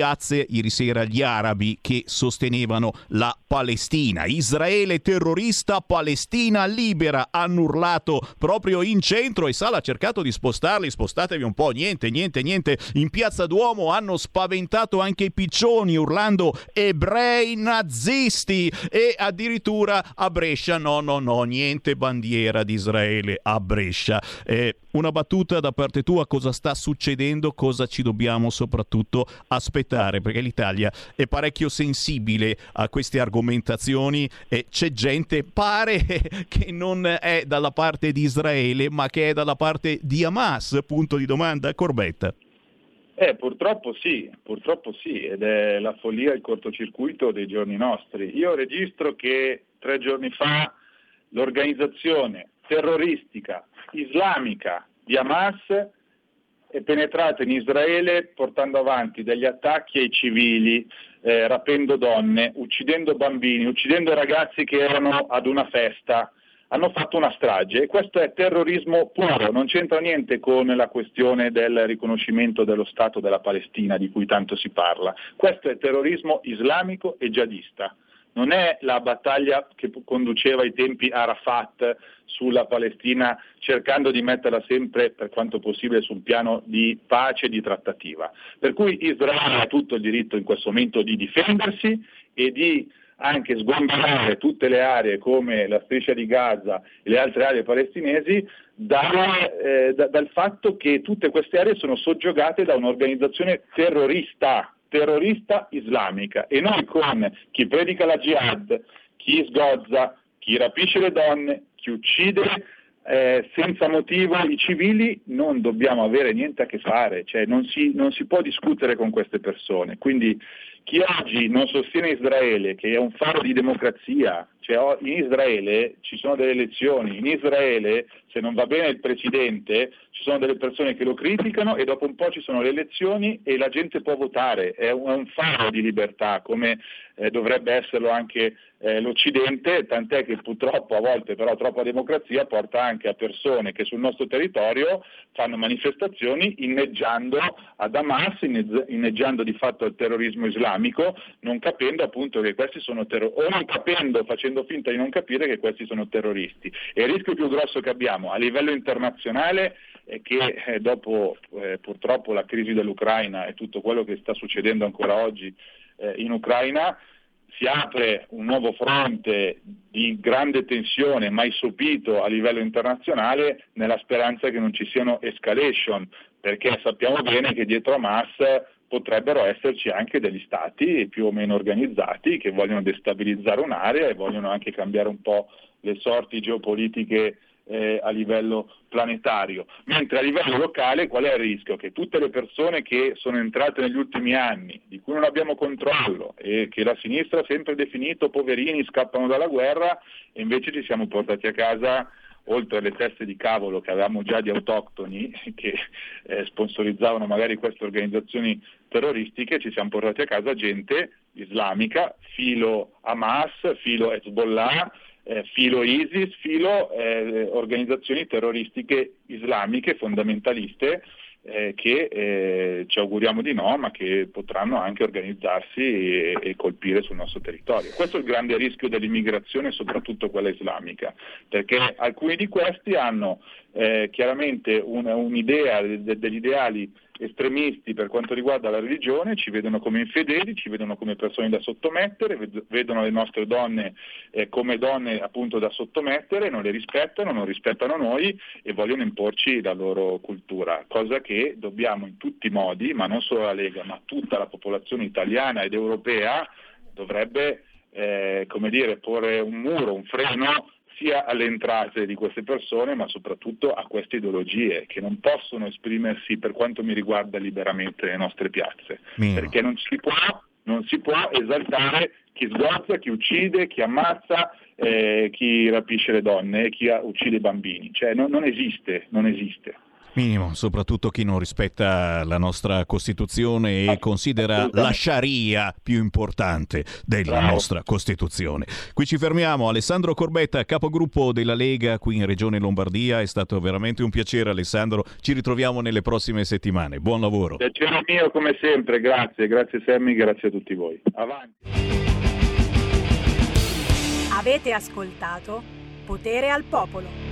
S2: piazze ieri sera gli arabi che sostenevano la Palestina. Israele terrorista, Palestina libera, hanno urlato proprio in centro, e Sala ha cercato di spostarli, spostatevi un po', niente, niente, niente. In Piazza Duomo hanno spaventato anche i piccioni urlando ebrei nazisti, e addirittura a Brescia no, no, no, niente bandiera di Israele a Brescia. Eh, una battuta da parte tua: cosa sta succedendo, cosa ci dobbiamo soprattutto aspettare, perché l'Italia è parecchio sensibile a queste argomentazioni e c'è gente, pare, che non è dalla parte di Israele ma che è dalla parte di Hamas, punto di domanda, Corbetta.
S6: Eh, purtroppo sì, purtroppo sì, ed è la follia, il cortocircuito dei giorni nostri. Io registro che tre giorni fa l'organizzazione terroristica islamica di Hamas è penetrata in Israele portando avanti degli attacchi ai civili, eh, rapendo donne, uccidendo bambini, uccidendo ragazzi che erano ad una festa. Hanno fatto una strage, e questo è terrorismo puro, non c'entra niente con la questione del riconoscimento dello Stato della Palestina di cui tanto si parla. Questo è terrorismo islamico e jihadista. Non è la battaglia che conduceva ai tempi Arafat sulla Palestina, cercando di metterla sempre, per quanto possibile, sul piano di pace e di trattativa. Per cui Israele ha tutto il diritto in questo momento di difendersi e di anche sgomberare tutte le aree come la striscia di Gaza e le altre aree palestinesi da, eh, da, dal fatto che tutte queste aree sono soggiogate da un'organizzazione terrorista, terrorista islamica, e noi con chi predica la jihad, chi sgozza, chi rapisce le donne, chi uccide eh, senza motivo i civili, non dobbiamo avere niente a che fare, cioè non si, non si può discutere con queste persone. Quindi chi oggi non sostiene Israele, che è un faro di democrazia, cioè in Israele ci sono delle elezioni, in Israele se non va bene il presidente ci sono delle persone che lo criticano e dopo un po' ci sono le elezioni e la gente può votare, è un, è un faro di libertà come eh, dovrebbe esserlo anche eh, l'Occidente, tant'è che purtroppo a volte però troppa democrazia porta anche a persone che sul nostro territorio fanno manifestazioni inneggiando ad Hamas, inneggiando di fatto al terrorismo islamico, non capendo appunto che questi sono terroristi, o non capendo, facendo finta di non capire che questi sono terroristi. E il rischio più grosso che abbiamo a livello internazionale è che eh, dopo eh, purtroppo la crisi dell'Ucraina e tutto quello che sta succedendo ancora oggi eh, in Ucraina, si apre un nuovo fronte di grande tensione mai sopito a livello internazionale, nella speranza che non ci siano escalation, perché sappiamo bene che dietro Hamas potrebbero esserci anche degli stati più o meno organizzati che vogliono destabilizzare un'area e vogliono anche cambiare un po' le sorti geopolitiche eh, a livello planetario. Mentre a livello locale qual è il rischio? Che tutte le persone che sono entrate negli ultimi anni, di cui non abbiamo controllo e che la sinistra ha sempre definito poverini, scappano dalla guerra, e invece ci siamo portati a casa, oltre alle teste di cavolo che avevamo già di autoctoni che eh, sponsorizzavano magari queste organizzazioni terroristiche, ci siamo portati a casa gente islamica, filo Hamas, filo Hezbollah, eh, filo ISIS, filo eh, organizzazioni terroristiche islamiche fondamentaliste eh, che eh, ci auguriamo di no, ma che potranno anche organizzarsi e, e colpire sul nostro territorio. Questo è il grande rischio dell'immigrazione, soprattutto quella islamica, perché alcuni di questi hanno eh, chiaramente un, un'idea de, degli ideali estremisti per quanto riguarda la religione, ci vedono come infedeli, ci vedono come persone da sottomettere, vedono le nostre donne eh, come donne appunto da sottomettere, non le rispettano, non rispettano noi e vogliono imporci la loro cultura, cosa che dobbiamo in tutti i modi, ma non solo la Lega, ma tutta la popolazione italiana ed europea dovrebbe eh, come dire, porre un muro, un freno sia alle entrate di queste persone, ma soprattutto a queste ideologie che non possono esprimersi, per quanto mi riguarda, liberamente nelle nostre piazze, Mino. Perché non si può, non si può esaltare chi sgozza, chi uccide, chi ammazza, eh, chi rapisce le donne, chi uccide i bambini, cioè non, non esiste, non esiste.
S2: Minimo, soprattutto chi non rispetta la nostra Costituzione e considera la Sharia più importante della nostra Costituzione. Qui ci fermiamo. Alessandro Corbetta, capogruppo della Lega qui in Regione Lombardia. È stato veramente un piacere, Alessandro. Ci ritroviamo nelle prossime settimane. Buon lavoro.
S6: Piacere mio come sempre, grazie. Grazie Sammy, grazie a tutti voi. Avanti.
S12: Avete ascoltato Potere al Popolo.